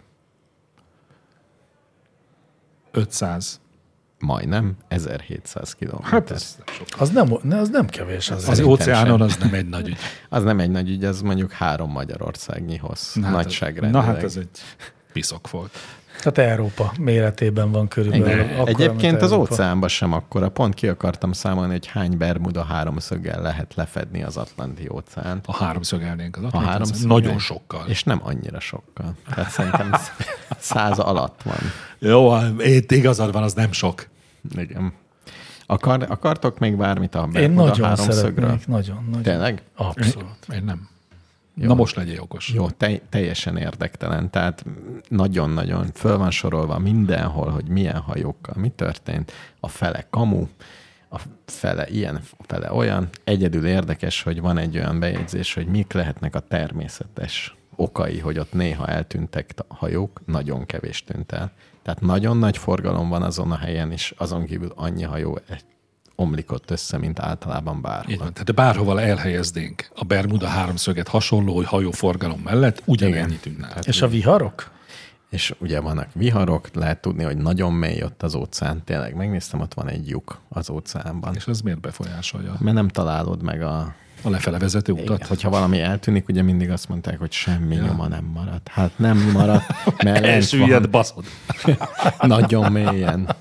ötszáz. Majdnem ezerhétszáz kilométer. Hát ez nem sok. Az nem, ne, az nem kevés. Az Az Szerintem óceánon sem. az nem egy nagy ügy. Az nem egy nagy ügy, az mondjuk három Magyarországnyi hossz. Na hát ez- Nagyságrendileg. Na hát ez egy piszok volt. Tehát Európa méretében van körülbelül. Igen. Akkora, mint Egyébként az Európa. óceánban sem akkora. Pont ki akartam számolni, hogy hány Bermuda háromszöggel lehet lefedni az Atlanti óceánt. A háromszögelnénk az A Atlantis. háromszöggel. Nagyon sokkal. És nem annyira sokkal. Tehát szerintem száz alatt van. Jó, itt igazad van, az nem sok. Igen. Akar, akartok még bármit a Én Bermuda nagyon háromszögről? szeretnék. Nagyon, nagyon. Tényleg? Abszolút. Én nem. Jó. Na most legyél okos. Jó, te, teljesen érdektelen. Tehát nagyon-nagyon föl van sorolva mindenhol, hogy milyen hajókkal mi történt. A fele kamu, a fele ilyen, a fele olyan. Egyedül érdekes, hogy van egy olyan bejegyzés, hogy mik lehetnek a természetes okai, hogy ott néha eltűntek a hajók, nagyon kevés tűnt el. Tehát nagyon nagy forgalom van azon a helyen, és azon kívül annyi hajó omlik ott össze, mint általában bárhol. Így van. Tehát bárhova elhelyeznénk a Bermuda háromszöget hasonló hajóforgalom mellett, ugyanennyit ünne. És a viharok? És ugye vannak viharok, lehet tudni, hogy nagyon mély ott az óceán. Tényleg megnéztem, ott van egy lyuk az óceánban. És ez miért befolyásolja? Mert nem találod meg a... A lefele vezető utat? Igen, hogyha valami eltűnik, ugye mindig azt mondták, hogy semmi ja. nyoma nem maradt. Hát nem maradt, mert elsüllyed, baszod. Nagyon mélyen.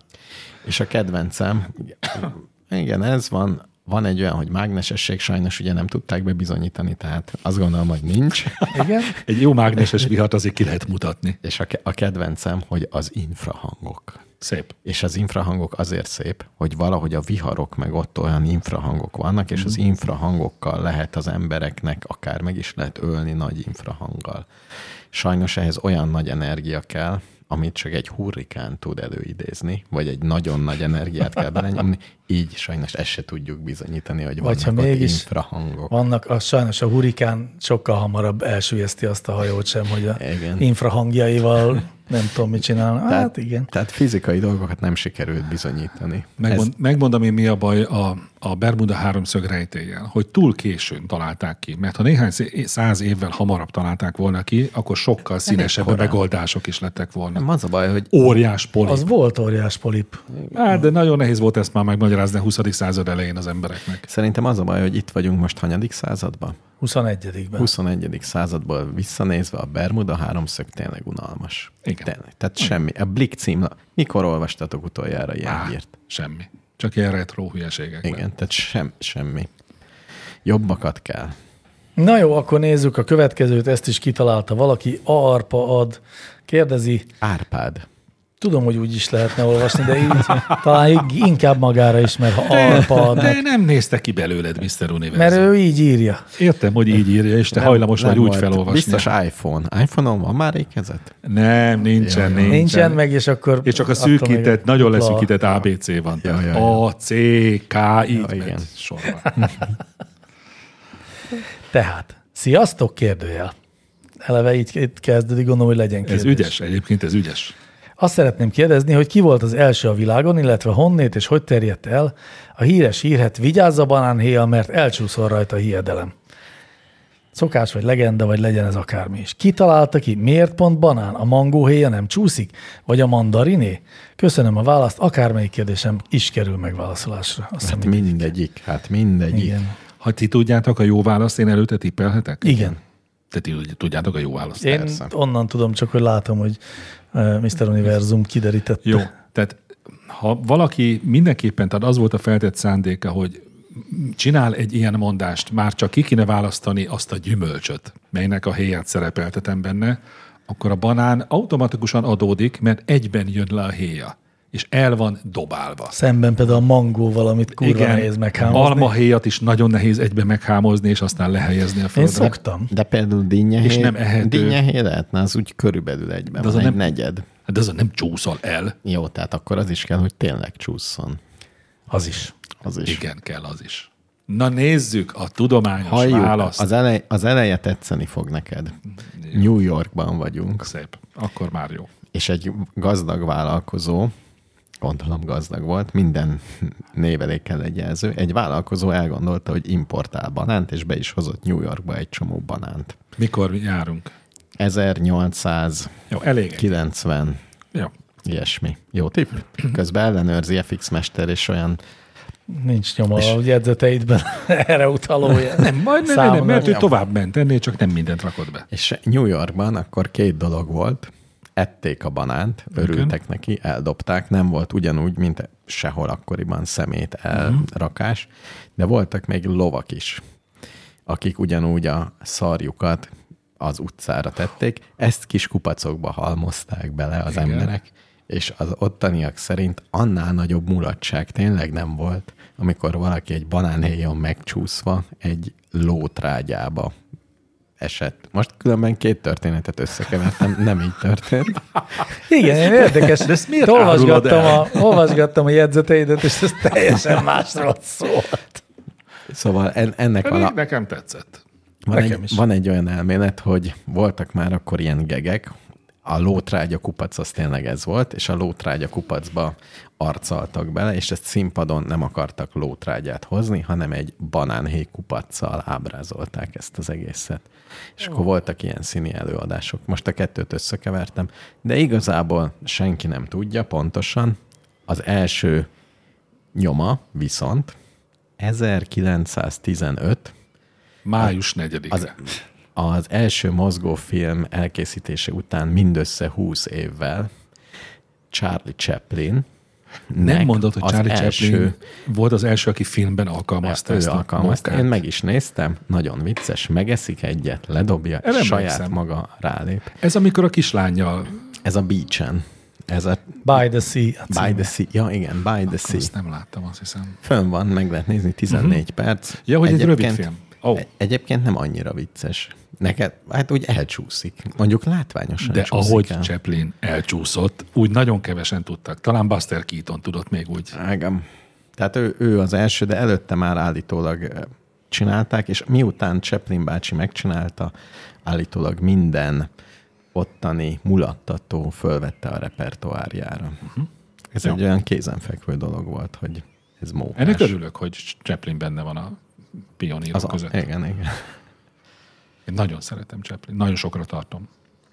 És a kedvencem, igen, ez van, van egy olyan, hogy mágnesesség, sajnos ugye nem tudták bebizonyítani, tehát azt gondolom, hogy nincs. Igen? Egy jó mágneses vihart azért ki lehet mutatni. És a, a kedvencem, hogy az infrahangok. Szép. És az infrahangok azért szép, hogy valahogy a viharok meg ott olyan infrahangok vannak, és az infrahangokkal lehet az embereknek, akár meg is lehet ölni nagy infrahanggal. Sajnos ehhez olyan nagy energia kell, amit csak egy hurrikán tud előidézni, vagy egy nagyon nagy energiát kell belenyomni, így sajnos ezt se tudjuk bizonyítani, hogy vagy vannak ha ott mégis infrahangok. Vannak, az sajnos a hurrikán sokkal hamarabb elsüllyeszti azt a hajót sem, hogy a igen. infrahangjaival nem tudom, mit csinálnak. Hát tehát, igen. Tehát fizikai dolgokat nem sikerült bizonyítani. Megmond, Ez... Megmondom én, mi a baj a, a Bermuda háromszög rejtéllyel, hogy túl későn találták ki, mert ha néhány száz évvel hamarabb találták volna ki, akkor sokkal színesebb megoldások is lettek volna. Nem az a baj, hogy... Óriás polip. Az volt óriás polip. Hát, de nagyon nehéz volt ezt már megmagyarázni a huszadik század elején az embereknek. Szerintem az a baj, hogy itt vagyunk most hanyadik században? huszonegyedikben huszonegyedik századból visszanézve a Bermuda háromszög tényleg unalmas. Igen. Tényleg. Tehát semmi. A Blick cím, mikor olvastatok utoljára ilyen Á, hírt? semmi. Csak ilyen retro hülyeségek. Igen, tehát sem, semmi. Jobbakat kell. Na jó, akkor nézzük a következőt, ezt is kitalálta valaki. Arpa ad, kérdezi. Árpád. Tudom, hogy úgy is lehetne olvasni, de így talán inkább magára is, mert ha arpa adnak. De nem nézte ki belőled, miszter Univerzum. Mert ő így írja. Értem, hogy így írja, és te nem, hajlamos nem vagy úgy volt. felolvasni. Biztos iPhone. iPhone-on van már ékezet? Nem, nincsen, ja, nincsen. Nincsen meg, és akkor... És csak a szűkített, nagyon leszűkített á bé cé van. Ja, ja, ja. A, C, K, így ja, igen. sorban. Tehát, sziasztok, kérdőjel. Eleve így itt kezdődik, gondolom, hogy legyen kérdés. Ez ügyes, egyébként ez ügyes. Azt szeretném kérdezni, hogy ki volt az első a világon, illetve honnét és hogy terjedt el a híres hírhet vigyázz a banánhéjjal, mert elcsúszol rajta a hiedelem. Szokás vagy legenda, vagy legyen ez akármi is. Ki találta ki? Miért pont banán? A mangóhéja nem csúszik? Vagy a mandariné? Köszönöm a választ, akármelyik kérdésem is kerül megválaszolásra. Azt Hát mindegyik. mindegyik, hát mindegyik. Igen. Ha ti tudjátok a jó választ, én előtte tippelhetek? Igen. Te ti tudjátok a jó választ? Én Persze. onnan tudom, csak hogy látom, hogy miszter Univerzum kiderítette. Jó, tehát ha valaki mindenképpen, tehát az volt a feltett szándéka, hogy csinál egy ilyen mondást, már csak ki kéne választani azt a gyümölcsöt, melynek a héját szerepeltetem benne, akkor a banán automatikusan adódik, mert egyben jön le a héja, és el van dobálva. Szemben például a mangóval, amit kurva igen, nehéz meghámozni. almahéjat is nagyon nehéz egyben meghámozni, és aztán lehelyezni a földre. Én szoktam. De például dinnyehéj, És nem ehető. dinnyehéj lehetne, az úgy körülbelül egyben De az van, a egy nem- negyed. De az nem csúszol el. Jó, tehát akkor az is kell, hogy tényleg csúszson. Az is. Az is. Igen, kell az is. Na nézzük a tudományos Halljuk, választ. az, elej, az eleje tetszeni fog neked. New Yorkban vagyunk, Szép. Akkor már jó. és egy gazdag vállalkozó, gondolom gazdag volt, minden névelékkel egy jelző, egy vállalkozó elgondolta, hogy importál banánt, és be is hozott New Yorkba egy csomó banánt. Mikor járunk? ezernyolcszázkilencven Jó, elég. Jó. ilyesmi. Jó tipp? Közben ellenőrzi ef iksz Mester, és olyan Nincs nyoma a jegyzeteidben erre utalója. Nem, majd nem, nem, nem, mert ő nem. tovább ment ennél, csak nem mindent rakott be. És New Yorkban akkor két dolog volt. Ették a banánt, örültek neki, eldobták. Nem volt ugyanúgy, mint sehol akkoriban szemét elrakás, de voltak még lovak is, akik ugyanúgy a szarjukat az utcára tették. Ezt kis kupacokba halmozták bele az Igen. emberek, és az ottaniak szerint annál nagyobb mulatság tényleg nem volt, amikor valaki egy banánhéjon megcsúszva egy lótrágyába esett. Most különben két történetet összekevertem, nem így történt. Igen, én érdekes. De ezt miért olvasgattam árulod a, olvasgattam a jegyzeteidet, és ez teljesen másról szólt. Szóval en, ennek van, Pedig a, nekem tetszett. van, nekem egy, is. van egy olyan elmélet, hogy voltak már akkor ilyen gegek, a lótrágya kupac az tényleg ez volt, és a lótrágya kupacba arcoltak bele, és ezt színpadon nem akartak lótrágyát hozni, hanem egy banánhéj kupaccal ábrázolták ezt az egészet. És akkor voltak ilyen színi előadások. Most a kettőt összekevertem, de igazából senki nem tudja pontosan. Az első nyoma viszont ezerkilencszáztizenöt május negyedike. Az, az első mozgófilm elkészítése után mindössze húsz évvel Charlie Chaplin. Nem mondod, hogy Charlie első, Chaplin volt az első, aki filmben alkalmazta ő ezt a alkalmazta. munkát. Én meg is néztem, nagyon vicces, megeszik egyet, ledobja, Erre saját emlékszem. maga rálép. Ez amikor a kislánnyal... Ez a Beach-en. Ez a By the Sea. a By címe. the Sea. Ja, igen, By the Sea. Azt nem láttam, azt hiszem. Fönn van, meg lehet nézni, tizennégy uh-huh. perc. Ja, hogy egy rövid Egyébként- film. Oh. Egyébként nem annyira vicces. Neked, hát úgy elcsúszik. Mondjuk látványosan De csúszik ahogy el. Chaplin elcsúszott, úgy nagyon kevesen tudtak. Talán Buster Keaton tudott még úgy. Igen. Tehát ő, ő az első, de előtte már állítólag eh, csinálták, és miután Chaplin bácsi megcsinálta, állítólag minden ottani mulattató fölvette a repertoárjára. Uh-huh. Ez Jó. egy olyan kézenfekvő dolog volt, hogy ez mókás. Ennek örülök, hogy Chaplin benne van a pionírok Az a, között. igen, igen. Én nagyon szeretem Chaplin, nagyon sokra tartom.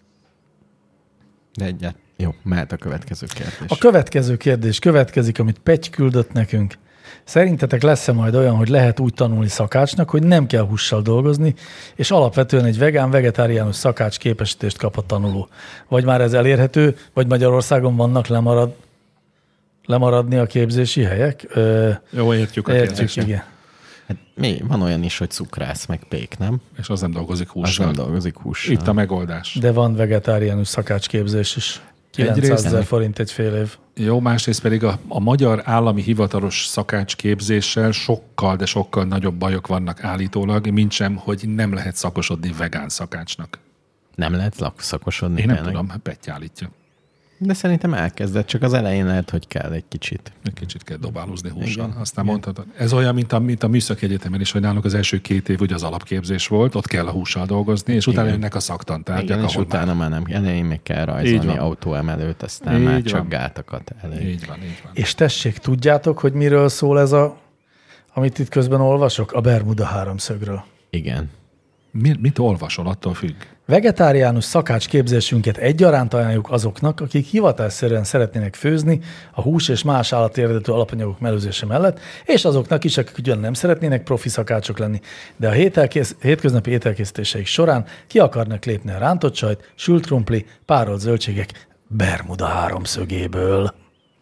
De egyet. Jó, mehet a következő kérdés. A következő kérdés következik, amit Petty küldött nekünk. Szerintetek lesz-e majd olyan, hogy lehet úgy tanulni szakácsnak, hogy nem kell hússal dolgozni, és alapvetően egy vegán, vegetáriánus szakács képesítést kap a tanuló? Vagy már ez elérhető, vagy Magyarországon vannak lemarad, lemaradni a képzési helyek? Ö, Jó, értjük a értjük, kérdést. igen. Hát mi? Van olyan is, hogy cukrász, meg pék, nem? És az nem dolgozik Az hússal. nem dolgozik hússal. Itt a megoldás. De van vegetáriánus szakácsképzés is. kilencszázezer forint egy fél év. Jó, másrészt pedig a, a magyar állami hivatalos szakácsképzéssel sokkal, de sokkal nagyobb bajok vannak állítólag, mint sem, hogy nem lehet szakosodni vegán szakácsnak. Nem lehet lak- szakosodni. Én nem tényleg? tudom, Petty állítja. De szerintem elkezdett, csak az elején lehet, hogy kell egy kicsit. Egy kicsit kell dobálózni hússal. Igen. Aztán mondhatod. Ez olyan, mint a, mint a Műszaki Egyetemen is, hogy nálunk az első két év ugye az alapképzés volt, ott kell a hússal dolgozni, és utána Igen. jönnek a szaktantárgyak, Igen, és ahol utána már nem. Elején még kell rajzolni van. autóemelőt, aztán Így már van. csak gátakat már... elég. Így van, így van. És tessék, tudjátok, hogy miről szól ez a, amit itt közben olvasok? A Bermuda háromszögről. Igen. Mi, mit olvasol, attól függ. Vegetáriánus szakácsképzésünket egyaránt ajánljuk azoknak, akik hivatásszerűen szeretnének főzni a hús és más állati eredetű alapanyagok mellőzése mellett, és azoknak is, akik ugyan nem szeretnének profi szakácsok lenni, de a hételkész, hétköznapi ételkészítéseik során ki akarnak lépni a rántott sajt, sült krumpli, párolt zöldségek Bermuda háromszögéből.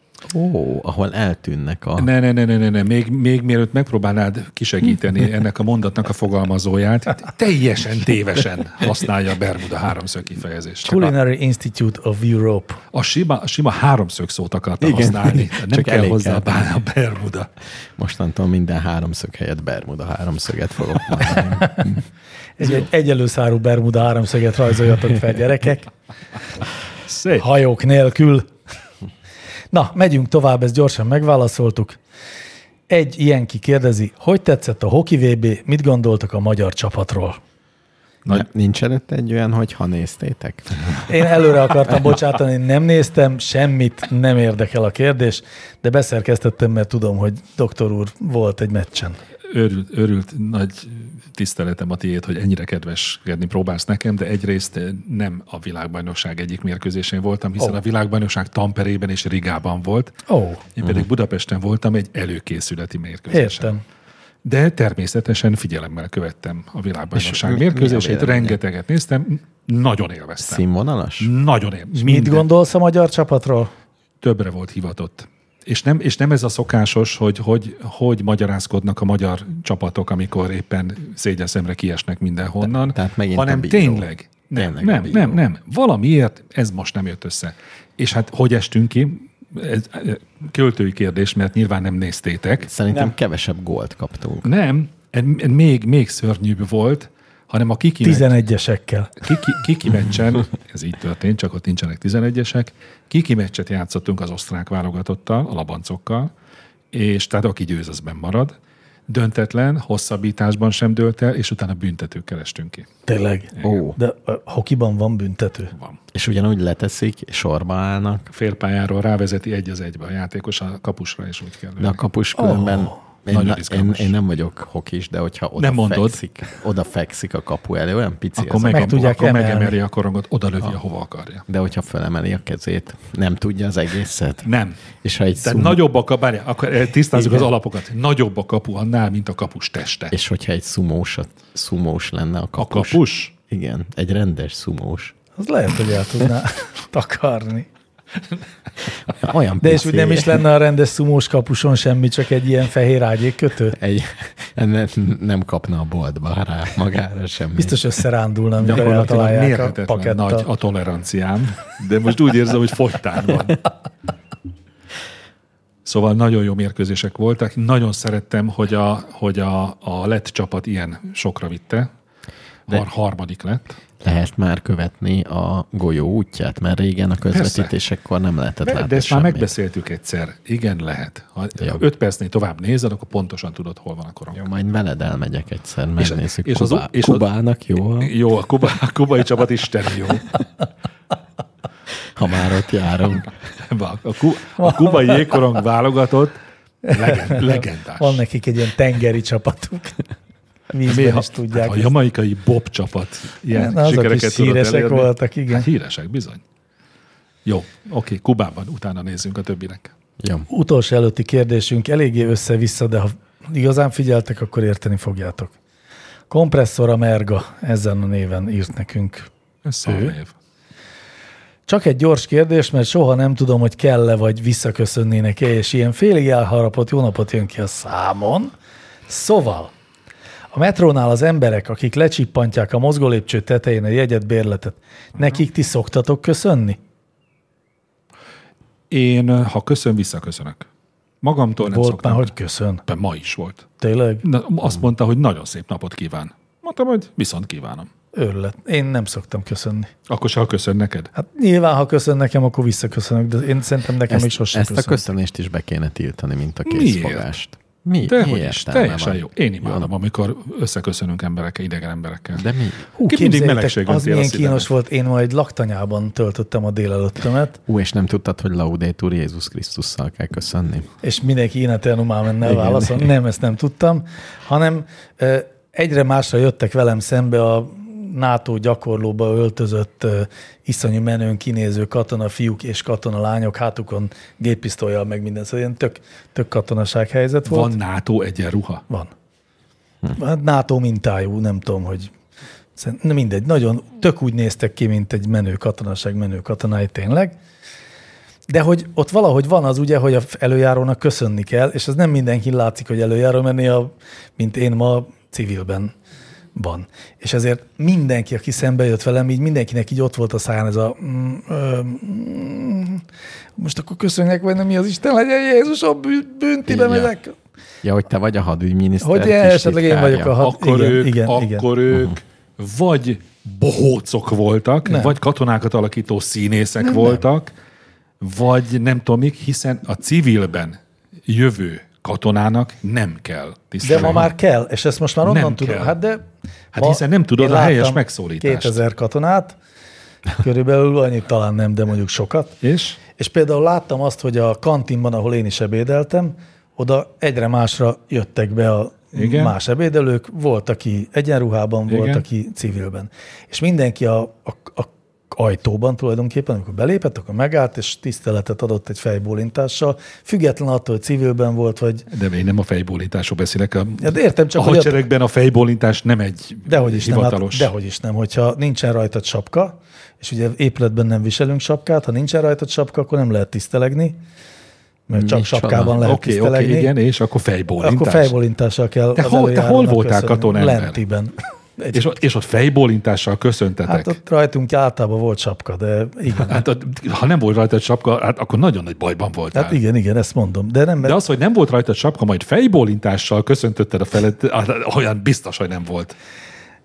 Ó, ahol eltűnnek a... Ne, ne, ne, ne, ne, ne. Még, még mielőtt megpróbálnád kisegíteni ennek a mondatnak a fogalmazóját, teljesen tévesen használja a Bermuda háromszög kifejezést. Csak a, Culinary Institute of Europe. a, sima, a sima háromszög szót akarta Igen. használni. Nem Csak kell elég hozzá kell. a Bermuda. Mostantól minden háromszög helyett Bermuda háromszöget fogok mondani. Egy, egy egyelőszárú Bermuda háromszöget rajzoljatok fel, gyerekek. Szép. Hajók nélkül. Na, megyünk tovább, ezt gyorsan megválaszoltuk. Egy ilyenki kérdezi, hogy tetszett a Hoki vé bé, mit gondoltak a magyar csapatról? Nagy... Nincs előtt egy olyan, hogy ha néztétek? Én előre akartam bocsátani, nem néztem, semmit nem érdekel a kérdés, de beszerkesztettem, mert tudom, hogy doktor úr volt egy meccsen. Örült, örült nagy tiszteletem a tiéd, hogy ennyire kedveskedni próbálsz nekem, de egyrészt nem a világbajnokság egyik mérkőzésén voltam, hiszen Oh. a világbajnokság Tamperében és Rigában volt. Ó, oh, Én pedig Budapesten voltam egy előkészületi mérkőzésen. értem. De természetesen figyelemmel követtem a világbajnokság És mi- mi a mérkőzését, véleményed? rengeteget néztem, nagyon élveztem. Színvonalas? Nagyon élveztem. Mit gondolsz a magyar csapatról? Többre volt hivatott. És nem, és nem ez a szokásos, hogy, hogy hogy magyarázkodnak a magyar csapatok, amikor éppen szégyenszemre kiesnek mindenhonnan, Te- tehát megint hanem a bíró. tényleg. Nem, Tényleg a nem, bíró. nem, nem. Valamiért ez most nem jött össze. És hát hogy estünk ki? Ez költői kérdés, mert nyilván nem néztétek. Szerintem Nem. kevesebb gólt kaptunk. Nem, en- en- még, még szörnyűbb volt, hanem a kiki, meccs, tizenegyesekkel. kiki, kiki meccsen, ez így történt, csak ott nincsenek tizenegyesek, kiki meccset játszottunk az osztrák válogatottal, a labancokkal, és tehát aki győz, az benn marad, Döntetlen, hosszabbításban sem dőlt el, és utána büntetők kerestünk ki. Tényleg? Ó. De a hokiban van büntető? Van. És ugyanúgy leteszik, és sorba állnak. Félpályáról rávezeti egy az egybe a játékos a kapusra, és úgy kell. De a kapus különben... Oh. Én, Nagyon na, én, izgalmas. én nem vagyok hokis, de hogyha oda Nem mondod. fekszik, oda fekszik a kapu elé, olyan pici Akkor, az, meg, meg tudják akkor emelni. megemeli a korongot, oda lövi, ah. ahova akarja. de hogyha felemeli a kezét, nem tudja az egészet. Nem. És ha egy Tehát szum... nagyobb a kapu, akkor tisztázzuk Igen. az alapokat. Nagyobb a kapu annál, mint a kapus teste. És hogyha egy szumós, szumós lenne a A kapus. kapus? Igen, egy rendes szumós. Az lehet, hogy el tudná takarni. Olyan De és pici, úgy nem is lenne a rendes szumós kapuson semmi, csak egy ilyen fehér ágyékkötő? Egy, nem, nem kapna a boltba rá magára semmi. Biztos összerándulna, amikor Gyakorlatilag eltalálják a mérhetetlen pakettal. nagy a toleranciám, de most úgy érzem, hogy fogytán van. Szóval nagyon jó mérkőzések voltak. Nagyon szerettem, hogy a, hogy a, a lett csapat ilyen sokra vitte. De- Har, harmadik lett. Lehet már követni a golyó útját, mert régen a közvetítésekkor nem lehetett De, látni de ezt már semmit. megbeszéltük egyszer. Igen, lehet. Ha Jó. öt percnél tovább nézed, akkor pontosan tudod, hol van a korong. Jó, majd veled elmegyek egyszer, megnézzük. és az- Kubá, és az- Kubának jó, a- Jó, a, kuba, a kubai csapat isteni jó. ha már ott járunk. A, ku, a kubai jégkorong válogatott legend, legendás. Van nekik egy ilyen tengeri csapatuk. Vízben is tudják. hát a jamaikai bob csapat ilyen Na, azok sikereket is tudott híresek elérni. voltak, igen. Hát híresek, bizony. Jó, oké, Kubában utána nézzünk a többinek. Jó. Utolsó előtti kérdésünk eléggé össze-vissza, de ha igazán figyeltek, akkor érteni fogjátok. Kompresszora Merga ezen a néven írt nekünk. Ez szarnév. Csak egy gyors kérdés, mert soha nem tudom, hogy kell-e vagy visszaköszönnének-e, és ilyen félig elharapott jó napot jön ki a számon. Szóval, a metrónál az emberek, akik lecsippantják a mozgólépcső tetején a jegyet, bérletet, nekik ti szoktatok köszönni? Én, ha köszön, visszaköszönök. Magamtól nem Volt szoktam. már, hogy köszön. De ma is volt. Tényleg? Na, azt mondta, hogy nagyon szép napot kíván. Mondtam, hogy viszont kívánom. Őrület. Én nem szoktam köszönni. Akkor se, ha köszön neked. Hát nyilván, ha köszön nekem, akkor visszaköszönök, de én szerintem nekem Ezt, is sosem ezt a köszön. köszönést is be kéne tiltani, mint a Miért? készfogást. Mi? De mi hogy is, értelme teljesen van? jó. Én imádom, amikor összeköszönünk emberekkel, idegen emberekkel. De mi? Hú, Ki mindig képzeljétek, melegséget az él a milyen szívemben. kínos volt, én majd laktanyában töltöttem a délelőttömet, Ú, és nem tudtad, hogy Laudetur Jézus Krisztusszal kell köszönni? és mindenki in eternum amennel Igen. válaszol. Nem, ezt nem tudtam, hanem ö, egyre másra jöttek velem szembe a NATO gyakorlóba öltözött, ö, iszonyú menőn kinéző katona fiúk és katona lányok, hátukon géppisztollyal meg minden, szóval ilyen tök, tök katonaság helyzet volt. Van NATO egyenruha? Van. Hát NATO mintájú, nem tudom, hogy szerint- nem mindegy, nagyon tök úgy néztek ki, mint egy menő katonaság, menő katonái tényleg. De hogy ott valahogy van az ugye, hogy a előjárónak köszönni kell, és ez nem mindenki látszik, hogy előjáró, mert néha, mint én ma civilben van. És ezért mindenki, aki szembe jött velem, így mindenkinek így ott volt a száján ez a mm, ö, mm, most akkor köszönjek, vagy nem, mi az Isten legyen, Jézusom, bűn- bűntibe Igen. megyek. Ja, hogy te vagy a hadügyminiszter Hogy kis esetleg én titkárja. vagyok a had... Akkor igen, ők, igen, akkor igen. ők vagy bohócok voltak, Nem. vagy katonákat alakító színészek nem, voltak, nem. vagy nem tudom még, hiszen a civilben jövő katonának nem kell De tisztelni. ma már kell, és ezt most már onnan Nem tudom. kell. Hát de Hát ma hiszen nem tudod én a helyes láttam megszólítást. kétezer katonát, körülbelül annyit talán nem, de mondjuk sokat. És? És például láttam azt, hogy a kantinban, ahol én is ebédeltem, oda egyre másra jöttek be a Igen. más ebédelők, volt, aki egyenruhában, volt, Igen. aki civilben. És mindenki a, a, a ajtóban tulajdonképpen, amikor belépett, akkor megállt, és tiszteletet adott egy fejbólintással, független attól, hogy civilben volt, vagy... De én nem a fejbólintásról beszélek. A, Ja, de értem, csak, a hogy ott- hadseregben a fejbólintás nem egy Dehogy is nem, hivatalos. hát, dehogy is nem, hogyha nincsen rajtad sapka, és ugye épületben nem viselünk sapkát, ha nincsen rajtad sapka, akkor nem lehet tisztelegni, mert csak Micsoda? sapkában lehet Oké, oké, tisztelegni. igen, és akkor fejbólintás. Akkor fejbólintással kell Te az hol- te hol előjárónak voltál köszönni. katonember? Lentiben. Egy, És, ott- és ott fejbólintással köszöntetek. hát ott rajtunk általában volt sapka, de igen. Hát, ott, ha nem volt rajtad sapka, hát akkor nagyon nagy bajban voltál. Hát igen, igen, ezt mondom. De nem, De az, hogy nem volt rajtad sapka, majd fejbólintással köszöntötted a felett, hát olyan biztos, hogy nem volt.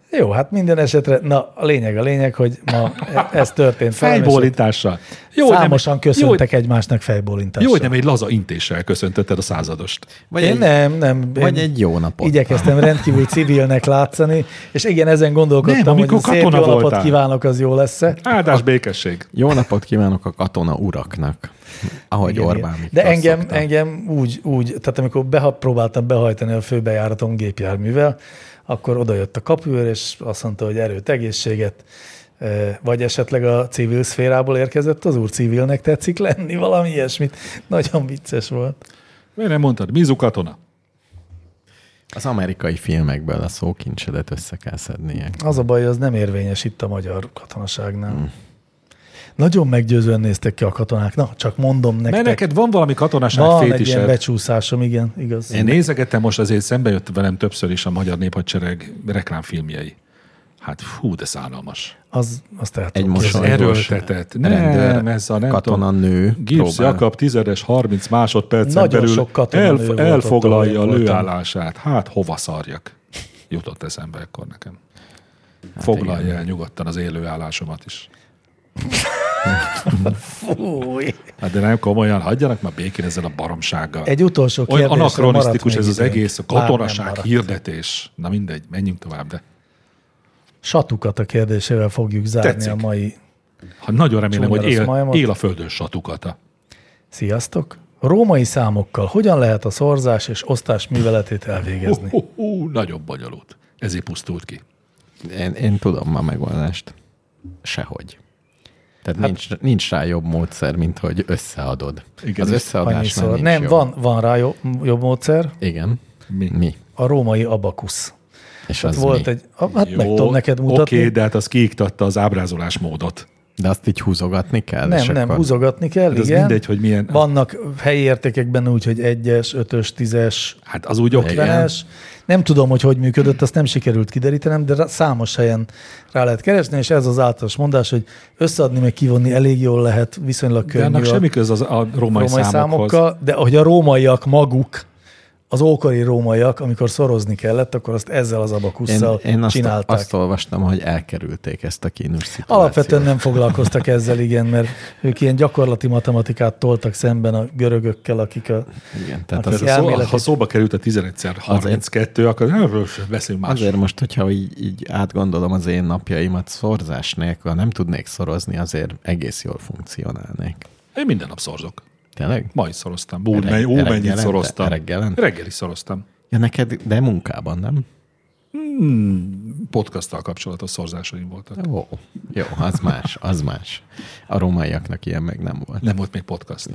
Jó, hát minden esetre, na a lényeg a lényeg, hogy ma ez történt. Fejbólintással. Jó, Számosan nem, köszöntek jó, egymásnak fejbólintással. Jó, hogy nem egy laza intéssel köszöntötted a századost. Vagy én egy, nem, nem. Vagy egy jó napot. Igyekeztem rendkívül civilnek látszani, és igen, ezen gondolkodtam, nem, hogy szép jó napot voltál. Kívánok, az jó lesz-e. Áldás, békesség. Jó napot kívánok a katona uraknak. Ahogy igen, Orbán Viktor De engem, engem úgy, úgy, tehát amikor beha, próbáltam behajtani a főbejáraton gépjárművel, akkor odajött a kapuőr, és azt mondta, hogy erőt, egészséget, vagy esetleg a civil szférából érkezett az úr, civilnek tetszik lenni, valami ilyesmit. Nagyon vicces volt. Miért nem mondtad? Mizu katona? Az amerikai filmekből a szókincsedet össze kell szednie. Az a baj, az nem érvényes itt a magyar katonaságnál. Hmm. Nagyon meggyőzően néztek ki a katonák. Na, csak mondom nektek. Mert neked van valami katonaság van fétised. Van egy ilyen becsúszásom, igen, igaz. Én nézegettem most, azért szembe jött velem többször is a Magyar Néphadsereg reklámfilmjei. Hát fú, de szánalmas. Az, azt el egy mosolygós erőltetett. Nem, ez a nem katonanő. Gipsz Jakab tizedes harminc másodpercen nagyon belül sok el, elfoglalja a lőállását. Hát hova szarjak? Jutott eszembe ekkor nekem. Hát foglalja igen. el nyugodtan az élőállásomat is. Fúj. Hát de nem komolyan, hagyjanak már békén ezzel a baromsággal. Egy utolsó kérdésre olyan anakronisztikus ez az időnk. egész, a katonaság hirdetés. Na mindegy, menjünk tovább, de... Satukat a kérdésével fogjuk zárni Tetszik. a mai... Ha nagyon remélem, hogy él, él a földön Satukata. Sziasztok! Római számokkal hogyan lehet a szorzás és osztás műveletét elvégezni? Uh, uh, uh, nagyon bonyolult. Ezért pusztult ki. Én, én tudom a megoldást. Sehogy. Tehát hát, nincs, nincs rá jobb módszer, mint hogy összeadod. Igen, az összeadásnál nincs Nem, jobb. van, van rá jobb, jobb módszer. Igen. Mi? Mi? A római abakusz. És hát az volt mi? egy, hát Jó, meg tudom neked mutatni. Oké, okay, de hát az kiiktatta az ábrázolás módot. De azt így húzogatni kell? Nem, nem, akkor... húzogatni kell, hát igen. Mindegy, hogy milyen... Vannak helyi értékek benne úgy, hogy egyes, ötös, tízes, hát az úgy ötvenes. Nem tudom, hogy hogy működött, azt nem sikerült kiderítenem, de számos helyen rá lehet keresni, és ez az általános mondás, hogy összeadni meg kivonni elég jól lehet, viszonylag könnyű. De annak semmi köz az a római, római számokkal, de hogy a rómaiak maguk, az ókori rómaiak, amikor szorozni kellett, akkor azt ezzel az abakusszal én, én azt, csinálták. azt olvastam, hogy elkerülték ezt a kínos szituációt. Alapvetően nem foglalkoztak ezzel, igen, mert ők ilyen gyakorlati matematikát toltak szemben a görögökkel, akik a... Igen, tehát az elméletet... Ha szóba került a tizenegyszer harminckettő, akkor erről beszélünk más. Azért most, hogyha így, így átgondolom az én napjaimat, szorzás nélkül, nem tudnék szorozni, azért egész jól funkcionálnék. Én minden nap szorzok. Tényleg? Ma is szoroztam. Ó, Ereg, ó mennyit szoroztam. Reggelent? Reggel is szoroztam. Ja, neked, de munkában, nem? Hmm, podcasttal kapcsolatos szorzásaim voltak. Ó, jó, az más, az más. A rómaiaknak ilyen meg nem volt. Nem volt még podcast.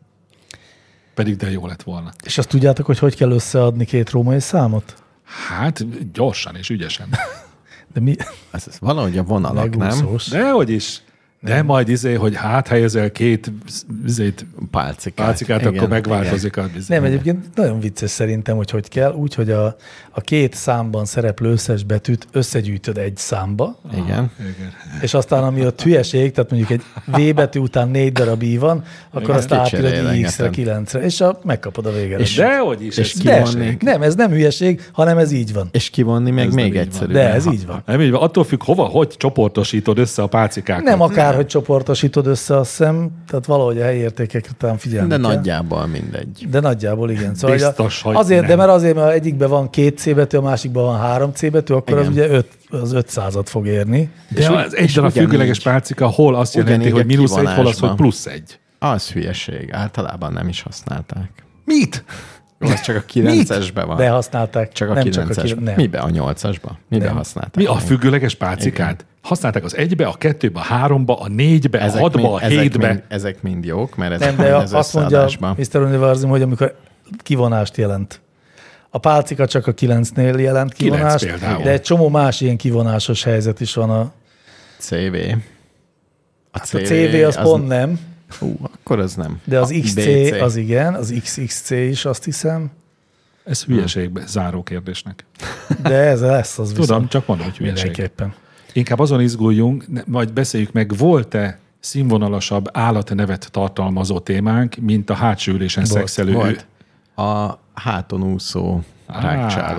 Pedig de jó lett volna. És azt tudjátok, hogy hogy kell összeadni két római számot? Hát gyorsan és ügyesen. De mi? Ez, ez valahogy a vonalak, nem? Dehogy is. De nem. Majd izé, hogy háthelyezel két izét, pálcikát, pálcikát igen, akkor megváltozik. A nem, egyébként nagyon vicces szerintem, hogy hogy kell, úgy, hogy a, a két számban szereplő összes betűt összegyűjtöd egy számba. Igen. Ah, igen. És aztán, ami ott hülyeség, tehát mondjuk egy V betű után négy darab I van, akkor igen, azt átírod X-re, kilencre, és a, megkapod a végeredményt. Dehogy is, és ez kivonni. Nem, ez nem hülyeség, hanem ez így van. És kivonni meg ez még egyszerűbb. De ez így van. Nem így van. Attól függ, hova, hogy csoportosítod össze a pálcikákat. Nem akár, hogy csoportosítod össze, azt hiszem, tehát valahogy a helyi értékekre talán figyelni De kell. nagyjából mindegy. De nagyjából igen. Szóval Biztos, a, azért, nem. De mert azért, mert egyikben van két C betű, a másikban van három C betű, akkor igen. az ugye öt, az ötszázat fog érni. De és az egy darab függőleges pálcika hol azt jelenti, hogy mínusz egy, hol az, hogy plusz egy. Az hülyeség. Általában nem is használták. Mit? Jó, az csak a kilencesben van. De használták. Csak a nem kilences. Csak a ki... Miben? A nyolcasban? Miben használták? Mi a függőleges pálcikát? Igen. Használták az egybe, a kettőbe, a háromba, a négybe, ezek a hatba, mind, a hétbe. Ezek mind, ezek mind jók, mert ezek nem, de az azt mondja miszter Univerzum, hogy amikor kivonást jelent. A pálcika csak a kilencnél jelent kivonást, de egy csomó más ilyen kivonásos helyzet is van a... cé vé. A, hát a cé vé az, az pont nem. Hú, akkor az nem. De az iksz cé az igen, az iksz iksz cé is, azt hiszem. Ez hülyeségbe záró kérdésnek. De ez lesz az viszont. Tudom, csak mondom, hogy hülyeség. Mindenképpen. Inkább azon izguljunk, majd beszéljük meg, volt-e színvonalasabb állatnevet tartalmazó témánk, mint a hátsó ülésen szexelő. Volt. A háton úszó rákcsáló.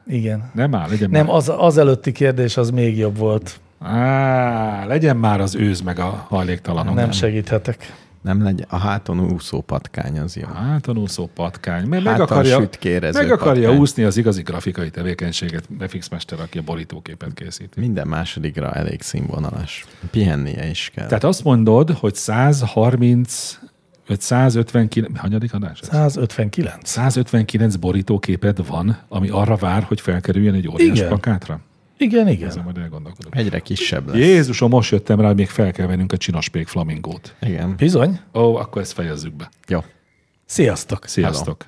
Igen. Nem áll, legyen Nem, már. az, az előtti kérdés az még jobb volt. Á, legyen már az őz meg a hajléktalanok. Nem segíthetek. Nem legyen, a háton úszó patkány az jó. Háton úszó patkány. Meg, meg Háton akarja, sütkérező meg akarja patkány. úszni az igazi grafikai tevékenységet, F X Mester, aki a borítóképet készíti. Minden másodikra elég színvonalas. Pihennie is kell. Tehát azt mondod, hogy száz harminc, vagy száz ötvenkilenc, hanyadik adás? ez? száz ötvenkilenc. száz ötvenkilenc borítóképed van, ami arra vár, hogy felkerüljen egy óriás Igen. plakátra? Igen, igen. Ezen majd elgondolkodok. Egyre kisebb lesz. Jézusom, most jöttem rá, hogy még fel kell vennünk a csinospék flamingót. Igen. Bizony. Ó, akkor ezt fejezzük be. Jó. Sziasztok. Sziasztok!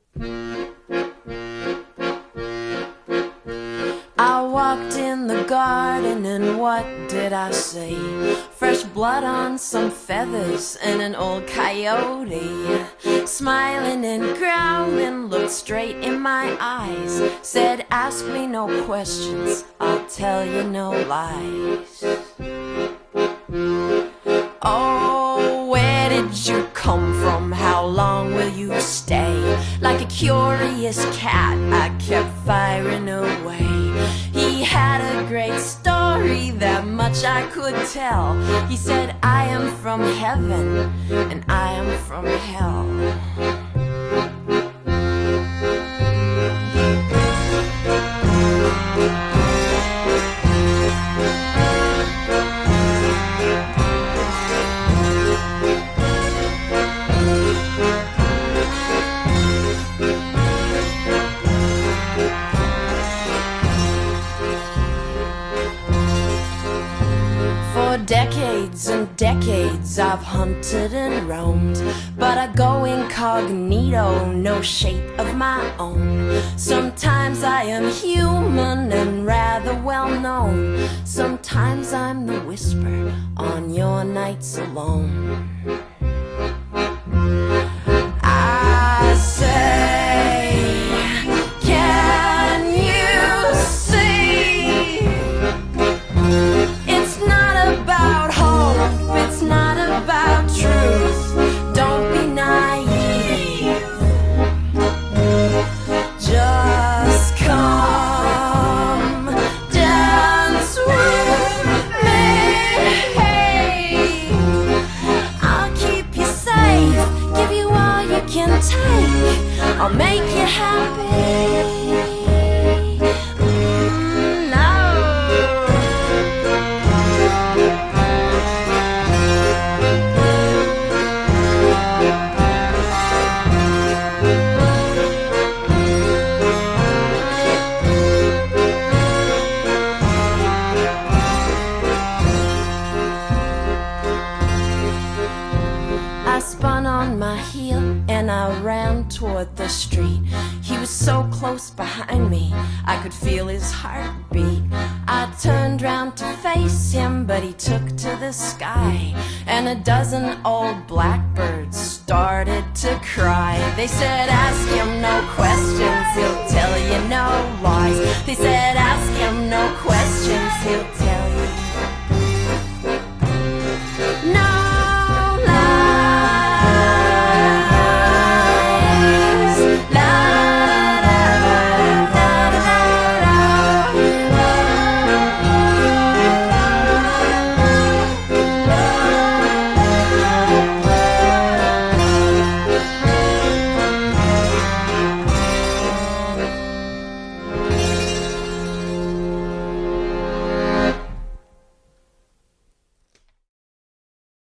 I walked in the garden and what did I see? Fresh blood on some feathers and an old coyote. Smiling and growling, looked straight in my eyes. Said, ask me no questions, I'll tell you no lies. Oh, where did you come from? How long will you stay? Like a curious cat, I kept firing away. He had a great story, that much I could tell. He said, I am from heaven and I am from hell. Decades and decades I've hunted and roamed, but I go incognito, no shape of my own. Sometimes I am human and rather well known. Sometimes I'm the whisper on your nights alone. I say, can you see? It's not about hope, it's not about truth. Don't be naive. Just come dance with me. I'll keep you safe, give you all you can take. I'll make you happy. Mm, no. I spun on my heel and I ran toward the street. He was so close behind me, I could feel his heartbeat. I turned round to face him, but he took to the sky. And a dozen old blackbirds started to cry. They said, ask him no questions, he'll tell you no lies. They said, ask him no questions, he'll